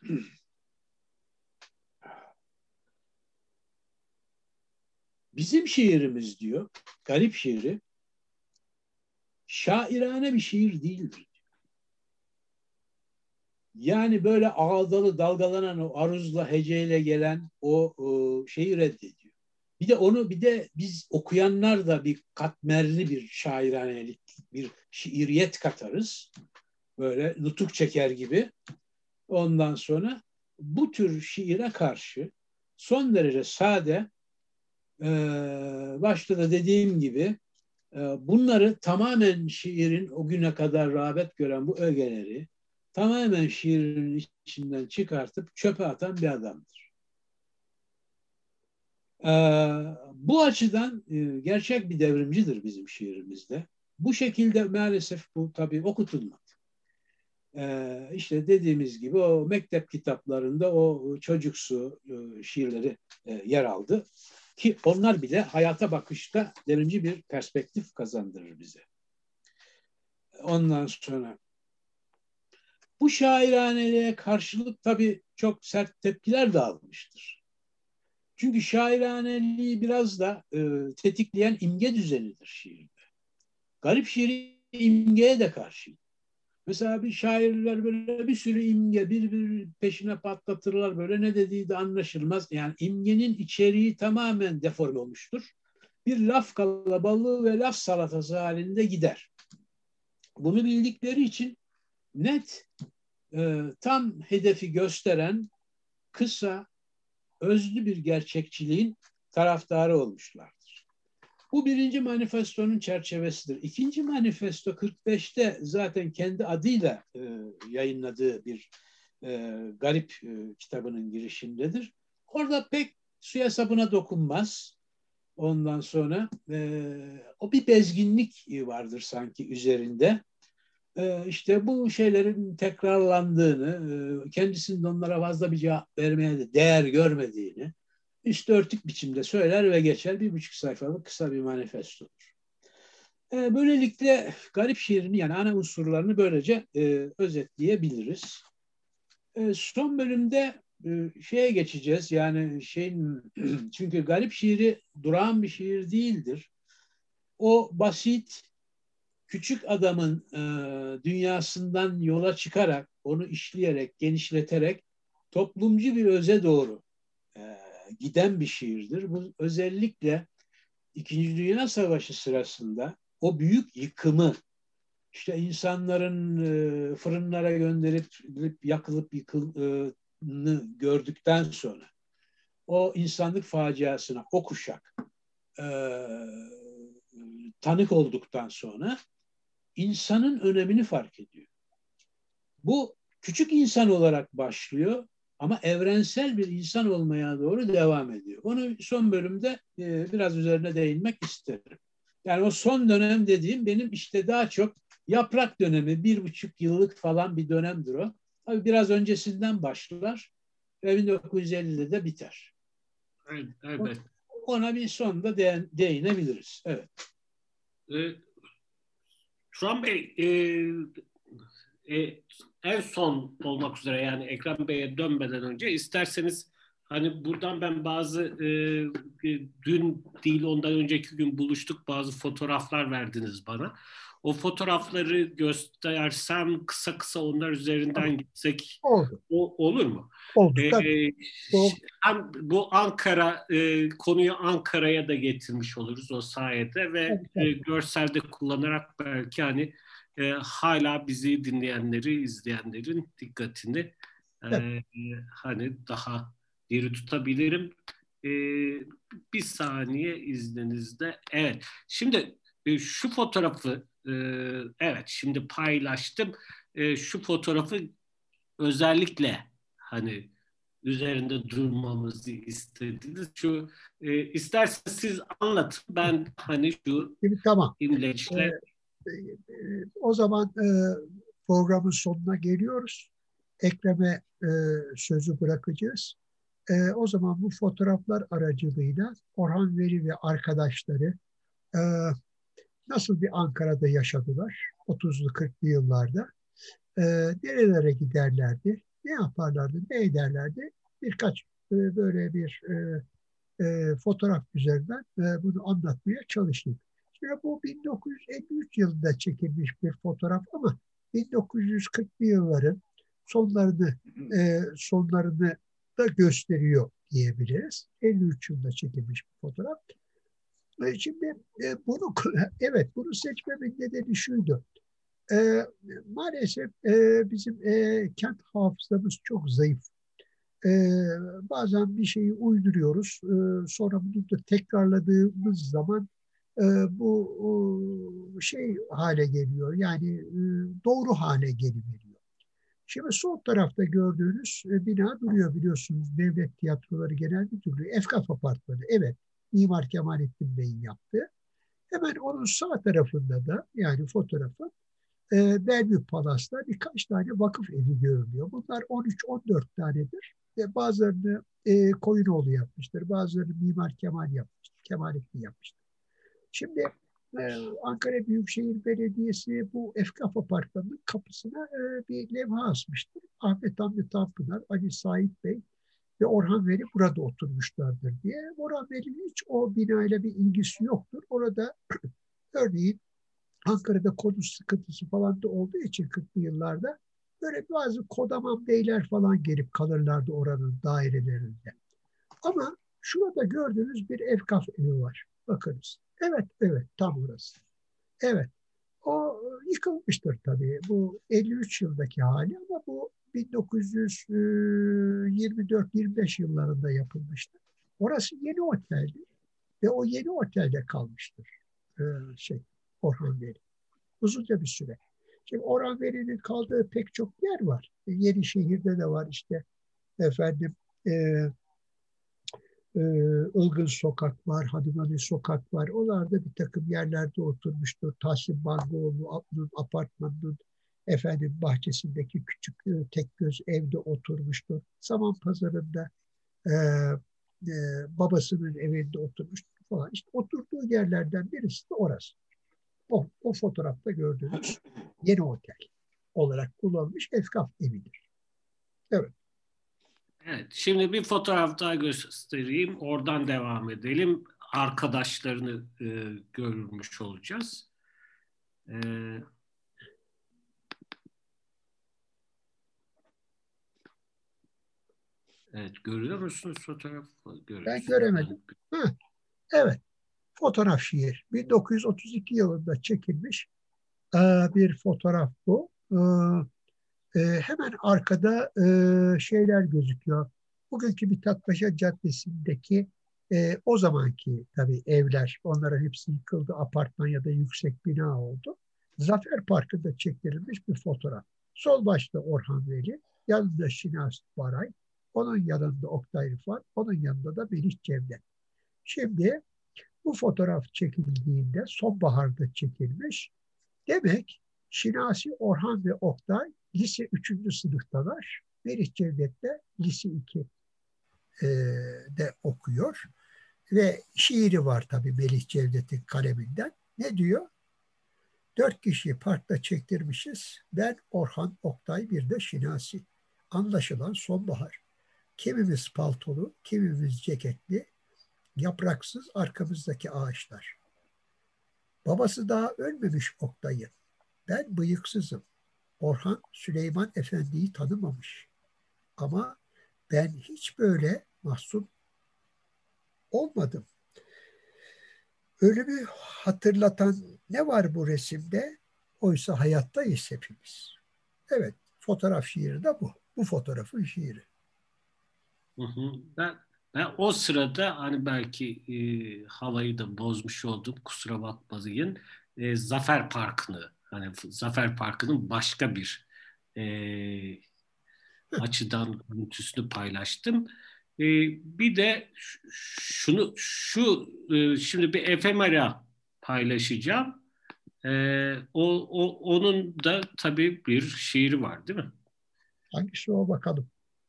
[SPEAKER 2] bizim şiirimiz diyor, garip şiiri şairane bir şiir değildir. Yani böyle ağdalı dalgalanan o aruzla heceyle gelen o, o şeyi reddediyor. Bir de onu bir de biz okuyanlar da bir katmerli bir şairanelik, bir şiiriyet katarız. Böyle nutuk çeker gibi. Ondan sonra bu tür şiire karşı son derece sade, e, başta da dediğim gibi e, bunları tamamen şiirin o güne kadar rağbet gören bu ögeleri tamamen şiirin içinden çıkartıp çöpe atan bir adamdır. Bu açıdan gerçek bir devrimcidir bizim şiirimizde. Bu şekilde maalesef bu tabii okutulmadı. İşte dediğimiz gibi o mektep kitaplarında o çocuksu şiirleri yer aldı. Ki onlar bile hayata bakışta devrimci bir perspektif kazandırır bize. Ondan sonra bu şairaneliğe karşılık tabii çok sert tepkiler de almıştır. Çünkü şairaneliği biraz da e, tetikleyen imge düzenidir şiirde. Garip şiiri imgeye de karşı. Mesela bir şairler böyle bir sürü imge bir bir peşine patlatırlar, böyle ne dediği de anlaşılmaz. Yani imgenin içeriği tamamen deforme olmuştur. Bir laf kalabalığı ve laf salatası halinde gider. Bunu bildikleri için net, e, tam hedefi gösteren kısa, özlü bir gerçekçiliğin taraftarı olmuşlardır. Bu birinci manifestonun çerçevesidir. İkinci manifesto kırk beşte zaten kendi adıyla e, yayınladığı bir e, garip e, kitabının girişindedir. Orada pek suya sabuna dokunmaz. Ondan sonra e, o bir bezginlik vardır sanki üzerinde. E, işte bu şeylerin tekrarlandığını, e, kendisinin onlara fazla bir cevap vermeye de değer görmediğini üstü örtük biçimde söyler ve geçer. Bir buçuk sayfalık kısa bir manifestodur. E, böylelikle garip şiirini, yani ana unsurlarını böylece e, özetleyebiliriz. E, son bölümde e, şeye geçeceğiz. Yani şeyin çünkü garip şiiri durağan bir şiir değildir. O basit, küçük adamın e, dünyasından yola çıkarak, onu işleyerek, genişleterek toplumcu bir öze doğru e, giden bir şiirdir. Bu özellikle İkinci Dünya Savaşı sırasında o büyük yıkımı, işte insanların e, fırınlara gönderip yakılıp yıkıldığını gördükten sonra, o insanlık faciasına o kuşak e, tanık olduktan sonra insanın önemini fark ediyor. Bu küçük insan olarak başlıyor ama evrensel bir insan olmaya doğru devam ediyor. Onu son bölümde e, biraz üzerine değinmek isterim. Yani o son dönem dediğim benim işte daha çok yaprak dönemi, bir buçuk yıllık falan bir dönemdir o. Tabii biraz öncesinden başlar ve bin dokuz yüz ellide de biter.
[SPEAKER 1] Evet, evet.
[SPEAKER 2] Ona bir sonunda de, değinebiliriz. Evet.
[SPEAKER 1] Ee, Turan Bey, e, e, en son olmak üzere, yani Ekrem Bey'e dönmeden önce isterseniz hani buradan ben bazı e, dün değil ondan önceki gün buluştuk, bazı fotoğraflar verdiniz bana. O fotoğrafları göstersem kısa kısa onlar üzerinden gitsek
[SPEAKER 3] Oldu.
[SPEAKER 1] o, olur mu?
[SPEAKER 3] Oldu
[SPEAKER 1] Ee,
[SPEAKER 3] tabii. O,
[SPEAKER 1] hem bu Ankara e, konuyu Ankara'ya da getirmiş oluruz o sayede ve
[SPEAKER 3] tabii,
[SPEAKER 1] e,
[SPEAKER 3] tabii.
[SPEAKER 1] görselde kullanarak belki hani e, hala bizi dinleyenleri, izleyenlerin dikkatini e, hani daha diri tutabilirim. E, bir saniye izninizle. Evet. Şimdi e, şu fotoğrafı e, evet şimdi paylaştım. E, şu fotoğrafı özellikle hani üzerinde durmamızı istediniz. Şu e, isterseniz siz anlatın. Ben hani şu
[SPEAKER 3] Şimdi tamam. Ee,
[SPEAKER 1] imleçle
[SPEAKER 3] e, e, o zaman e, programın sonuna geliyoruz. Ekrem'e e, sözü bırakacağız. E, o zaman bu fotoğraflar aracılığıyla Orhan Veli ve arkadaşları e, nasıl bir Ankara'da yaşadılar otuzlu kırklı yıllarda, e, nerelere giderlerdi, ne yaparlardı, ne ederlerdi, birkaç e, böyle bir e, e, fotoğraf üzerinden e, bunu anlatmaya çalıştım. Şimdi bu bin dokuz yüz elli üç yılında çekilmiş bir fotoğraf ama bin dokuz yüz kırklı yılların sonlarını e, sonlarını da gösteriyor diyebiliriz. elli üç yılında çekilmiş bir fotoğraf. E, Şimdi e, bunu evet bunu seçmemin nedeni şuydu. E, Maalesef e, bizim e, kent hafızamız çok zayıf. E, Bazen bir şeyi uyduruyoruz. E, sonra bunu da tekrarladığımız zaman e, bu o, şey hale geliyor. Yani e, doğru hale geliveriyor. Şimdi sol tarafta gördüğünüz e, bina duruyor biliyorsunuz. Devlet Tiyatroları Genel Müdürlüğü. Efkaf Apartmanı. Evet. Mimar Kemalettin Bey'in yaptığı. Hemen onun sağ tarafında da yani fotoğrafı e, Bellevue Palas'ta birkaç tane vakıf evi görülüyor. Bunlar on üç on dört tanedir. E, bazılarını e, Koyunoğlu yapmıştır. Bazılarını Mimar Kemal yapmıştır. Kemalettin yapmıştır. Şimdi e, Ankara Büyükşehir Belediyesi bu Efkaf Apartmanı'nın kapısına e, bir levha asmıştır. Ahmet Hamdi Tanpınar, Ali Sait Bey ve Orhan Veli burada oturmuşlardır diye. Orhan Veli'nin hiç o binayla bir ilgisi yoktur. Orada örneğin Ankara'da konut sıkıntısı falan da olduğu için kırklı yıllarda böyle bazı kodaman beyler falan gelip kalırlardı oranın dairelerinde. Ama şurada gördüğünüz bir Efkaf evi var. Bakınız. Evet, evet tam orası. Evet. O yıkılmıştır tabii. Bu elli üç yıldaki hali ama bu bin dokuz yüz yirmi dört yirmi beş yıllarında yapılmıştır. Orası yeni oteldi ve o yeni otelde kalmıştır. Ee, şey Orhan Veli. Uzunca bir süre. Şimdi Orhan Veli'nin kaldığı pek çok yer var. Yenişehir'de de var işte efendim e, e, Ilgın Sokak var, Hadımali Sokak var. Onlar da bir takım yerlerde oturmuştur. Tahsin Bangoğlu'nun apartmanının efendim bahçesindeki küçük e, tek göz evde oturmuştur. Saman Pazarı'nda e, e, babasının evinde oturmuştur falan. İşte oturduğu yerlerden birisi de orası. O, o fotoğrafta gördüğünüz yeni otel olarak kullanılmış Efkaf evidir. Evet.
[SPEAKER 1] Evet, şimdi bir fotoğraf daha göstereyim. Oradan devam edelim. Arkadaşlarını e, görmüş olacağız. E, evet, görüyor musunuz fotoğrafı?
[SPEAKER 3] Ben
[SPEAKER 1] Görüyorsunuz.
[SPEAKER 3] göremedim. Hı, evet. Fotoğraf şiir. bin dokuz yüz otuz iki yılında çekilmiş e, bir fotoğraf bu. E, e, hemen arkada e, şeyler gözüküyor. Bugünkü Mithatpaşa Caddesi'ndeki e, o zamanki tabii evler, onların hepsi yıkıldı, apartman ya da yüksek bina oldu. Zafer Parkı'nda çektirilmiş bir fotoğraf. Sol başta Orhan Veli, yanında Şinas Baray, onun yanında Oktay Rıfat, onun yanında da Melih Cevdet. Şimdi bu fotoğraf çekildiğinde sonbaharda çekilmiş. Demek Şinasi, Orhan ve Oktay lise üçüncü sınıftalar. Melih Cevdet de lise ikide okuyor. Ve şiiri var tabii Melih Cevdet'in kaleminden. Ne diyor? Dört kişiyi parkta çektirmişiz. Ben, Orhan, Oktay, bir de Şinasi. Anlaşılan sonbahar. Kimimiz paltolu, kimimiz ceketli, yapraksız arkamızdaki ağaçlar. Babası daha ölmemiş Oktay'ın. Ben bıyıksızım. Orhan Süleyman Efendi'yi tanımamış. Ama ben hiç böyle mahzun olmadım. Ölümü hatırlatan ne var bu resimde? Oysa hayattayız hepimiz. Evet, fotoğraf şiiri de bu. Bu fotoğrafın şiiri.
[SPEAKER 1] Hı hı. Ben, ben o sırada hani belki e, havayı da bozmuş oldum. Kusura bakmayın. E, Zafer Parkı'nı hani Zafer Parkı'nın başka bir e, açıdan görüntüsünü paylaştım. E, bir de şunu şu e, şimdi bir efemera paylaşacağım. E, o, o onun da tabii bir şiiri var, değil mi?
[SPEAKER 3] Hangisi o bakalım.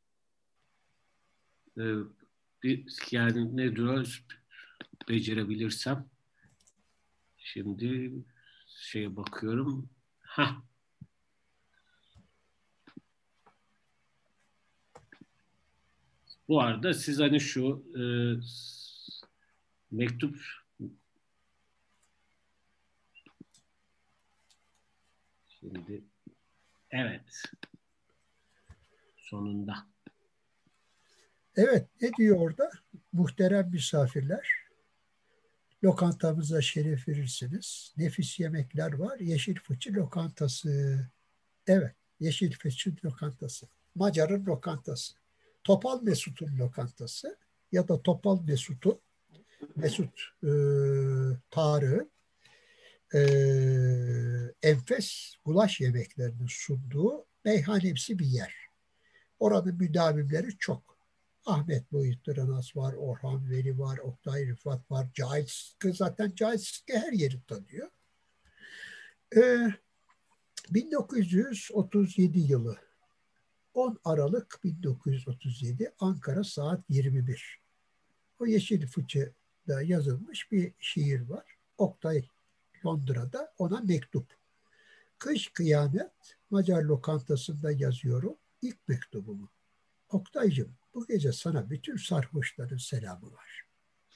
[SPEAKER 1] E, bir, yani ne diyor? Becerebilirsem. Şimdi şeye bakıyorum. Ha. Bu arada siz hani şu e, mektup şimdi evet sonunda.
[SPEAKER 3] Evet, ne diyor orada? Muhterem misafirler, lokantamıza şeref verirsiniz. Nefis yemekler var. Yeşil Fıçı lokantası. Evet, Yeşil Fıçı lokantası. Macar'ın lokantası. Topal Mesut'un lokantası ya da Topal Mesut'un Mesut e, Tarık'ın e, enfes gulaş yemeklerini sunduğu meyhanemsi bir yer. Oranın müdavimleri çok. Ahmet Muhittin Anas var, Orhan Veli var, Oktay Rıfat var, Cahit Sıtkı, zaten Cahit Sıtkı her yeri tanıyor. Ee, bin dokuz yüz otuz yedi yılı on Aralık bin dokuz yüz otuz yedi Ankara saat yirmi bir. O Yeşil Fıçı'da yazılmış bir şiir var. Oktay Londra'da ona mektup. Kış kıyamet Macar lokantasında yazıyorum ilk mektubumu. Oktaycığım, bu gece sana bütün sarhoşların selamı var.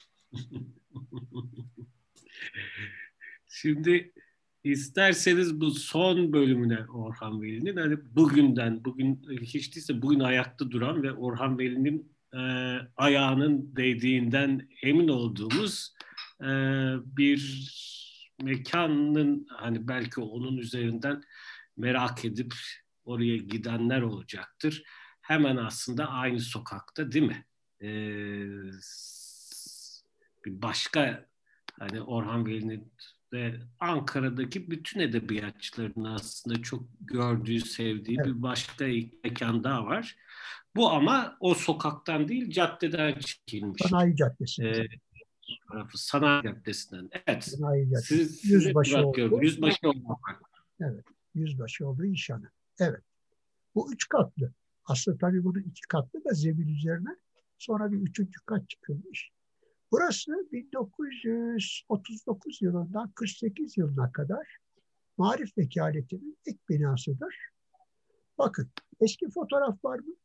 [SPEAKER 1] Şimdi isterseniz bu son bölümüne Orhan Veli'nin hani bugünden, bugün hiç değilse bugün ayakta duran ve Orhan Veli'nin e, ayağının değdiğinden emin olduğumuz e, bir mekanın hani belki onun üzerinden merak edip oraya gidenler olacaktır. Hemen aslında aynı sokakta değil mi? E, bir başka hani Orhan Veli'nin ve Ankara'daki bütün edebiyatçıların aslında çok gördüğü, sevdiği
[SPEAKER 3] Evet.
[SPEAKER 1] bir başka mekan daha var. Bu ama o sokaktan değil, caddeden çekilmiş.
[SPEAKER 3] Sanayi Caddesi'nde.
[SPEAKER 1] Ee, Sanayi Caddesi'nden. Evet.
[SPEAKER 3] Sanayi Caddesi.
[SPEAKER 1] Siz, size
[SPEAKER 3] Yüzbaşı
[SPEAKER 1] bırakıyorum.
[SPEAKER 3] oldu.
[SPEAKER 1] Yüzbaşı olmak.
[SPEAKER 3] Evet. Yüzbaşı olduğu işhanı. Evet. Bu üç katlı. Aslında tabii bunun iki katlı da zemin üzerine. Sonra bir üçüncü kat çıkılmış. Burası bin dokuz yüz otuz dokuz yılından kırk sekiz yılına kadar Maarif Vekaleti'nin ilk binasıdır. Bakın, eski fotoğraf var mı?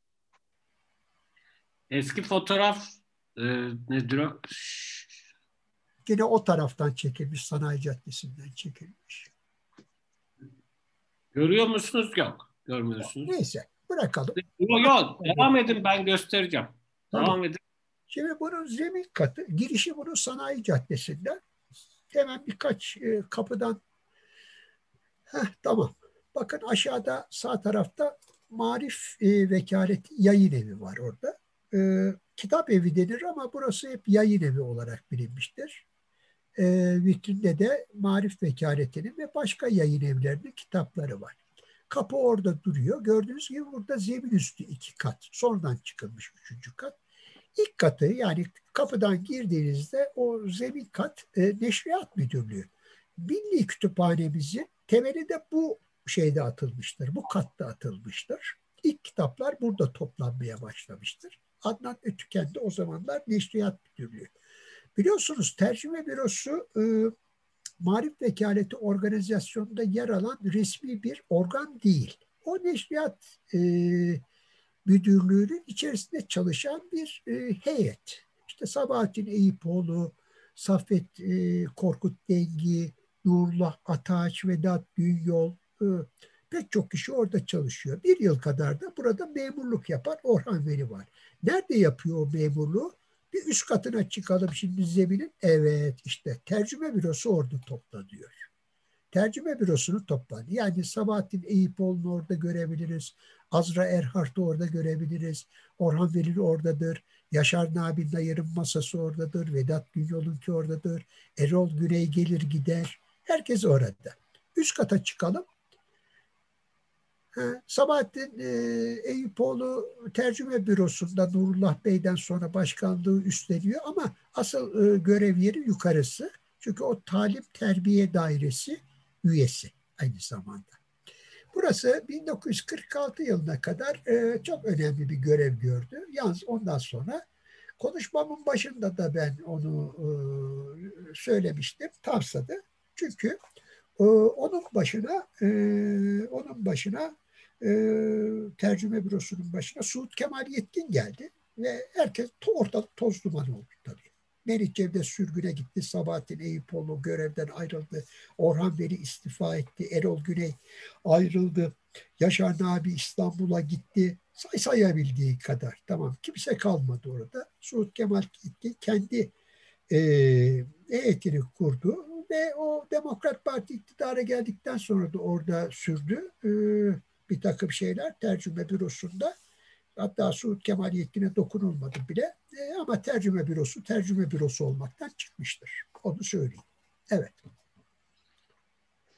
[SPEAKER 1] Eski fotoğraf e, nedir o?
[SPEAKER 3] Yine o taraftan çekilmiş, Sanayi Caddesi'nden çekilmiş.
[SPEAKER 1] Görüyor musunuz? Yok. Görmüyorsunuz.
[SPEAKER 3] Neyse, bırakalım.
[SPEAKER 1] Yok yok. Devam edin, ben göstereceğim.
[SPEAKER 3] Tamam.
[SPEAKER 1] Devam edin.
[SPEAKER 3] Şimdi bunun zemin katı, girişi bunun Sanayi Caddesi'nden. Hemen birkaç e, kapıdan. Heh, tamam. Bakın aşağıda sağ tarafta Maarif e, Vekaleti Yayın Evi var orada. E, kitap evi denir ama burası hep yayın evi olarak bilinmiştir. E, vitrinde de Maarif Vekaleti'nin ve başka yayın evlerinin kitapları var. Kapı orada duruyor. Gördüğünüz gibi burada zemin üstü iki kat. Sonradan çıkılmış üçüncü kat. İlk katı, yani kapıdan girdiğinizde o zemin kat e, Neşriyat Müdürlüğü. Milli Kütüphanemizin temeli de bu şeyde atılmıştır. Bu katta atılmıştır. İlk kitaplar burada toplanmaya başlamıştır. Adnan Ötüken de o zamanlar Neşriyat Müdürlüğü. Biliyorsunuz tercüme bürosu e, Maarif Vekaleti organizasyonunda yer alan resmi bir organ değil. O Neşriyat e, Müdürlüğü'nün içerisinde çalışan bir e, heyet. İşte Sabahattin Eyüpoğlu, Saffet e, Korkut Dengi, Nurullah Ataç, Vedat Günyol, e, pek çok kişi orada çalışıyor. Bir yıl kadar da burada memurluk yapan Orhan Veli var. Nerede yapıyor o memurluğu? Bir üst katına çıkalım şimdi zeminin. Evet, işte tercüme bürosu orada toplanıyor. Tercüme bürosunu topladı. Yani Sabahattin Eyüpoğlu'nu orada görebiliriz. Azra Erhart'ı orada görebiliriz. Orhan Veli oradadır. Yaşar Nabi Nayır'ın masası oradadır. Vedat Günyol'unki oradadır. Erol Güney gelir gider. Herkes orada. Üst kata çıkalım. Ha, Sabahattin e, Eyüpoğlu tercüme bürosunda Nurullah Bey'den sonra başkanlığı üstleniyor ama asıl e, görev yeri yukarısı. Çünkü o talim terbiye dairesi üyesi aynı zamanda. Burası bin dokuz yüz kırk altı yılına kadar e, çok önemli bir görev gördü. Yalnız ondan sonra konuşmamın başında da ben onu e, söylemiştim, tavsadı. Çünkü e, onun başına e, onun başına e, tercüme bürosunun başına Suud Kemal Yetkin geldi ve herkes ortalık toz duman oldu tabii. Melih Cevdet sürgüne gitti. Sabahattin Eyüpoğlu görevden ayrıldı. Orhan Veli istifa etti. Erol Güney ayrıldı. Yaşar Nabi İstanbul'a gitti. Say sayabildiği kadar. Tamam. Kimse kalmadı orada. Suud Kemal gitti. Kendi e, heyetini kurdu ve o Demokrat Parti iktidara geldikten sonra da orada sürdü. E, bir takım şeyler tercüme bürosunda. Hatta Suud Kemal Yetkin'e dokunulmadı bile. E, ama tercüme bürosu tercüme bürosu olmaktan çıkmıştır. Onu söyleyeyim. Evet.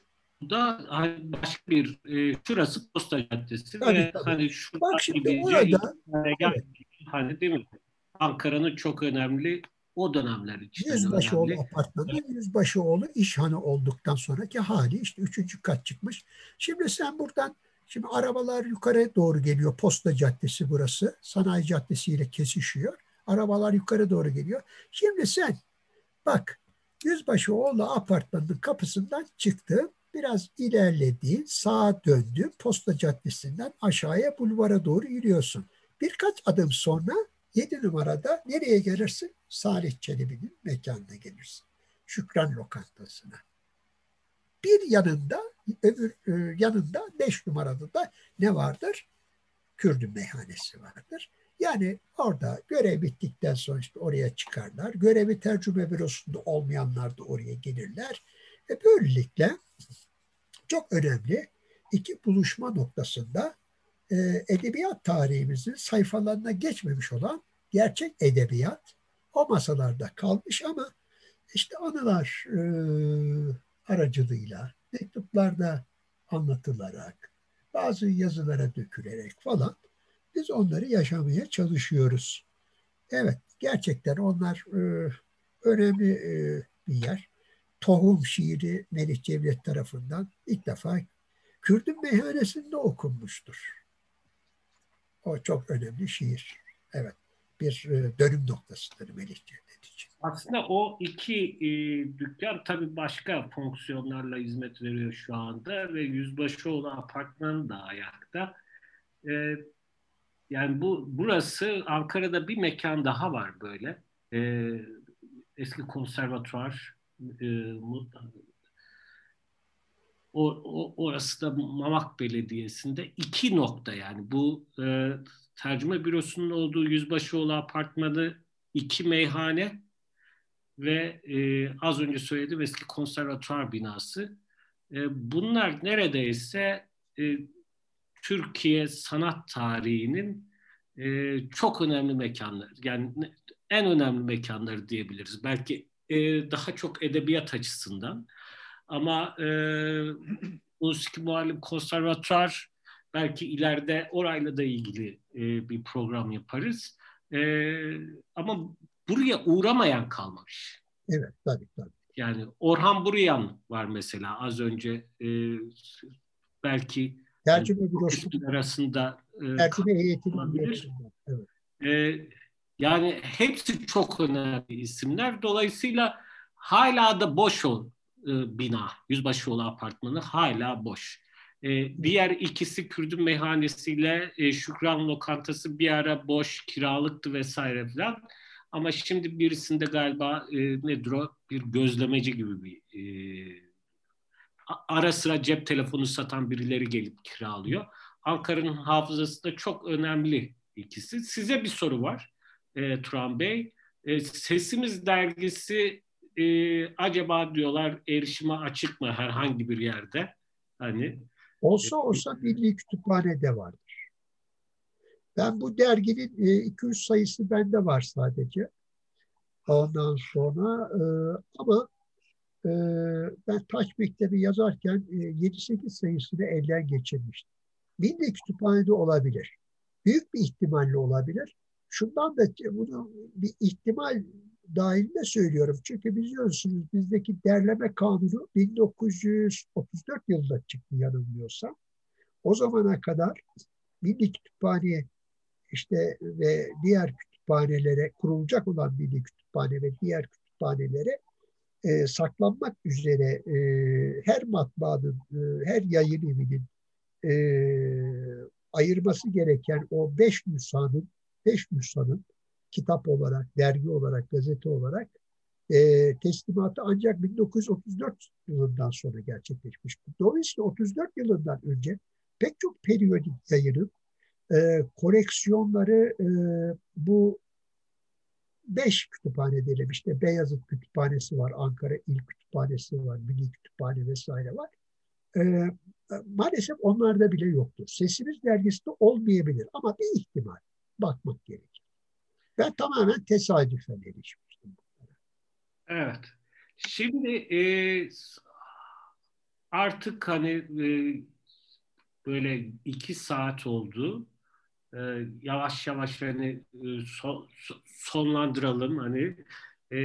[SPEAKER 1] da hani başka bir e, şurası Posta Caddesi
[SPEAKER 3] Tabii,
[SPEAKER 1] ve
[SPEAKER 3] tabii.
[SPEAKER 1] hani
[SPEAKER 3] Bak
[SPEAKER 1] şuradan
[SPEAKER 3] şimdi
[SPEAKER 1] gidince
[SPEAKER 3] orada evet,
[SPEAKER 1] hani değil mi? Ankara'nın çok önemli o dönemler için hani
[SPEAKER 3] Yüzbaşıoğlu
[SPEAKER 1] önemli.
[SPEAKER 3] apartmanı, Yüzbaşıoğlu İşhanı olduktan sonraki hali işte üçüncü kat çıkmış. Şimdi sen buradan, şimdi arabalar yukarı doğru geliyor. Posta Caddesi burası. Sanayi Caddesi ile kesişiyor. Arabalar yukarı doğru geliyor. Şimdi sen bak, Yüzbaşıoğlu apartmanının kapısından çıktı. Biraz ilerledi, sağa döndü. Posta Caddesi'nden aşağıya bulvara doğru yürüyorsun. Birkaç adım sonra yedi numarada nereye gelirsin? Salih Çelebi'nin mekanına gelirsin. Şükran Lokantası'na. Bir yanında, öbür e, yanında beş numarada da ne vardır? Kürdün meyhanesi vardır. Yani orada görev bittikten sonra işte oraya çıkarlar. Görevi tercüme bürosunda olmayanlar da oraya gelirler. Ve böylelikle çok önemli iki buluşma noktasında e, edebiyat tarihimizin sayfalarına geçmemiş olan gerçek edebiyat o masalarda kalmış ama işte anılar e, aracılığıyla, mektuplarda anlatılarak, bazı yazılara dökülerek falan biz onları yaşamaya çalışıyoruz. Evet, gerçekten onlar e, önemli e, bir yer. Tohum şiiri Melih Cevdet tarafından ilk defa Kürdün Meyhanesi'nde okunmuştur. O çok önemli şiir. Evet, bir e, dönüm noktasıdır Melih Cevdet için.
[SPEAKER 1] Aslında o iki e, dükkan tabii başka fonksiyonlarla hizmet veriyor şu anda ve Yüzbaşıoğlu Apartmanı da ayakta. E, Yani bu burası Ankara'da bir mekan daha var böyle. E, eski konservatuvar e, o, o, orası da Mamak Belediyesi'nde iki nokta yani bu e, tercüme bürosunun olduğu Yüzbaşıoğlu Apartmanı iki meyhane ve e, az önce söylediğim eski konservatuvar binası. E, bunlar neredeyse e, Türkiye sanat tarihinin e, çok önemli mekanlar. Yani en önemli mekanları diyebiliriz. Belki e, daha çok edebiyat açısından. Ama e, Musiki Muallim Konservatuar belki ileride orayla da ilgili e, bir program yaparız. E, ama buraya uğramayan kalmamış.
[SPEAKER 3] Evet, tabii tabii.
[SPEAKER 1] Yani Orhan Buruyan var mesela az önce e, belki yani
[SPEAKER 3] Tercüme
[SPEAKER 1] çok
[SPEAKER 3] bürosu,
[SPEAKER 1] ismin arasında e,
[SPEAKER 3] tercüme heyetinin
[SPEAKER 1] kalabilir.
[SPEAKER 3] üyesinden. Evet.
[SPEAKER 1] E, yani hepsi çok önemli isimler. Dolayısıyla hala da boş o e, bina. Yüzbaşıoğlu Apartmanı hala boş. E, diğer ikisi Kürdün Meyhanesi'yle e, Şükran Lokantası bir ara boş, kiralıktı vesaire falan. Ama şimdi birisinde galiba e, nedir o? Bir gözlemeci gibi bir e, ara sıra cep telefonu satan birileri gelip kiralıyor. Ankara'nın hafızası da çok önemli ikisi. Size bir soru var e, Turan Bey. E, Sesimiz dergisi e, acaba diyorlar erişime açık mı herhangi bir yerde? Hani e,
[SPEAKER 3] Olsa olsa Milli Kütüphane'de var. Ben bu derginin e, iki yüz sayısı bende var sadece. Ondan sonra e, ama e, ben Taş Mektebi yazarken e, yedi sekiz sayısını elden geçirmiştim. Milli Kütüphane'de olabilir. Büyük bir ihtimalle olabilir. Şundan da bunu bir ihtimal dahilinde söylüyorum. Çünkü biliyorsunuz bizdeki derleme kanunu bin dokuz yüz otuz dört yılında çıktı yanılmıyorsam. O zamana kadar Milli Kütüphane işte ve diğer kütüphanelere kurulacak olan Milli Kütüphane ve diğer kütüphanelere e, saklanmak üzere e, her matbaanın, e, her yayın evinin e, ayırması gereken o beş nüshanın, beş nüshanın kitap olarak, dergi olarak, gazete olarak e, teslimatı ancak bin dokuz yüz otuz dört yılından sonra gerçekleşmiş. Dolayısıyla otuz dört yılından önce pek çok periyodik yayının e, koleksiyonları e, bu beş kütüphane diyelim işte Beyazıt Kütüphanesi var, Ankara İl Kütüphanesi var, Milli Kütüphane vesaire var. E, maalesef onlarda bile yoktur. Sesimiz dergisinde olmayabilir ama bir ihtimal bakmak gerekir. Ben tamamen tesadüfen erişmiştim.
[SPEAKER 1] evet. Şimdi e, artık hani e, böyle iki saat oldu. E, yavaş yavaş hani e, so, so, sonlandıralım hani. E,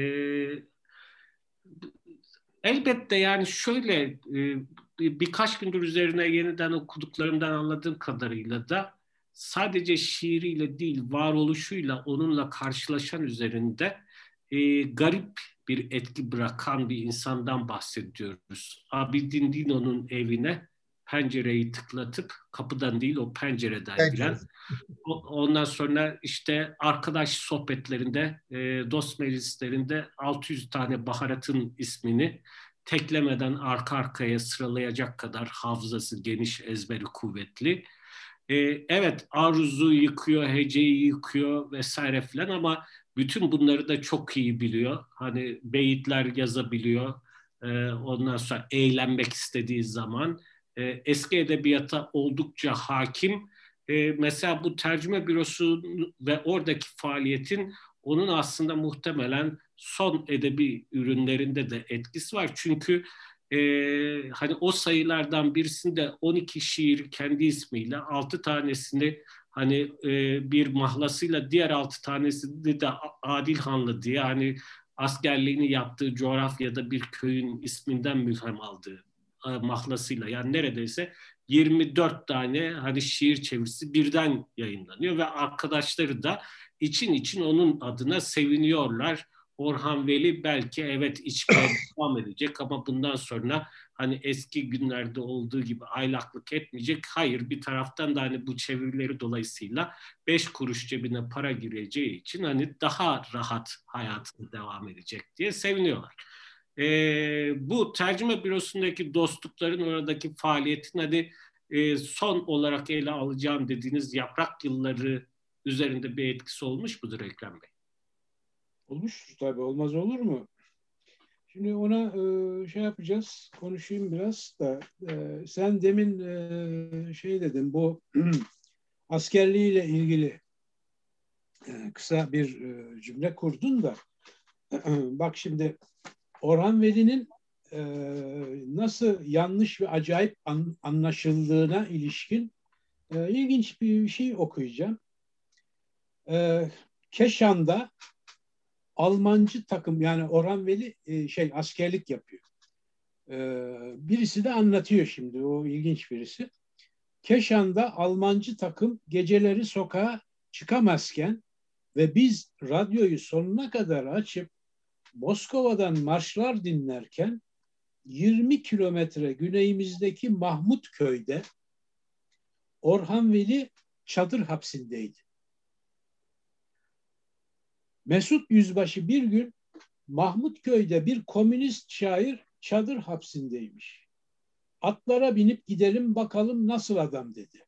[SPEAKER 1] Elbette yani şöyle e, birkaç gündür üzerine yeniden okuduklarımdan anladığım kadarıyla da sadece şiiriyle değil varoluşuyla onunla karşılaşan üzerinde e, garip bir etki bırakan bir insandan bahsediyoruz. Abidin Dino'nun evine pencereyi tıklatıp kapıdan değil o pencereden
[SPEAKER 3] Bence.
[SPEAKER 1] giren. Ondan sonra işte arkadaş sohbetlerinde, e, dost meclislerinde altı yüz tane baharatın ismini teklemeden arka arkaya sıralayacak kadar hafızası geniş, ezberi kuvvetli. E, evet arzuyu yıkıyor, heceyi yıkıyor vesaire filan ama bütün bunları da çok iyi biliyor. Hani beyitler yazabiliyor. E, ondan sonra eğlenmek istediği zaman e, eski edebiyata oldukça hakim. E, mesela bu tercüme bürosu ve oradaki faaliyetin onun aslında muhtemelen son edebi ürünlerinde de etkisi var. Çünkü e, hani o sayılardan birisinde on iki şiir kendi ismiyle, altı tanesini hani e, bir mahlasıyla, diğer altı tanesini de Adilhanlı diye hani askerliğini yaptığı coğrafyada bir köyün isminden mülhem aldığı e, mahlasıyla yani neredeyse yirmi dört tane hani şiir çevirisi birden yayınlanıyor ve arkadaşları da için için onun adına seviniyorlar. Orhan Veli belki evet içmeye devam edecek ama bundan sonra hani eski günlerde olduğu gibi aylaklık etmeyecek. Hayır, bir taraftan da hani bu çevirileri dolayısıyla beş kuruş cebine para gireceği için hani daha rahat hayatını devam edecek diye seviniyorlar. Ee, bu tercüme bürosundaki dostlukların oradaki faaliyetin hadi e, son olarak ele alacağım dediğiniz yaprak yılları üzerinde bir etkisi olmuş mudur Ekrem Bey?
[SPEAKER 2] Olmuştur tabii, olmaz olur mu? Şimdi ona e, şey yapacağız, konuşayım biraz da. E, sen demin e, şey dedin, bu askerliğiyle ilgili e, kısa bir e, cümle kurdun da. Bak şimdi Orhan Veli'nin e, nasıl yanlış ve acayip an, anlaşıldığına ilişkin e, ilginç bir şey okuyacağım. E, Keşan'da Almancı takım, yani Orhan Veli e, şey askerlik yapıyor. E, birisi de anlatıyor şimdi, o ilginç birisi. Keşan'da Almancı takım geceleri sokağa çıkamazken ve biz radyoyu sonuna kadar açıp Moskova'dan marşlar dinlerken yirmi kilometre güneyimizdeki Mahmutköy'de Orhan Veli çadır hapsindeydi. Mesut Yüzbaşı bir gün Mahmutköy'de bir komünist şair çadır hapsindeymiş. Atlara binip gidelim bakalım nasıl adam dedi.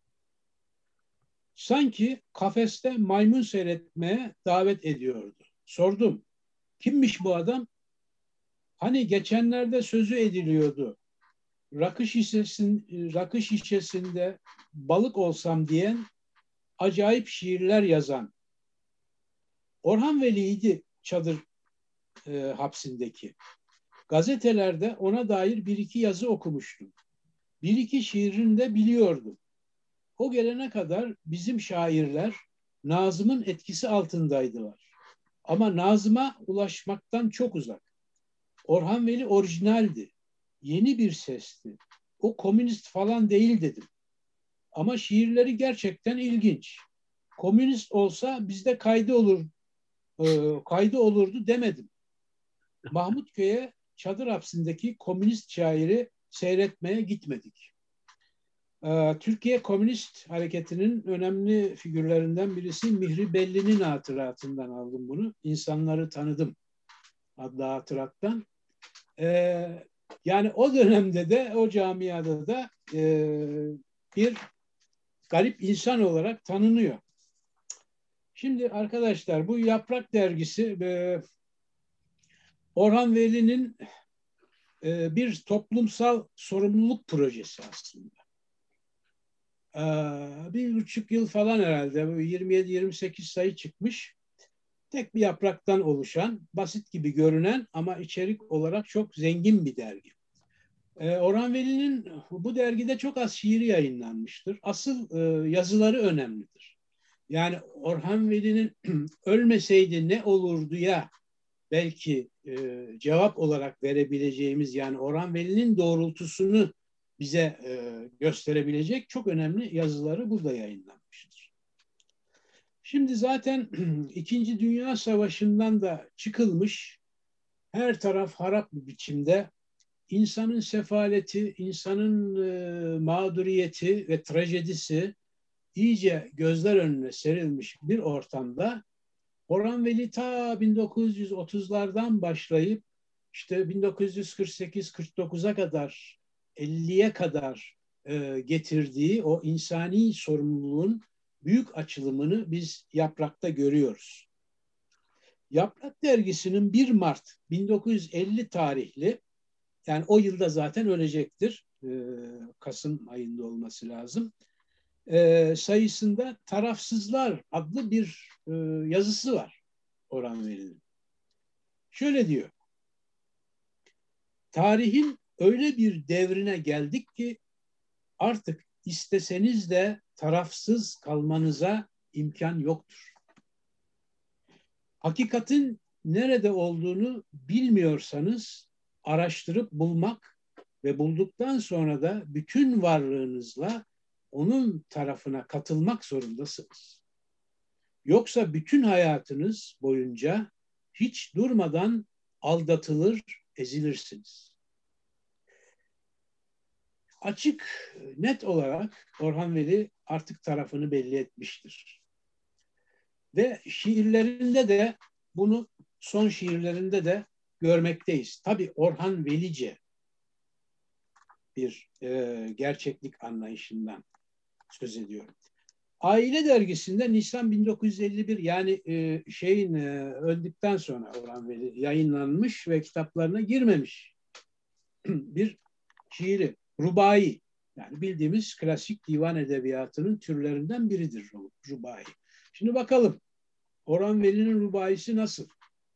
[SPEAKER 2] Sanki kafeste maymun seyretmeye davet ediyordu. Sordum, kimmiş bu adam? Hani geçenlerde sözü ediliyordu. Rakı şişesin, rakı şişesinde balık olsam diyen, acayip şiirler yazan. Orhan Veli'ydi çadır e, hapsindeki. Gazetelerde ona dair bir iki yazı okumuştum. Bir iki şiirini de biliyordum. O gelene kadar bizim şairler Nazım'ın etkisi altındaydılar. Ama Nazım'a ulaşmaktan çok uzak. Orhan Veli orijinaldi. Yeni bir sesti. O komünist falan değil dedim. Ama şiirleri gerçekten ilginç. Komünist olsa bizde kaydı olur, e, kaydı olurdu demedim. Mahmutköy'e çadır hapsindeki komünist şairi seyretmeye gitmedik. E, Türkiye Komünist Hareketi'nin önemli figürlerinden birisi Mihri Belli'nin hatıratından aldım bunu. İnsanları Tanıdım adlı hatırattan. E, yani o dönemde de o camiada da e, bir garip insan olarak tanınıyor. Şimdi arkadaşlar, bu Yaprak Dergisi e, Orhan Veli'nin e, bir toplumsal sorumluluk projesi aslında. E, bir buçuk yıl falan herhalde, yirmi yedi yirmi sekiz sayı çıkmış. Tek bir yapraktan oluşan, basit gibi görünen ama içerik olarak çok zengin bir dergi. E, Orhan Veli'nin bu dergide çok az şiiri yayınlanmıştır. Asıl e, yazıları önemlidir. Yani Orhan Veli'nin ölmeseydi ne olurdu ya belki e, cevap olarak verebileceğimiz, yani Orhan Veli'nin doğrultusunu bize e, gösterebilecek çok önemli yazıları burada yayınlanmıştır. Şimdi zaten İkinci Dünya Savaşı'ndan da çıkılmış, her taraf harap bir biçimde, insanın sefaleti, insanın e, mağduriyeti ve trajedisi iyice gözler önüne serilmiş bir ortamda Orhan Veli ta bin dokuz yüz otuzlardan başlayıp işte bin dokuz yüz kırk sekiz kırk dokuza kadar, elliye kadar e, getirdiği o insani sorumluluğun büyük açılımını biz Yaprak'ta görüyoruz. Yaprak dergisinin bir Mart bin dokuz yüz elli tarihli, yani o yılda zaten ölecektir, e, Kasım ayında olması lazım, e, sayısında Tarafsızlar adlı bir e, yazısı var Orhan Veli'nin. Şöyle diyor: tarihin öyle bir devrine geldik ki artık isteseniz de tarafsız kalmanıza imkan yoktur. Hakikatin nerede olduğunu bilmiyorsanız araştırıp bulmak ve bulduktan sonra da bütün varlığınızla onun tarafına katılmak zorundasınız. Yoksa bütün hayatınız boyunca hiç durmadan aldatılır, ezilirsiniz. Açık, net olarak Orhan Veli artık tarafını belli etmiştir. Ve şiirlerinde de bunu, son şiirlerinde de görmekteyiz. Tabii Orhan Velice bir e, gerçeklik anlayışından söz ediyorum. Aile dergisinde Nisan bin dokuz yüz elli bir, yani e, şeyin e, öldükten sonra Orhan Veli yayınlanmış ve kitaplarına girmemiş bir şiiri, rubai. Yani bildiğimiz klasik divan edebiyatının türlerinden biridir rubai. Şimdi bakalım Orhan Veli'nin rubaisi nasıl?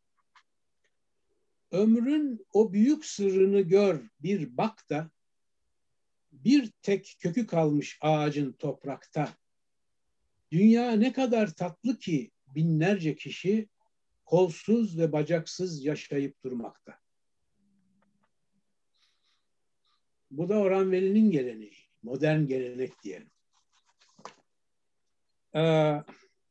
[SPEAKER 2] Ömrün o büyük sırrını gör bir bak da, bir tek kökü kalmış ağacın toprakta. Dünya ne kadar tatlı ki binlerce kişi kolsuz ve bacaksız yaşayıp durmakta. Bu da Orhan Veli'nin geleneği, modern gelenek diyelim. Ee,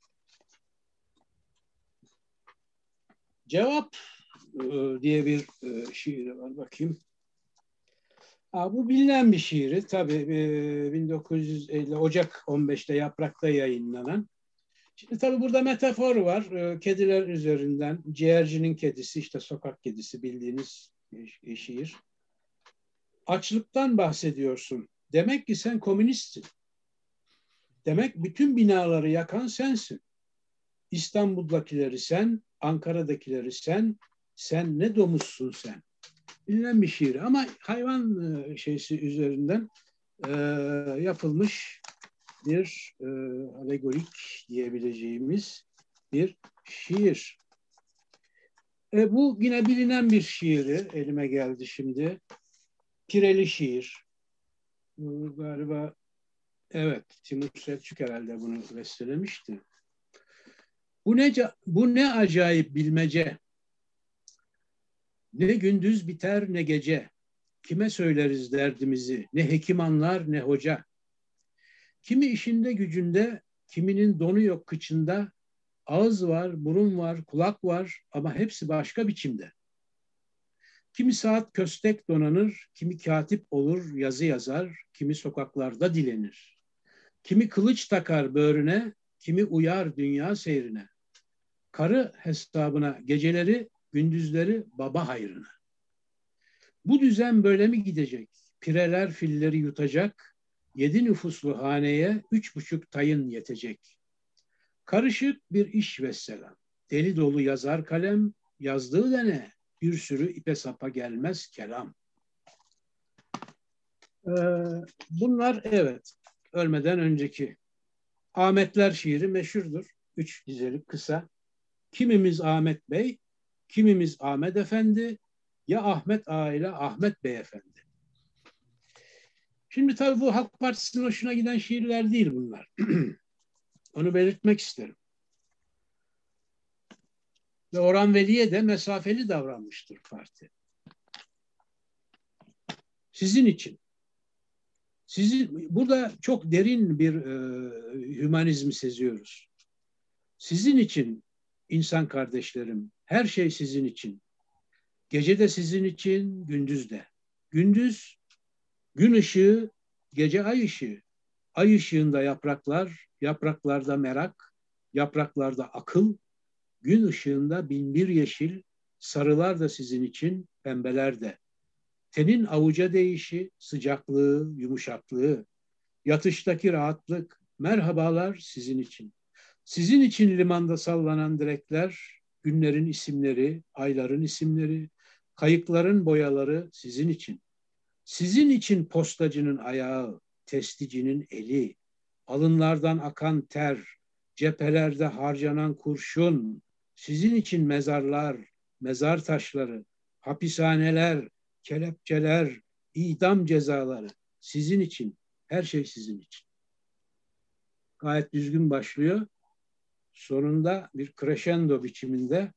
[SPEAKER 2] Cevap e, diye bir e, şiiri var, bakayım. Ha, bu bilinen bir şiiri. Tabii e, bin dokuz yüz elli Ocak on beşte Yaprak'ta yayınlanan. Şimdi tabii burada metafor var. E, kediler üzerinden. Ciğercinin kedisi, işte sokak kedisi, bildiğiniz e, şiir. Açlıktan bahsediyorsun. Demek ki sen komünistsin. Demek bütün binaları yakan sensin. İstanbul'dakileri sen, Ankara'dakileri sen, sen ne domuzsun sen. Bilinen bir şiir ama hayvan şeysi üzerinden e, yapılmış bir e, alegorik diyebileceğimiz bir şiir. E, bu yine bilinen bir şiiri elime geldi şimdi. Pireli şiir. Bu galiba, evet, Timur Selçuk herhalde bunu bestelemişti. Bu ne, bu ne acayip bilmece. Ne gündüz biter ne gece. Kime söyleriz derdimizi? Ne hekim anlar ne hoca. Kimi işinde gücünde, kiminin donu yok kıçında. Ağız var, burun var, kulak var ama hepsi başka biçimde. Kimi saat köstek donanır, kimi katip olur yazı yazar, kimi sokaklarda dilenir. Kimi kılıç takar böğrüne, kimi uyar dünya seyrine. Karı hesabına geceleri, gündüzleri baba hayrına. Bu düzen böyle mi gidecek? Pireler filleri yutacak, yedi nüfuslu haneye üç buçuk tayın yetecek. Karışık bir iş vesselam. Deli dolu yazar kalem, yazdığı da ne? Bir sürü ipe sapa gelmez kelam. Ee, bunlar evet, ölmeden önceki. Ahmetler şiiri meşhurdur. Üç dizelik kısa. Kimimiz Ahmet Bey, kimimiz Ahmet Efendi, ya Ahmet Ağa ile Ahmet Beyefendi. Şimdi tabii bu Halk Partisi'nin hoşuna giden şiirler değil bunlar. Onu belirtmek isterim. Ve Orhan Veli'ye de mesafeli davranmıştır parti. Sizin için. Sizin, burada çok derin bir e, hümanizmi seziyoruz. Sizin için insan kardeşlerim, her şey sizin için. Gece de sizin için, gündüz de. Gündüz gün ışığı, gece ay ışığı. Ay ışığında yapraklar, yapraklarda merak, yapraklarda akıl, gün ışığında binbir yeşil, sarılar da sizin için, pembeler de. Tenin avuca değişi, sıcaklığı, yumuşaklığı, yatıştaki rahatlık, merhabalar sizin için. Sizin için limanda sallanan direkler, günlerin isimleri, ayların isimleri, kayıkların boyaları sizin için. Sizin için postacının ayağı, testicinin eli, alınlardan akan ter, cephelerde harcanan kurşun, sizin için mezarlar, mezar taşları, hapishaneler, kelepçeler, idam cezaları, sizin için, her şey sizin için. Gayet düzgün başlıyor. Sonunda bir crescendo biçiminde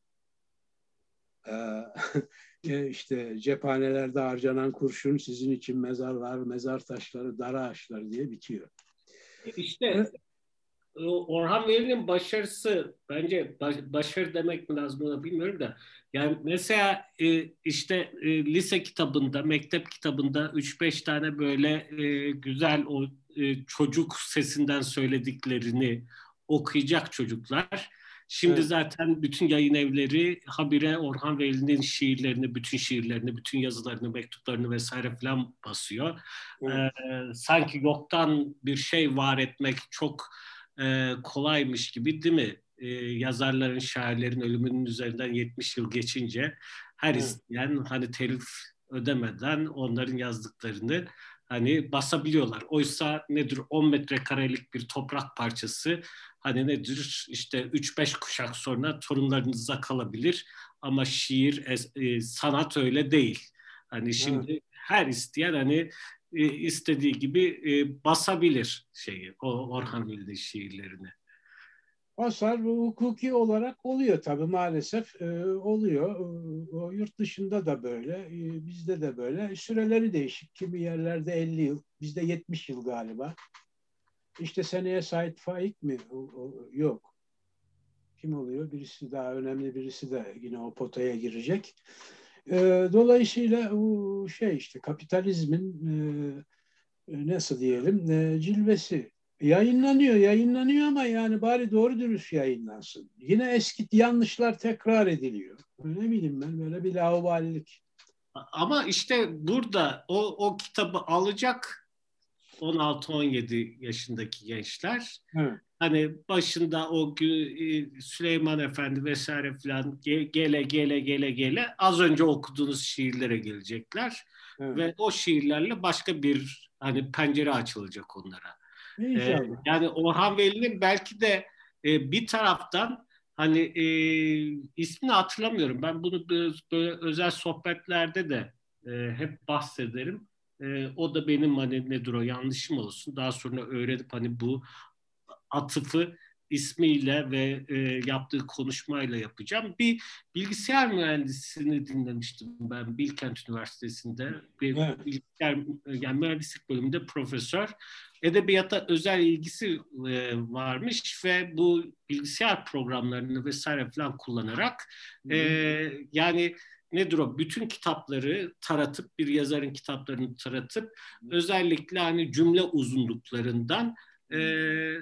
[SPEAKER 2] e, işte cephanelerde harcanan kurşun, sizin için mezarlar, mezar taşları, dar ağaçları diye bitiyor.
[SPEAKER 1] İşte
[SPEAKER 2] Evet.
[SPEAKER 1] Orhan Veli'nin başarısı, bence başarı demek mi lazım ona bilmiyorum da, yani mesela işte lise kitabında, mektep kitabında üç beş tane böyle güzel o çocuk sesinden söylediklerini okuyacak çocuklar. Şimdi evet. Zaten bütün yayın evleri habire Orhan Veli'nin şiirlerini, bütün şiirlerini, bütün yazılarını, mektuplarını vesaire falan basıyor. Evet. Ee, sanki yoktan bir şey var etmek çok e, kolaymış gibi, değil mi? Ee, yazarların, şairlerin ölümünün üzerinden yetmiş yıl geçince her evet. isteyen hani telif ödemeden onların yazdıklarını hani basabiliyorlar. Oysa nedir on metrekarelik bir toprak parçası, hani nedir işte üç beş kuşak sonra torunlarınıza kalabilir ama şiir, e, sanat öyle değil. Hani şimdi evet. her isteyen hani e, istediği gibi e, basabilir şeyi, o Orhan Veli şiirlerini.
[SPEAKER 2] Basar hukuki olarak oluyor tabii maalesef e, oluyor. O, yurt dışında da böyle, e, bizde de böyle. Süreleri değişik. Kimi yerlerde elli yıl, bizde yetmiş yıl galiba. İşte seneye Sait Faik mi? O, o, yok. Kim oluyor? Birisi daha önemli, birisi de yine o potaya girecek. E, dolayısıyla o şey işte kapitalizmin e, nasıl diyelim e, cilvesi. Yayınlanıyor, yayınlanıyor ama yani bari doğru dürüst yayınlansın. Yine eski yanlışlar tekrar ediliyor. Ne bileyim ben, böyle bir laubalilik.
[SPEAKER 1] Ama işte burada o, o kitabı alacak on altı on yedi yaşındaki gençler. Evet. Hani başında o Süleyman Efendi vesaire filan gele gele gele gele az önce okuduğunuz şiirlere gelecekler. Evet. Ve o şiirlerle başka bir hani pencere açılacak onlara. Ee, yani Orhan Veli'nin belki de e, bir taraftan hani e, ismini hatırlamıyorum. Ben bunu böyle özel sohbetlerde de e, hep bahsederim. E, o da benim hani nedir o yanlışım olsun. Daha sonra öğrenip hani bu atıfı ismiyle ve e, yaptığı konuşmayla yapacağım. Bir bilgisayar mühendisini dinlemiştim ben Bilkent Üniversitesi'nde. Bir evet. bilgisayar yani mühendislik bölümünde profesör. Edebiyata özel ilgisi e, varmış ve bu bilgisayar programlarını vesaire falan kullanarak e, yani nedir o? Bütün kitapları taratıp, bir yazarın kitaplarını taratıp özellikle hani cümle uzunluklarından e,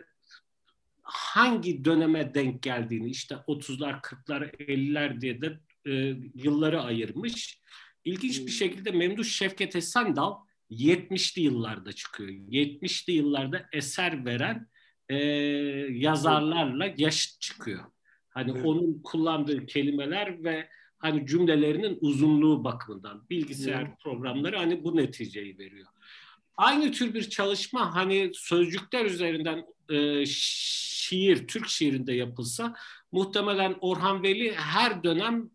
[SPEAKER 1] hangi döneme denk geldiğini, işte otuzlar, kırklar, elliler diye de e, yılları ayırmış. İlginç bir şekilde Memduh Şevket Esendal yetmişli yıllarda çıkıyor. yetmişli yıllarda eser veren e, yazarlarla yaşıt çıkıyor. Hani evet. onun kullandığı kelimeler ve hani cümlelerinin uzunluğu bakımından bilgisayar evet. programları hani bu neticeyi veriyor. Aynı tür bir çalışma hani sözcükler üzerinden e, şiir, Türk şiirinde yapılsa muhtemelen Orhan Veli her dönem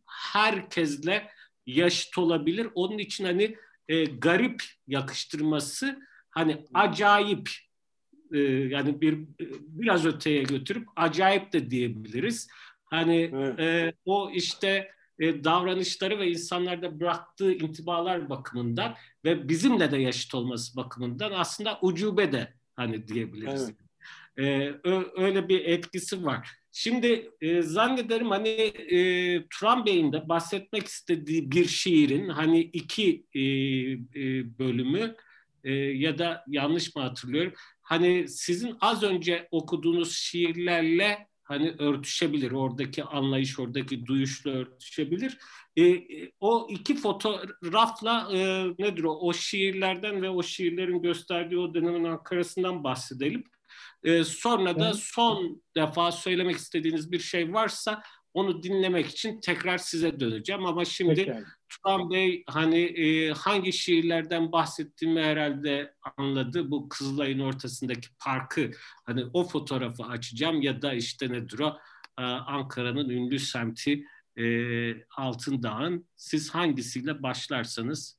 [SPEAKER 1] herkesle yaşıt olabilir. Onun için hani e, garip yakıştırması hani acayip, e, yani bir biraz öteye götürüp acayip de diyebiliriz. Hani
[SPEAKER 2] Evet.
[SPEAKER 1] e, o işte e, davranışları ve insanlarda bıraktığı intibalar bakımından ve bizimle de yaşıt olması bakımından aslında ucube de hani diyebiliriz.
[SPEAKER 2] Evet.
[SPEAKER 1] Ee, öyle bir etkisi var. Şimdi e, zannederim hani e, Turan Bey'in de bahsetmek istediği bir şiirin hani iki e, e, bölümü e, ya da yanlış mı hatırlıyorum? Hani sizin az önce okuduğunuz şiirlerle hani örtüşebilir. Oradaki anlayış, oradaki duyuşla örtüşebilir. E, e, o iki fotoğrafla e, nedir o? O şiirlerden ve o şiirlerin gösterdiği o dönemin Ankara'sından bahsedelim. Ee, sonra da
[SPEAKER 3] Ben,
[SPEAKER 1] son defa söylemek istediğiniz bir şey varsa onu dinlemek için tekrar size döneceğim. Ama şimdi
[SPEAKER 2] Pekala.
[SPEAKER 1] Turan Bey hani e, hangi şiirlerden bahsettiğimi herhalde anladı. Bu Kızılay'ın ortasındaki parkı, hani o fotoğrafı açacağım ya da işte nedir o, Ee, Ankara'nın ünlü semti e, Altındağ'ın. Siz hangisiyle başlarsanız.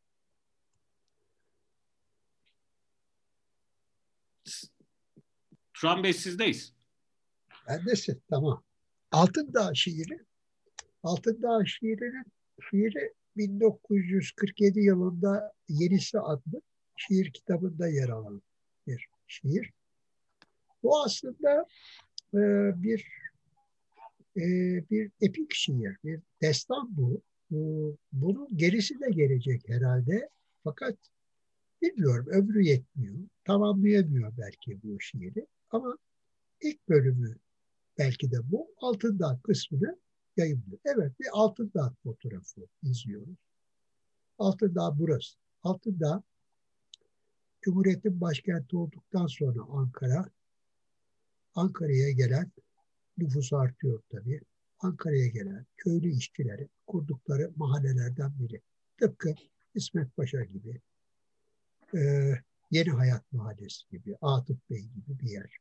[SPEAKER 1] Turan Bey sizdeyiz.
[SPEAKER 3] bendesin, tamam. Altındağ şiiri. Altındağ şiirinin şiiri bin dokuz yüz kırk yedi yılında Yenisi adlı şiir kitabında yer alan bir şiir. Bu aslında e, bir e, bir epik şiir, bir destan bu. E, bunun gerisi de gelecek herhalde. Fakat bilmiyorum, ömrü yetmiyor. Tamamlayamıyor belki bu şiiri. Ama ilk bölümü belki de bu. Altındağ kısmını yayınlıyor. Evet, bir Altındağ fotoğrafı izliyoruz. Altındağ burası. Altındağ, Cumhuriyet'in başkenti olduktan sonra Ankara, Ankara'ya gelen nüfus artıyor tabii. Ankara'ya gelen köylü işçileri kurdukları mahallelerden biri. Tıpkı İsmet Paşa gibi, e, Yeni Hayat Mahallesi gibi, Atıf Bey gibi bir yer.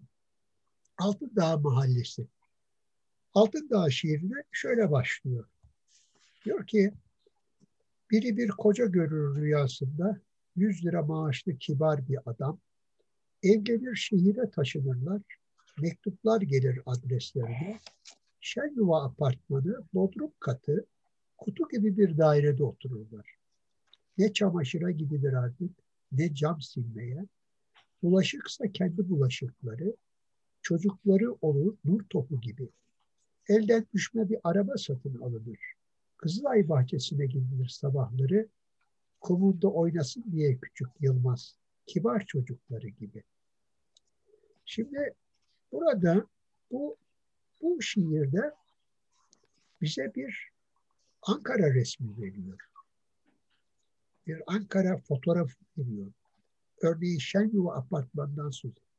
[SPEAKER 3] Altındağ Mahallesi. Altındağ şiirine şöyle başlıyor. Diyor ki, biri bir koca görür rüyasında, yüz lira maaşlı kibar bir adam. Evlenir, şehire taşınırlar. Mektuplar gelir adreslerine. Şenyuva apartmanı, bodrum katı, kutu gibi bir dairede otururlar. Ne çamaşıra gidilir artık, ne cam silmeye. Bulaşıksa kendi bulaşıkları, çocukları olur nur topu gibi. Elden düşme bir araba satın alınır. Kızılay bahçesine gidilir sabahları, kumunda oynasın diye küçük Yılmaz, kibar çocukları gibi. Şimdi burada bu bu şiirde bize bir Ankara resmi veriyor. Bir Ankara fotoğrafı veriyor. Örneğin Şenyuva apartmandan söz ediyor.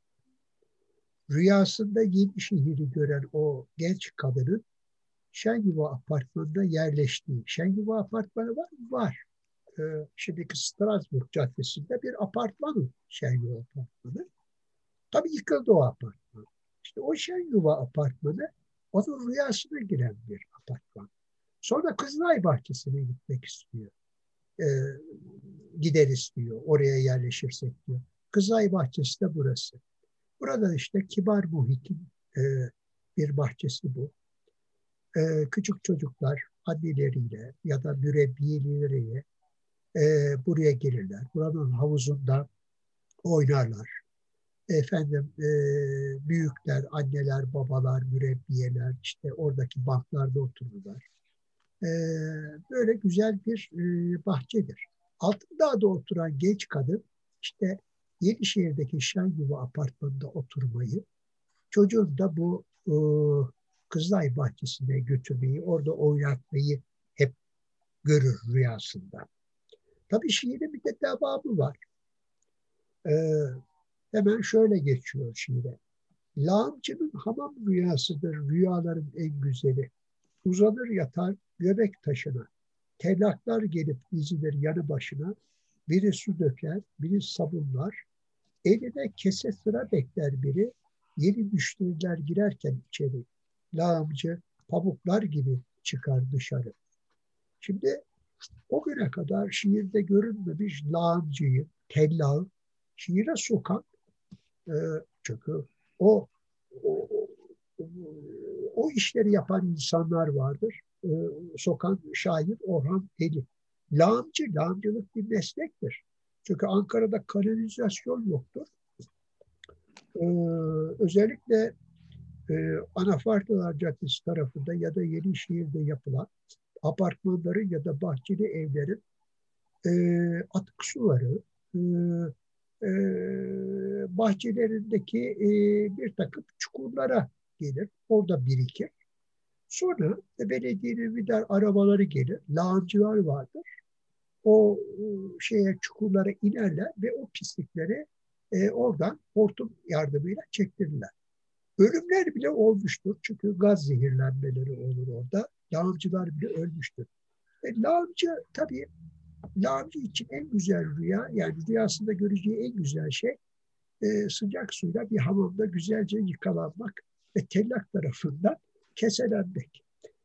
[SPEAKER 3] Rüyasında yeni şehri gören o genç kadının Şenyuva apartmanına yerleştiği. Şenyuva apartmanı var mı? Var. Ee, şimdiki Strasbourg Caddesi'nde bir apartman, Şenyuva apartmanı. Tabii yıkıldı o apartman. İşte o Şenyuva apartmanı onun rüyasına giren bir apartman. Sonra Kızılay Bahçesi'ne gitmek istiyor. Ee, gider istiyor. Oraya yerleşirsek diyor. Kızılay Bahçesi de burası. Burada işte kibar muhitin e, bir bahçesi bu. E, küçük çocuklar anneleriyle ya da mürebbiyeleriyle e, buraya gelirler. Buranın havuzunda oynarlar. Efendim e, büyükler, anneler, babalar, mürebbiyeler işte oradaki banklarda otururlar. E, böyle güzel bir e, bahçedir. Altındağ'da oturan genç kadın işte Yenişehir'deki Şenyuva apartmanında oturmayı, çocuğun da bu e, Kızılay Bahçesi'ne götürmeyi, orada oynatmayı hep görür rüyasında. Tabii şiirin bir de devamı var. E, hemen şöyle geçiyor şiire. Lağımcının hamam rüyasıdır rüyaların en güzeli. Uzanır yatar göbek taşına. Tellaklar gelip dizilir yanı başına. Biri su döker, biri sabunlar. Eline kese sıra bekler biri. Yeni müşteriler girerken içeri. Lağımcı pamuklar gibi çıkar dışarı. Şimdi o güne kadar şiirde görünmemiş lağımcıyı, tellağı şiire sokan, e, çünkü o, o o işleri yapan insanlar vardır. E, sokan şair Orhan Veli. Lağımcı, lağımcılık bir meslektir. Çünkü Ankara'da kanalizasyon yoktur. E, özellikle e, Anafartalar Caddesi tarafında ya da Yenişehir'de yapılan apartmanların ya da bahçeli evlerin e, atık suları, e, e, bahçelerindeki e, bir takım çukurlara gelir. Orada birikir. Sonra e, belediyenin bir arabaları gelir. Lağımcılar vardır. O e, şeye çukurlara inerler ve o pislikleri e, oradan hortum yardımıyla çektirirler. Ölümler bile olmuştur. Çünkü gaz zehirlenmeleri olur orada. Lağımcılar bile ölmüştür. E, lağımcı tabii lağımcı için en güzel rüya, yani rüyasında göreceği en güzel şey e, sıcak suyla bir hamamda güzelce yıkalanmak ve tellak tarafından keselenmek.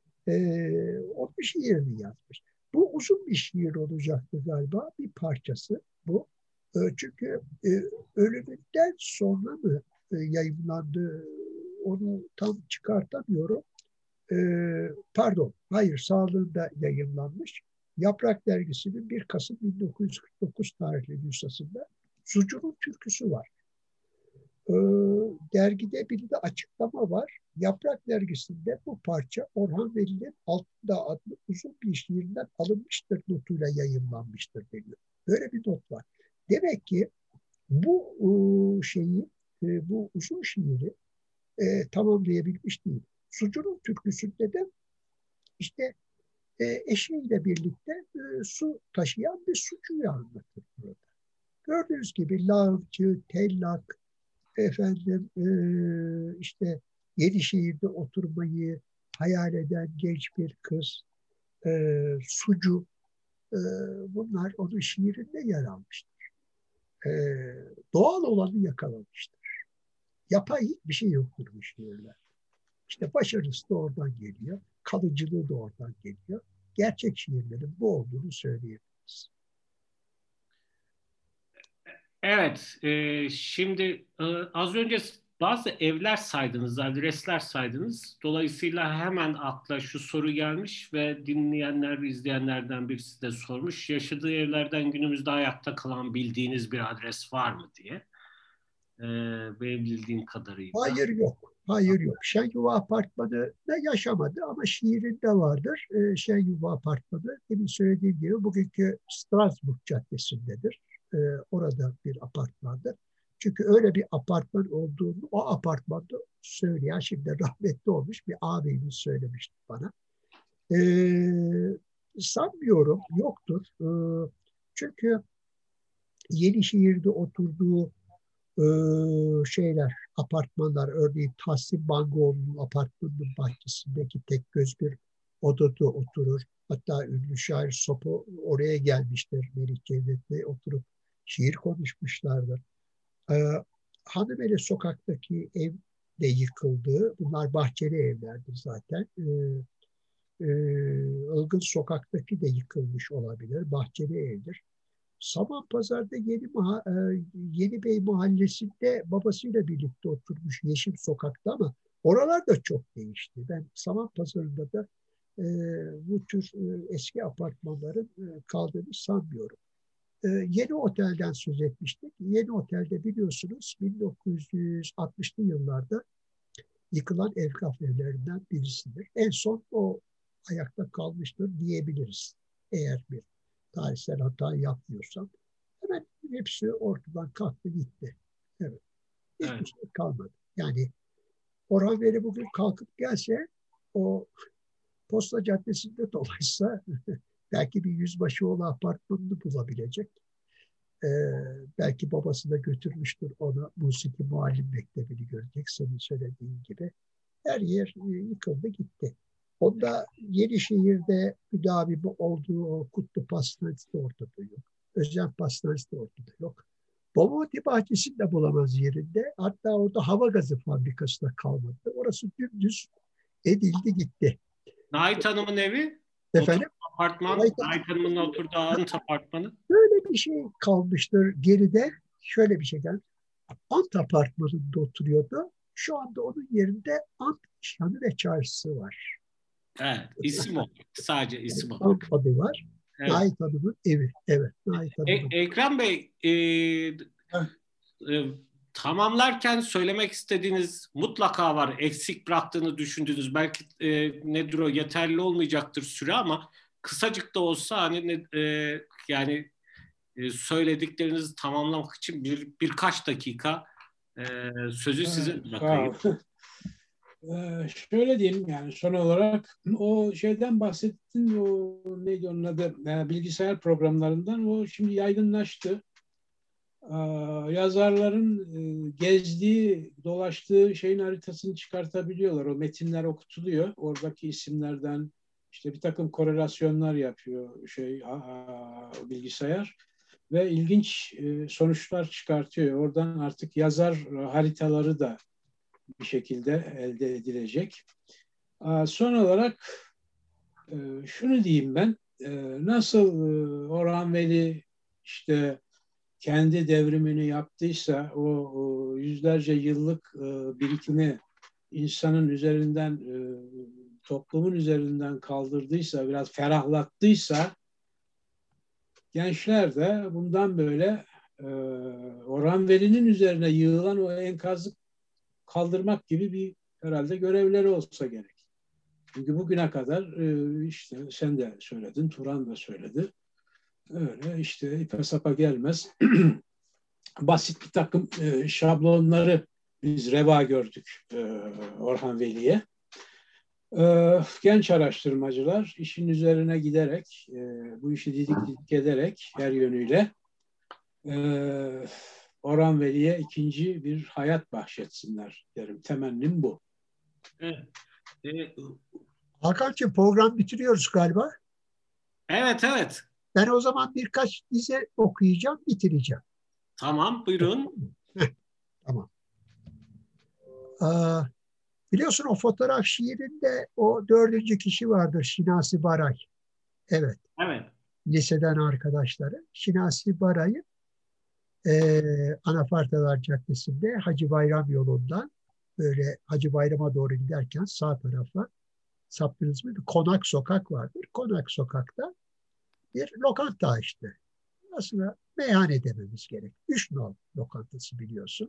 [SPEAKER 3] E, o bir şiirini yazmış. Bu uzun bir şiir olacaktı galiba, bir parçası bu. E, çünkü e, ölümünden sonra mı e, yayınlandı, onu tam çıkartamıyorum. E, pardon, hayır, sağlığında yayınlanmış. Yaprak Dergisi'nin bir Kasım bin dokuz yüz kırk dokuz tarihli nüshasında Sucu'nun türküsü var. Ee, dergide bir de açıklama var. Yaprak Dergisi'nde bu parça Orhan Veli'nin Altındağ adlı uzun bir şiirinden alınmıştır notuyla yayınlanmıştır deniyor. Böyle bir not var. Demek ki bu e, şeyi, e, bu uzun şiiri e, tamamlayabilmiş değil. Sucu'nun türküsünde de işte e, eşiyle birlikte e, su taşıyan bir sucuyu anlatır burada. Gördüğünüz gibi lağımcı, tellak, efendim e, işte Yenişehir'de oturmayı hayal eden genç bir kız, e, sucu, e, bunlar onun şiirinde yer almıştır. E, doğal olanı yakalamıştır. Yapay hiçbir şey yoktur bu şiirler. İşte başarısı da oradan geliyor, kalıcılığı da oradan geliyor. Gerçek şiirlerin bu olduğunu söyleyebiliriz.
[SPEAKER 1] Evet, e, şimdi e, az önce bazı evler saydınız, adresler saydınız. Dolayısıyla hemen akla şu soru gelmiş ve dinleyenler, izleyenlerden birisi de sormuş. Yaşadığı evlerden günümüzde hayatta kalan bildiğiniz bir adres var mı diye. E, benim bildiğim kadarıyla.
[SPEAKER 3] Hayır yok. Hayır yok. Şenyuva Apartmanı'da yaşamadı ama şiirinde vardır. E, Şenyuva Apartmanı, demin söylediğim gibi bugünkü Strasbourg Caddesi'ndedir. E, orada bir apartmandır. Çünkü öyle bir apartman olduğunu o apartmanda söyleyen, şimdi rahmetli olmuş bir abimiz söylemişti bana. E, sanmıyorum, yoktur. E, çünkü Yenişehir'de oturduğu Ee, şeyler, apartmanlar, örneğin Tahsin Bangoğlu'nun apartmanının bahçesindeki tek göz bir odada oturur. Hatta ünlü şair Sopo oraya gelmiştir. Melih Cevdet'le oturup şiir konuşmuşlardır. Ee, Hanımeli Sokak'taki ev de yıkıldı. Bunlar bahçeli evlerdir zaten. Ee, e, Ilgın Sokak'taki de yıkılmış olabilir. Bahçeli evdir. Samanpazar'da Yeni, Maha, e, Yeni Bey Mahallesi'nde babasıyla birlikte oturmuş Yeşim Sokak'ta ama oralar da çok değişti. Ben Samanpazar'ında da e, bu tür e, eski apartmanların e, kaldığını sanmıyorum. E, yeni otelden söz etmiştik. Yeni otelde biliyorsunuz bin dokuz yüz altmışlı yıllarda yıkılan evkaf evlerinden birisidir. En son o ayakta kalmıştır diyebiliriz. Eğer bir tarihsel hata yapmıyorsam. Hemen hepsi ortadan kalktı gitti. Evet. Hiçbir evet. şey kalmadı. Yani Orhan Veli bugün kalkıp gelse o Posta Caddesi'nde dolaşsa belki bir yüzbaşıoğlu apartmanını bulabilecek. Ee, belki babası da götürmüştür ona musiki muallim mektebini görecek senin söylediğin gibi. Her yer yıkıldı gitti. Onda Yenişehir'de müdavimi olduğu o Kutlu Pastanesi de ortada yok. Özlem Pastanesi de ortada yok. Bomonti Bahçesi'ni de bulamaz yerinde. Hatta orada hava gazı fabrikası da kalmadı. Orası dümdüz edildi gitti.
[SPEAKER 1] Nait Hanım'ın evi?
[SPEAKER 3] Efendim?
[SPEAKER 1] Otur, apartman. Nait, Nait Hanım'ın oturduğu anıt apartmanı.
[SPEAKER 3] Böyle bir şey kalmıştır geride. şöyle bir şey geldi. Ant apartmanında oturuyordu. Şu anda onun yerinde Ant İşhanı ve Çarşısı var.
[SPEAKER 1] Evet, isim o. Sadece isim o.
[SPEAKER 3] Ant adı var.
[SPEAKER 1] Evet.
[SPEAKER 3] Nait Hanım'ın evi. Evet, Nait
[SPEAKER 1] E,
[SPEAKER 3] Hanım'ın.
[SPEAKER 1] Ekrem Bey, e, e, tamamlarken söylemek istediğiniz mutlaka var. Eksik bıraktığını düşündüğünüz. Belki e, nedir o, yeterli olmayacaktır süre ama kısacık da olsa hani ne, e, yani e, söylediklerinizi tamamlamak için bir birkaç dakika e, sözü size
[SPEAKER 2] Evet,
[SPEAKER 1] bırakayım.
[SPEAKER 2] sağ ol. Ee, şöyle diyeyim, yani son olarak o şeyden bahsettin, o neydi onun adı, Ee, bilgisayar programlarından, o şimdi yaygınlaştı. Ee, yazarların e, gezdiği, dolaştığı şeyin haritasını çıkartabiliyorlar. O metinler okutuluyor. Oradaki isimlerden işte bir takım korelasyonlar yapıyor şey a- bilgisayar ve ilginç e, sonuçlar çıkartıyor. Oradan artık yazar haritaları da bir şekilde elde edilecek. Son olarak e, şunu diyeyim ben, e, nasıl e, Orhan Veli işte kendi devrimini yaptıysa, o, o yüzlerce yıllık e, birikimi insanın üzerinden, e, toplumun üzerinden kaldırdıysa, biraz ferahlattıysa, gençler de bundan böyle e, Orhan Veli'nin üzerine yığılan o enkazı kaldırmak gibi bir herhalde görevleri olsa gerek. Çünkü bugüne kadar e, işte sen de söyledin, Turan da söyledi. Öyle işte ipe sapa gelmez. Basit bir takım e, şablonları biz reva gördük e, Orhan Veli'ye. E, genç araştırmacılar işin üzerine giderek, e, bu işi didik didik ederek her yönüyle e, Orhan Veli'ye ikinci bir hayat bahşetsinler derim. Temennim bu.
[SPEAKER 1] Evet. E,
[SPEAKER 3] Hakan'cığım, program bitiriyoruz galiba.
[SPEAKER 1] evet, evet.
[SPEAKER 3] Ben o zaman birkaç dize okuyacağım, bitireceğim.
[SPEAKER 1] Tamam, buyurun.
[SPEAKER 3] Tamam. Aa, biliyorsun o fotoğraf şiirinde o dördüncü kişi vardır, Şinasi Baray. Evet,
[SPEAKER 1] Evet.
[SPEAKER 3] liseden arkadaşları. Şinasi Baray'ı e, Anafartalar Caddesi'nde Hacı Bayram yolundan böyle Hacı Bayram'a doğru giderken sağ tarafa saptınız mı? Bir Konak Sokak vardır. Konak Sokak'ta bir lokanta açtı. Aslında meyhane dememiz gerek. Üç nal lokantası biliyorsun.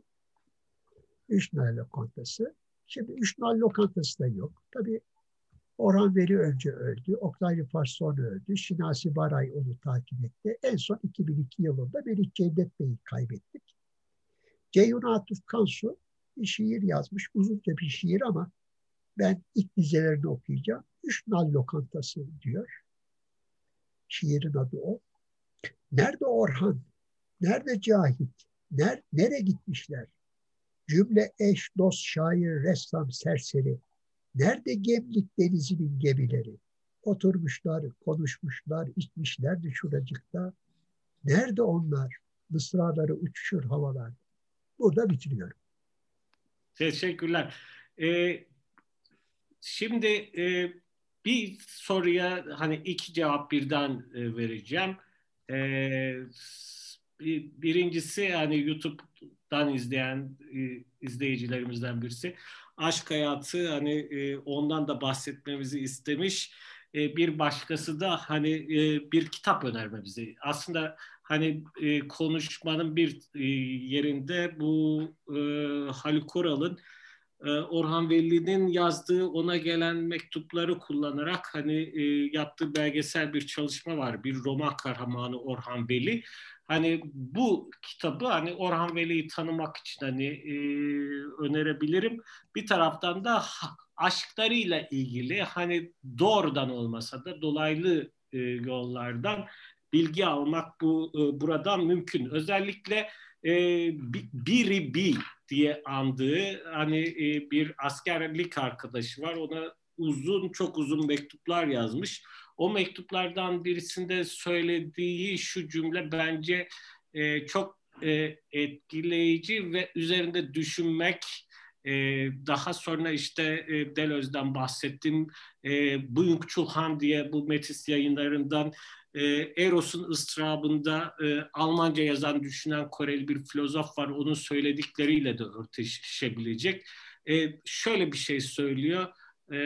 [SPEAKER 3] Üç nal lokantası. Şimdi üç nal lokantası da yok. Tabii Orhan Veli önce öldü. Oktay Rıfat sonra öldü. Şinasi Baray onu takip etti. En son iki bin iki yılında Melih Cevdet Bey'i kaybettik. Ceyhun Atıf Kansu bir şiir yazmış. Uzunca bir şiir ama ben ilk dizelerini okuyacağım. Üç nal lokantası diyor. Şiirin adı o. Nerede Orhan? Nerede Cahit? Ner, nereye gitmişler? Cümle eş, dost, şair, ressam, serseri. Nerede Gemlik denizinin gemileri? Oturmuşlar, konuşmuşlar, içmişlerdi şuracıkta. Nerede onlar? Mısraları uçuşur havalarda. Burada bitiriyorum.
[SPEAKER 1] Teşekkürler. Ee, şimdi e, bir soruya hani iki cevap birden e, vereceğim. Ee, bir- birincisi hani YouTube'dan izleyen e, izleyicilerimizden birisi. Aşk hayatı hani e, ondan da bahsetmemizi istemiş. E, bir başkası da hani e, bir kitap önermemizi. Aslında hani e, konuşmanın bir e, yerinde bu e, Haluk Koral'ın e, Orhan Veli'nin yazdığı ona gelen mektupları kullanarak hani e, yaptığı belgesel bir çalışma var. Bir roman kahramanı Orhan Veli. Hani bu kitabı hani Orhan Veli'yi tanımak için hani e, önerebilirim. Bir taraftan da aşklarıyla ilgili hani doğrudan olmasa da dolaylı e, yollardan bilgi almak bu e, buradan mümkün. Özellikle e, Biri Bi diye andığı hani e, bir askerlik arkadaşı var. Ona uzun çok uzun mektuplar yazmış. O mektuplardan birisinde söylediği şu cümle bence e, çok e, etkileyici ve üzerinde düşünmek E, daha sonra işte e, Deleuze'den bahsettim. E, Byung-Chul Han diye bu Metis yayınlarından e, Eros'un ıstırabında e, Almanca yazan, düşünen Koreli bir filozof var. Onun söyledikleriyle de örtüşebilecek. E, şöyle bir şey söylüyor. E,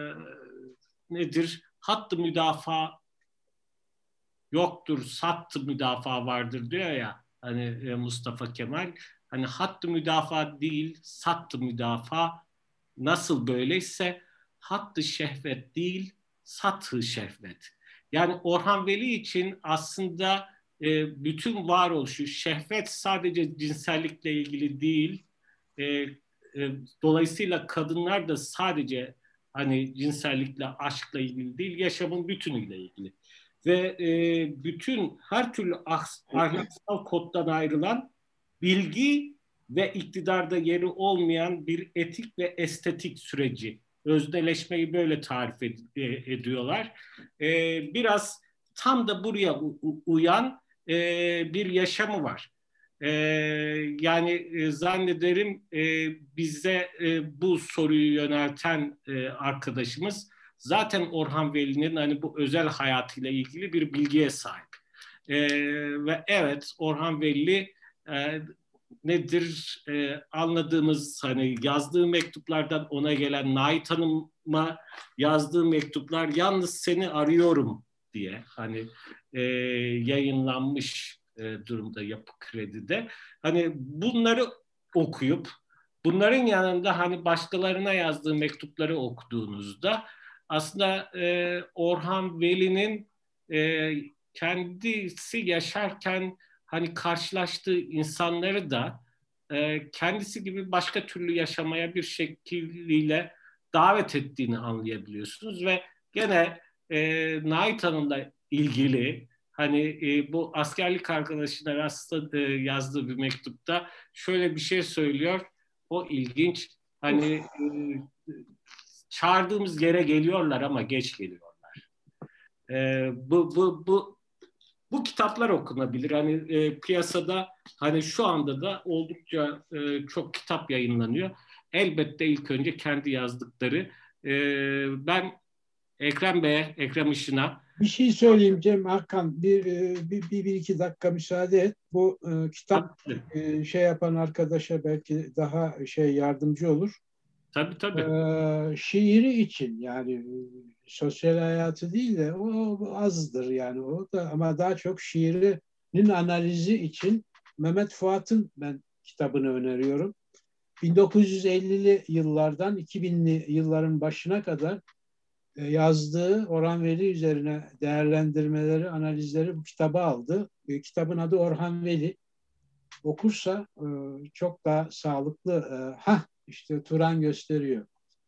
[SPEAKER 1] nedir? Hattı müdafaa yoktur, sattı müdafaa vardır diyor ya hani Mustafa Kemal. Hani hattı müdafaa değil, sattı müdafaa. Nasıl böyleyse hattı şehvet değil, sattı şehvet. Yani Orhan Veli için aslında e, bütün varoluşu, şehvet sadece cinsellikle ilgili değil. E, e, dolayısıyla kadınlar da sadece hani cinsellikle, aşkla ilgili değil, yaşamın bütünüyle ilgili. Ve e, bütün her türlü ahlaksal koddan ayrılan bilgi ve iktidarda yeri olmayan bir etik ve estetik süreci. Özneleşmeyi böyle tarif ed- ediyorlar. E, biraz tam da buraya u- uyan e, bir yaşamı var. E, yani e, zannederim e, bize e, bu soruyu yönelten e, arkadaşımız zaten Orhan Veli'nin hani bu özel hayatıyla ilgili bir bilgiye sahip. E, ve evet Orhan Veli e, nedir e, anladığımız hani yazdığı mektuplardan ona gelen Nait Hanım'a yazdığı mektuplar yalnız seni arıyorum diye hani e, yayınlanmış e, durumda Yapı Kredi'de. Hani bunları okuyup bunların yanında hani başkalarına yazdığı mektupları okuduğunuzda aslında e, Orhan Veli'nin e, kendisi yaşarken hani karşılaştığı insanları da e, kendisi gibi başka türlü yaşamaya bir şekliyle davet ettiğini anlayabiliyorsunuz ve gene e, Nait Hanım'la ilgili hani e, bu askerlik arkadaşına rastladığı yazdığı bir mektupta şöyle bir şey söylüyor. O ilginç. Hani e, çağırdığımız yere geliyorlar ama geç geliyorlar. E, bu bu bu bu kitaplar okunabilir. Hani e, piyasada hani şu anda da oldukça e, çok kitap yayınlanıyor. Elbette ilk önce kendi yazdıkları. E, ben Ekrem Bey'e, Ekrem Işın'a
[SPEAKER 2] Bir şey söyleyeyim Cem Hakan, bir, bir, bir, bir iki dakika müsaade et. Bu e, kitap e, şey yapan arkadaşa belki daha şey yardımcı olur.
[SPEAKER 1] Tabii tabii.
[SPEAKER 2] E, şiiri için yani sosyal hayatı değil de o azdır yani o da ama daha çok şiirinin analizi için Mehmet Fuat'ın ben kitabını öneriyorum. bin dokuz yüz ellili yıllardan iki binli yılların başına kadar yazdığı Orhan Veli üzerine değerlendirmeleri, analizleri bu kitaba aldı. Kitabın adı Orhan Veli. Okursa çok daha sağlıklı. Ha işte Turan gösteriyor.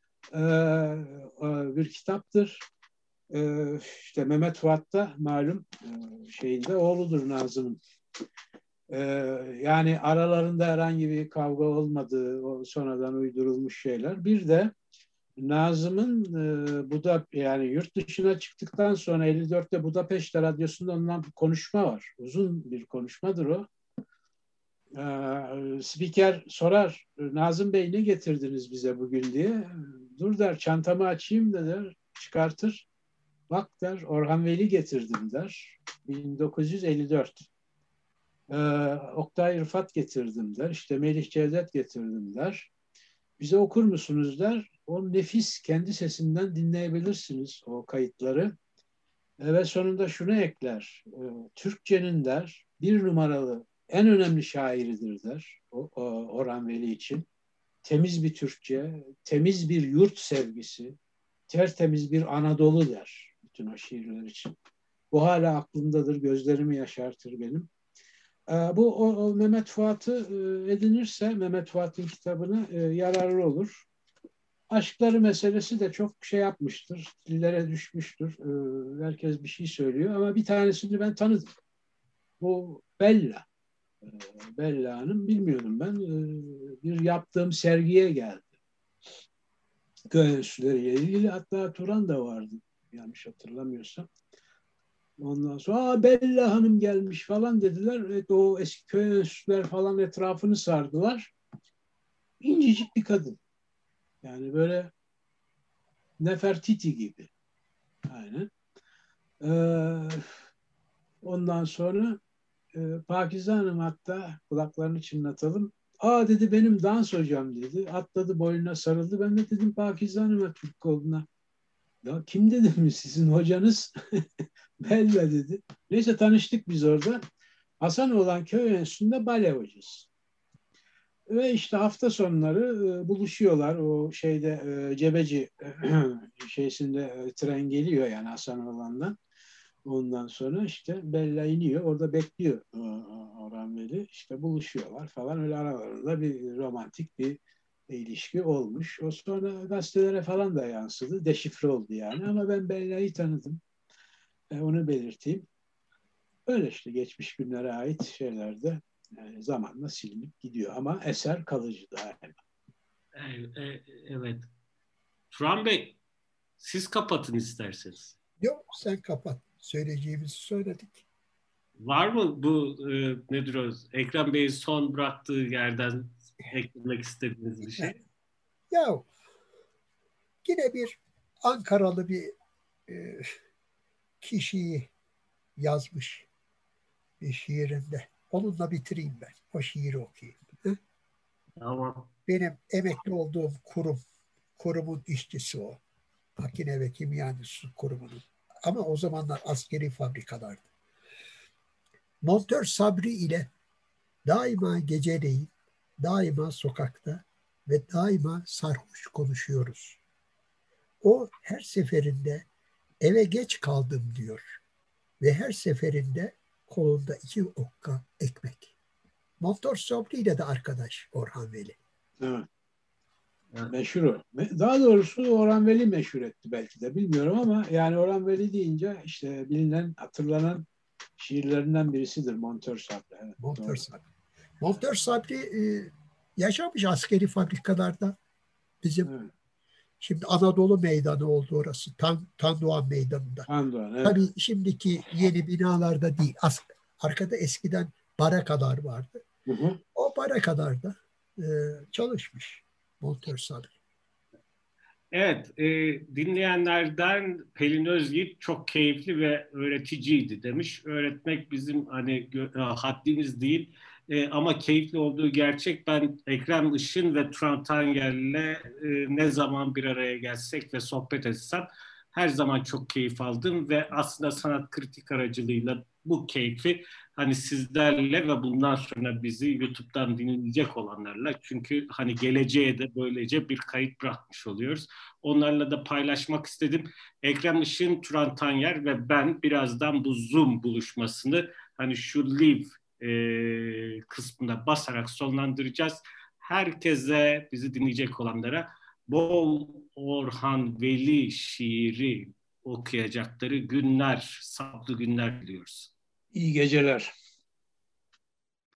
[SPEAKER 2] Bir kitaptır. İşte Mehmet Fuat da malum şeyinde oğludur Nazım'ın. Yani aralarında herhangi bir kavga olmadığı o sonradan uydurulmuş şeyler. Bir de Nazım'ın e, Buda yani yurt dışına çıktıktan sonra elli dörtte Budapeşte Radyosu'nda ondan bir konuşma var. Uzun bir konuşmadır o. E, spiker sorar, Nazım Bey ne getirdiniz bize bugün diye. Dur der, çantamı açayım da der, çıkartır. Bak der, Orhan Veli getirdim der. bin dokuz yüz elli dört. E, Oktay Rıfat getirdim der. İşte Melih Cevdet getirdim der. Bize okur musunuz der. O nefis kendi sesinden dinleyebilirsiniz o kayıtları. Ve sonunda şunu ekler. Türkçenin der bir numaralı en önemli şairidir der o, o, Orhan Veli için. Temiz bir Türkçe, temiz bir yurt sevgisi, tertemiz bir Anadolu der bütün o şiirler için. Bu hala aklımdadır, gözlerimi yaşartır benim. Bu o, o Mehmet Fuat'ı edinirse Mehmet Fuat'ın kitabını e, yararlı olur. Aşkları meselesi de çok şey yapmıştır. Dillere düşmüştür. E, herkes bir şey söylüyor ama bir tanesini ben tanıdım. Bu Bella. E, Bella Hanım bilmiyordum ben. E, bir yaptığım sergiye geldi. Köy enstitüleriyle ilgili hatta Turan da vardı. Yanlış hatırlamıyorsam. Ondan sonra Bella Hanım gelmiş falan dediler. Evet, o eski köy enstitüler falan etrafını sardılar. incecik bir kadın. Yani böyle Nefertiti gibi. Aynen. Ee, ondan sonra e, Pakize Hanım hatta kulaklarını çınlatalım. Aa dedi benim dans hocam dedi. Atladı boynuna sarıldı. Ben de dedim Pakize Hanım'a Türk koluna. Ya kim dedim sizin hocanız? Bella dedi. Neyse tanıştık biz orada. Hasanoğlan Köy Enstitüsü'nde bale hocası. Ve işte hafta sonları e, buluşuyorlar. O şeyde e, Cebeci şeysinde e, tren geliyor yani Hasanoğlan'dan. Ondan sonra işte Bella iniyor. Orada bekliyor e, Orhan Veli. İşte buluşuyorlar falan. Öyle aralarında bir romantik bir ilişki olmuş. O sonra gazetelere falan da yansıdı. Deşifre oldu yani. Ama ben Bella'yı tanıdım. E, onu belirteyim. Öyle işte geçmiş günlere ait şeylerde yani zamanla silinip gidiyor ama eser kalıcı daima.
[SPEAKER 1] Evet. Turan Bey, siz kapatın isterseniz.
[SPEAKER 3] Yok, sen kapat. Söyleyeceğimizi söyledik.
[SPEAKER 1] Var mı bu e, nedir o? Ekrem Bey'in son bıraktığı yerden eklemek istediğiniz bir şey?
[SPEAKER 3] Ya yine bir Ankaralı bir e, kişiyi yazmış bir şiirinde. Onunla bitireyim ben. O şiiri okuyayım.
[SPEAKER 1] Tamam.
[SPEAKER 3] Benim emekli olduğum kurum, kurumun işçisi o. Makine ve Kimya Endüstrisi Kurumu'nun. Ama o zamanlar askeri fabrikalardı. Montör Sabri ile daima geceleyin, daima sokakta ve daima sarhoş konuşuyoruz. O her seferinde eve geç kaldım diyor ve her seferinde kolunda iki okka ekmek. Montör Sabri ile de arkadaş Orhan Veli.
[SPEAKER 2] Evet. Meşhur o. Daha doğrusu Orhan Veli meşhur etti belki de bilmiyorum ama yani Orhan Veli deyince işte bilinen, hatırlanan şiirlerinden birisidir Montör Sabri. Evet,
[SPEAKER 3] Montör Sabri. Montör Sabri e, yaşamış askeri fabrikalarda. Bizim evet. Şimdi Anadolu Meydanı oldu orası. Tan, Tandoğan Meydanı'nda.
[SPEAKER 2] Tandoğan, evet.
[SPEAKER 3] Tabii şimdiki yeni binalarda değil. As, arkada eskiden barakalar vardı. Hı hı. O barakalarda e, çalışmış Montör Sabri.
[SPEAKER 1] Evet, e, dinleyenlerden Pelin Özyiğit çok keyifli ve öğreticiydi demiş. Öğretmek bizim hani haddimiz değil e, ama keyifli olduğu gerçek. Ben Ekrem Işın ve Turan Tanger'le e, ne zaman bir araya gelsek ve sohbet etsem her zaman çok keyif aldım ve aslında sanat kritik aracılığıyla bu keyfi hani sizlerle ve bundan sonra bizi YouTube'dan dinleyecek olanlarla çünkü hani geleceğe de böylece bir kayıt bırakmış oluyoruz. Onlarla da paylaşmak istedim. Ekrem Işın, Turan Tanyer ve ben birazdan bu Zoom buluşmasını hani şu live e, kısmına basarak sonlandıracağız. Herkese, bizi dinleyecek olanlara bol Orhan Veli şiiri okuyacakları günler, sablı günler diliyoruz.
[SPEAKER 2] İyi geceler.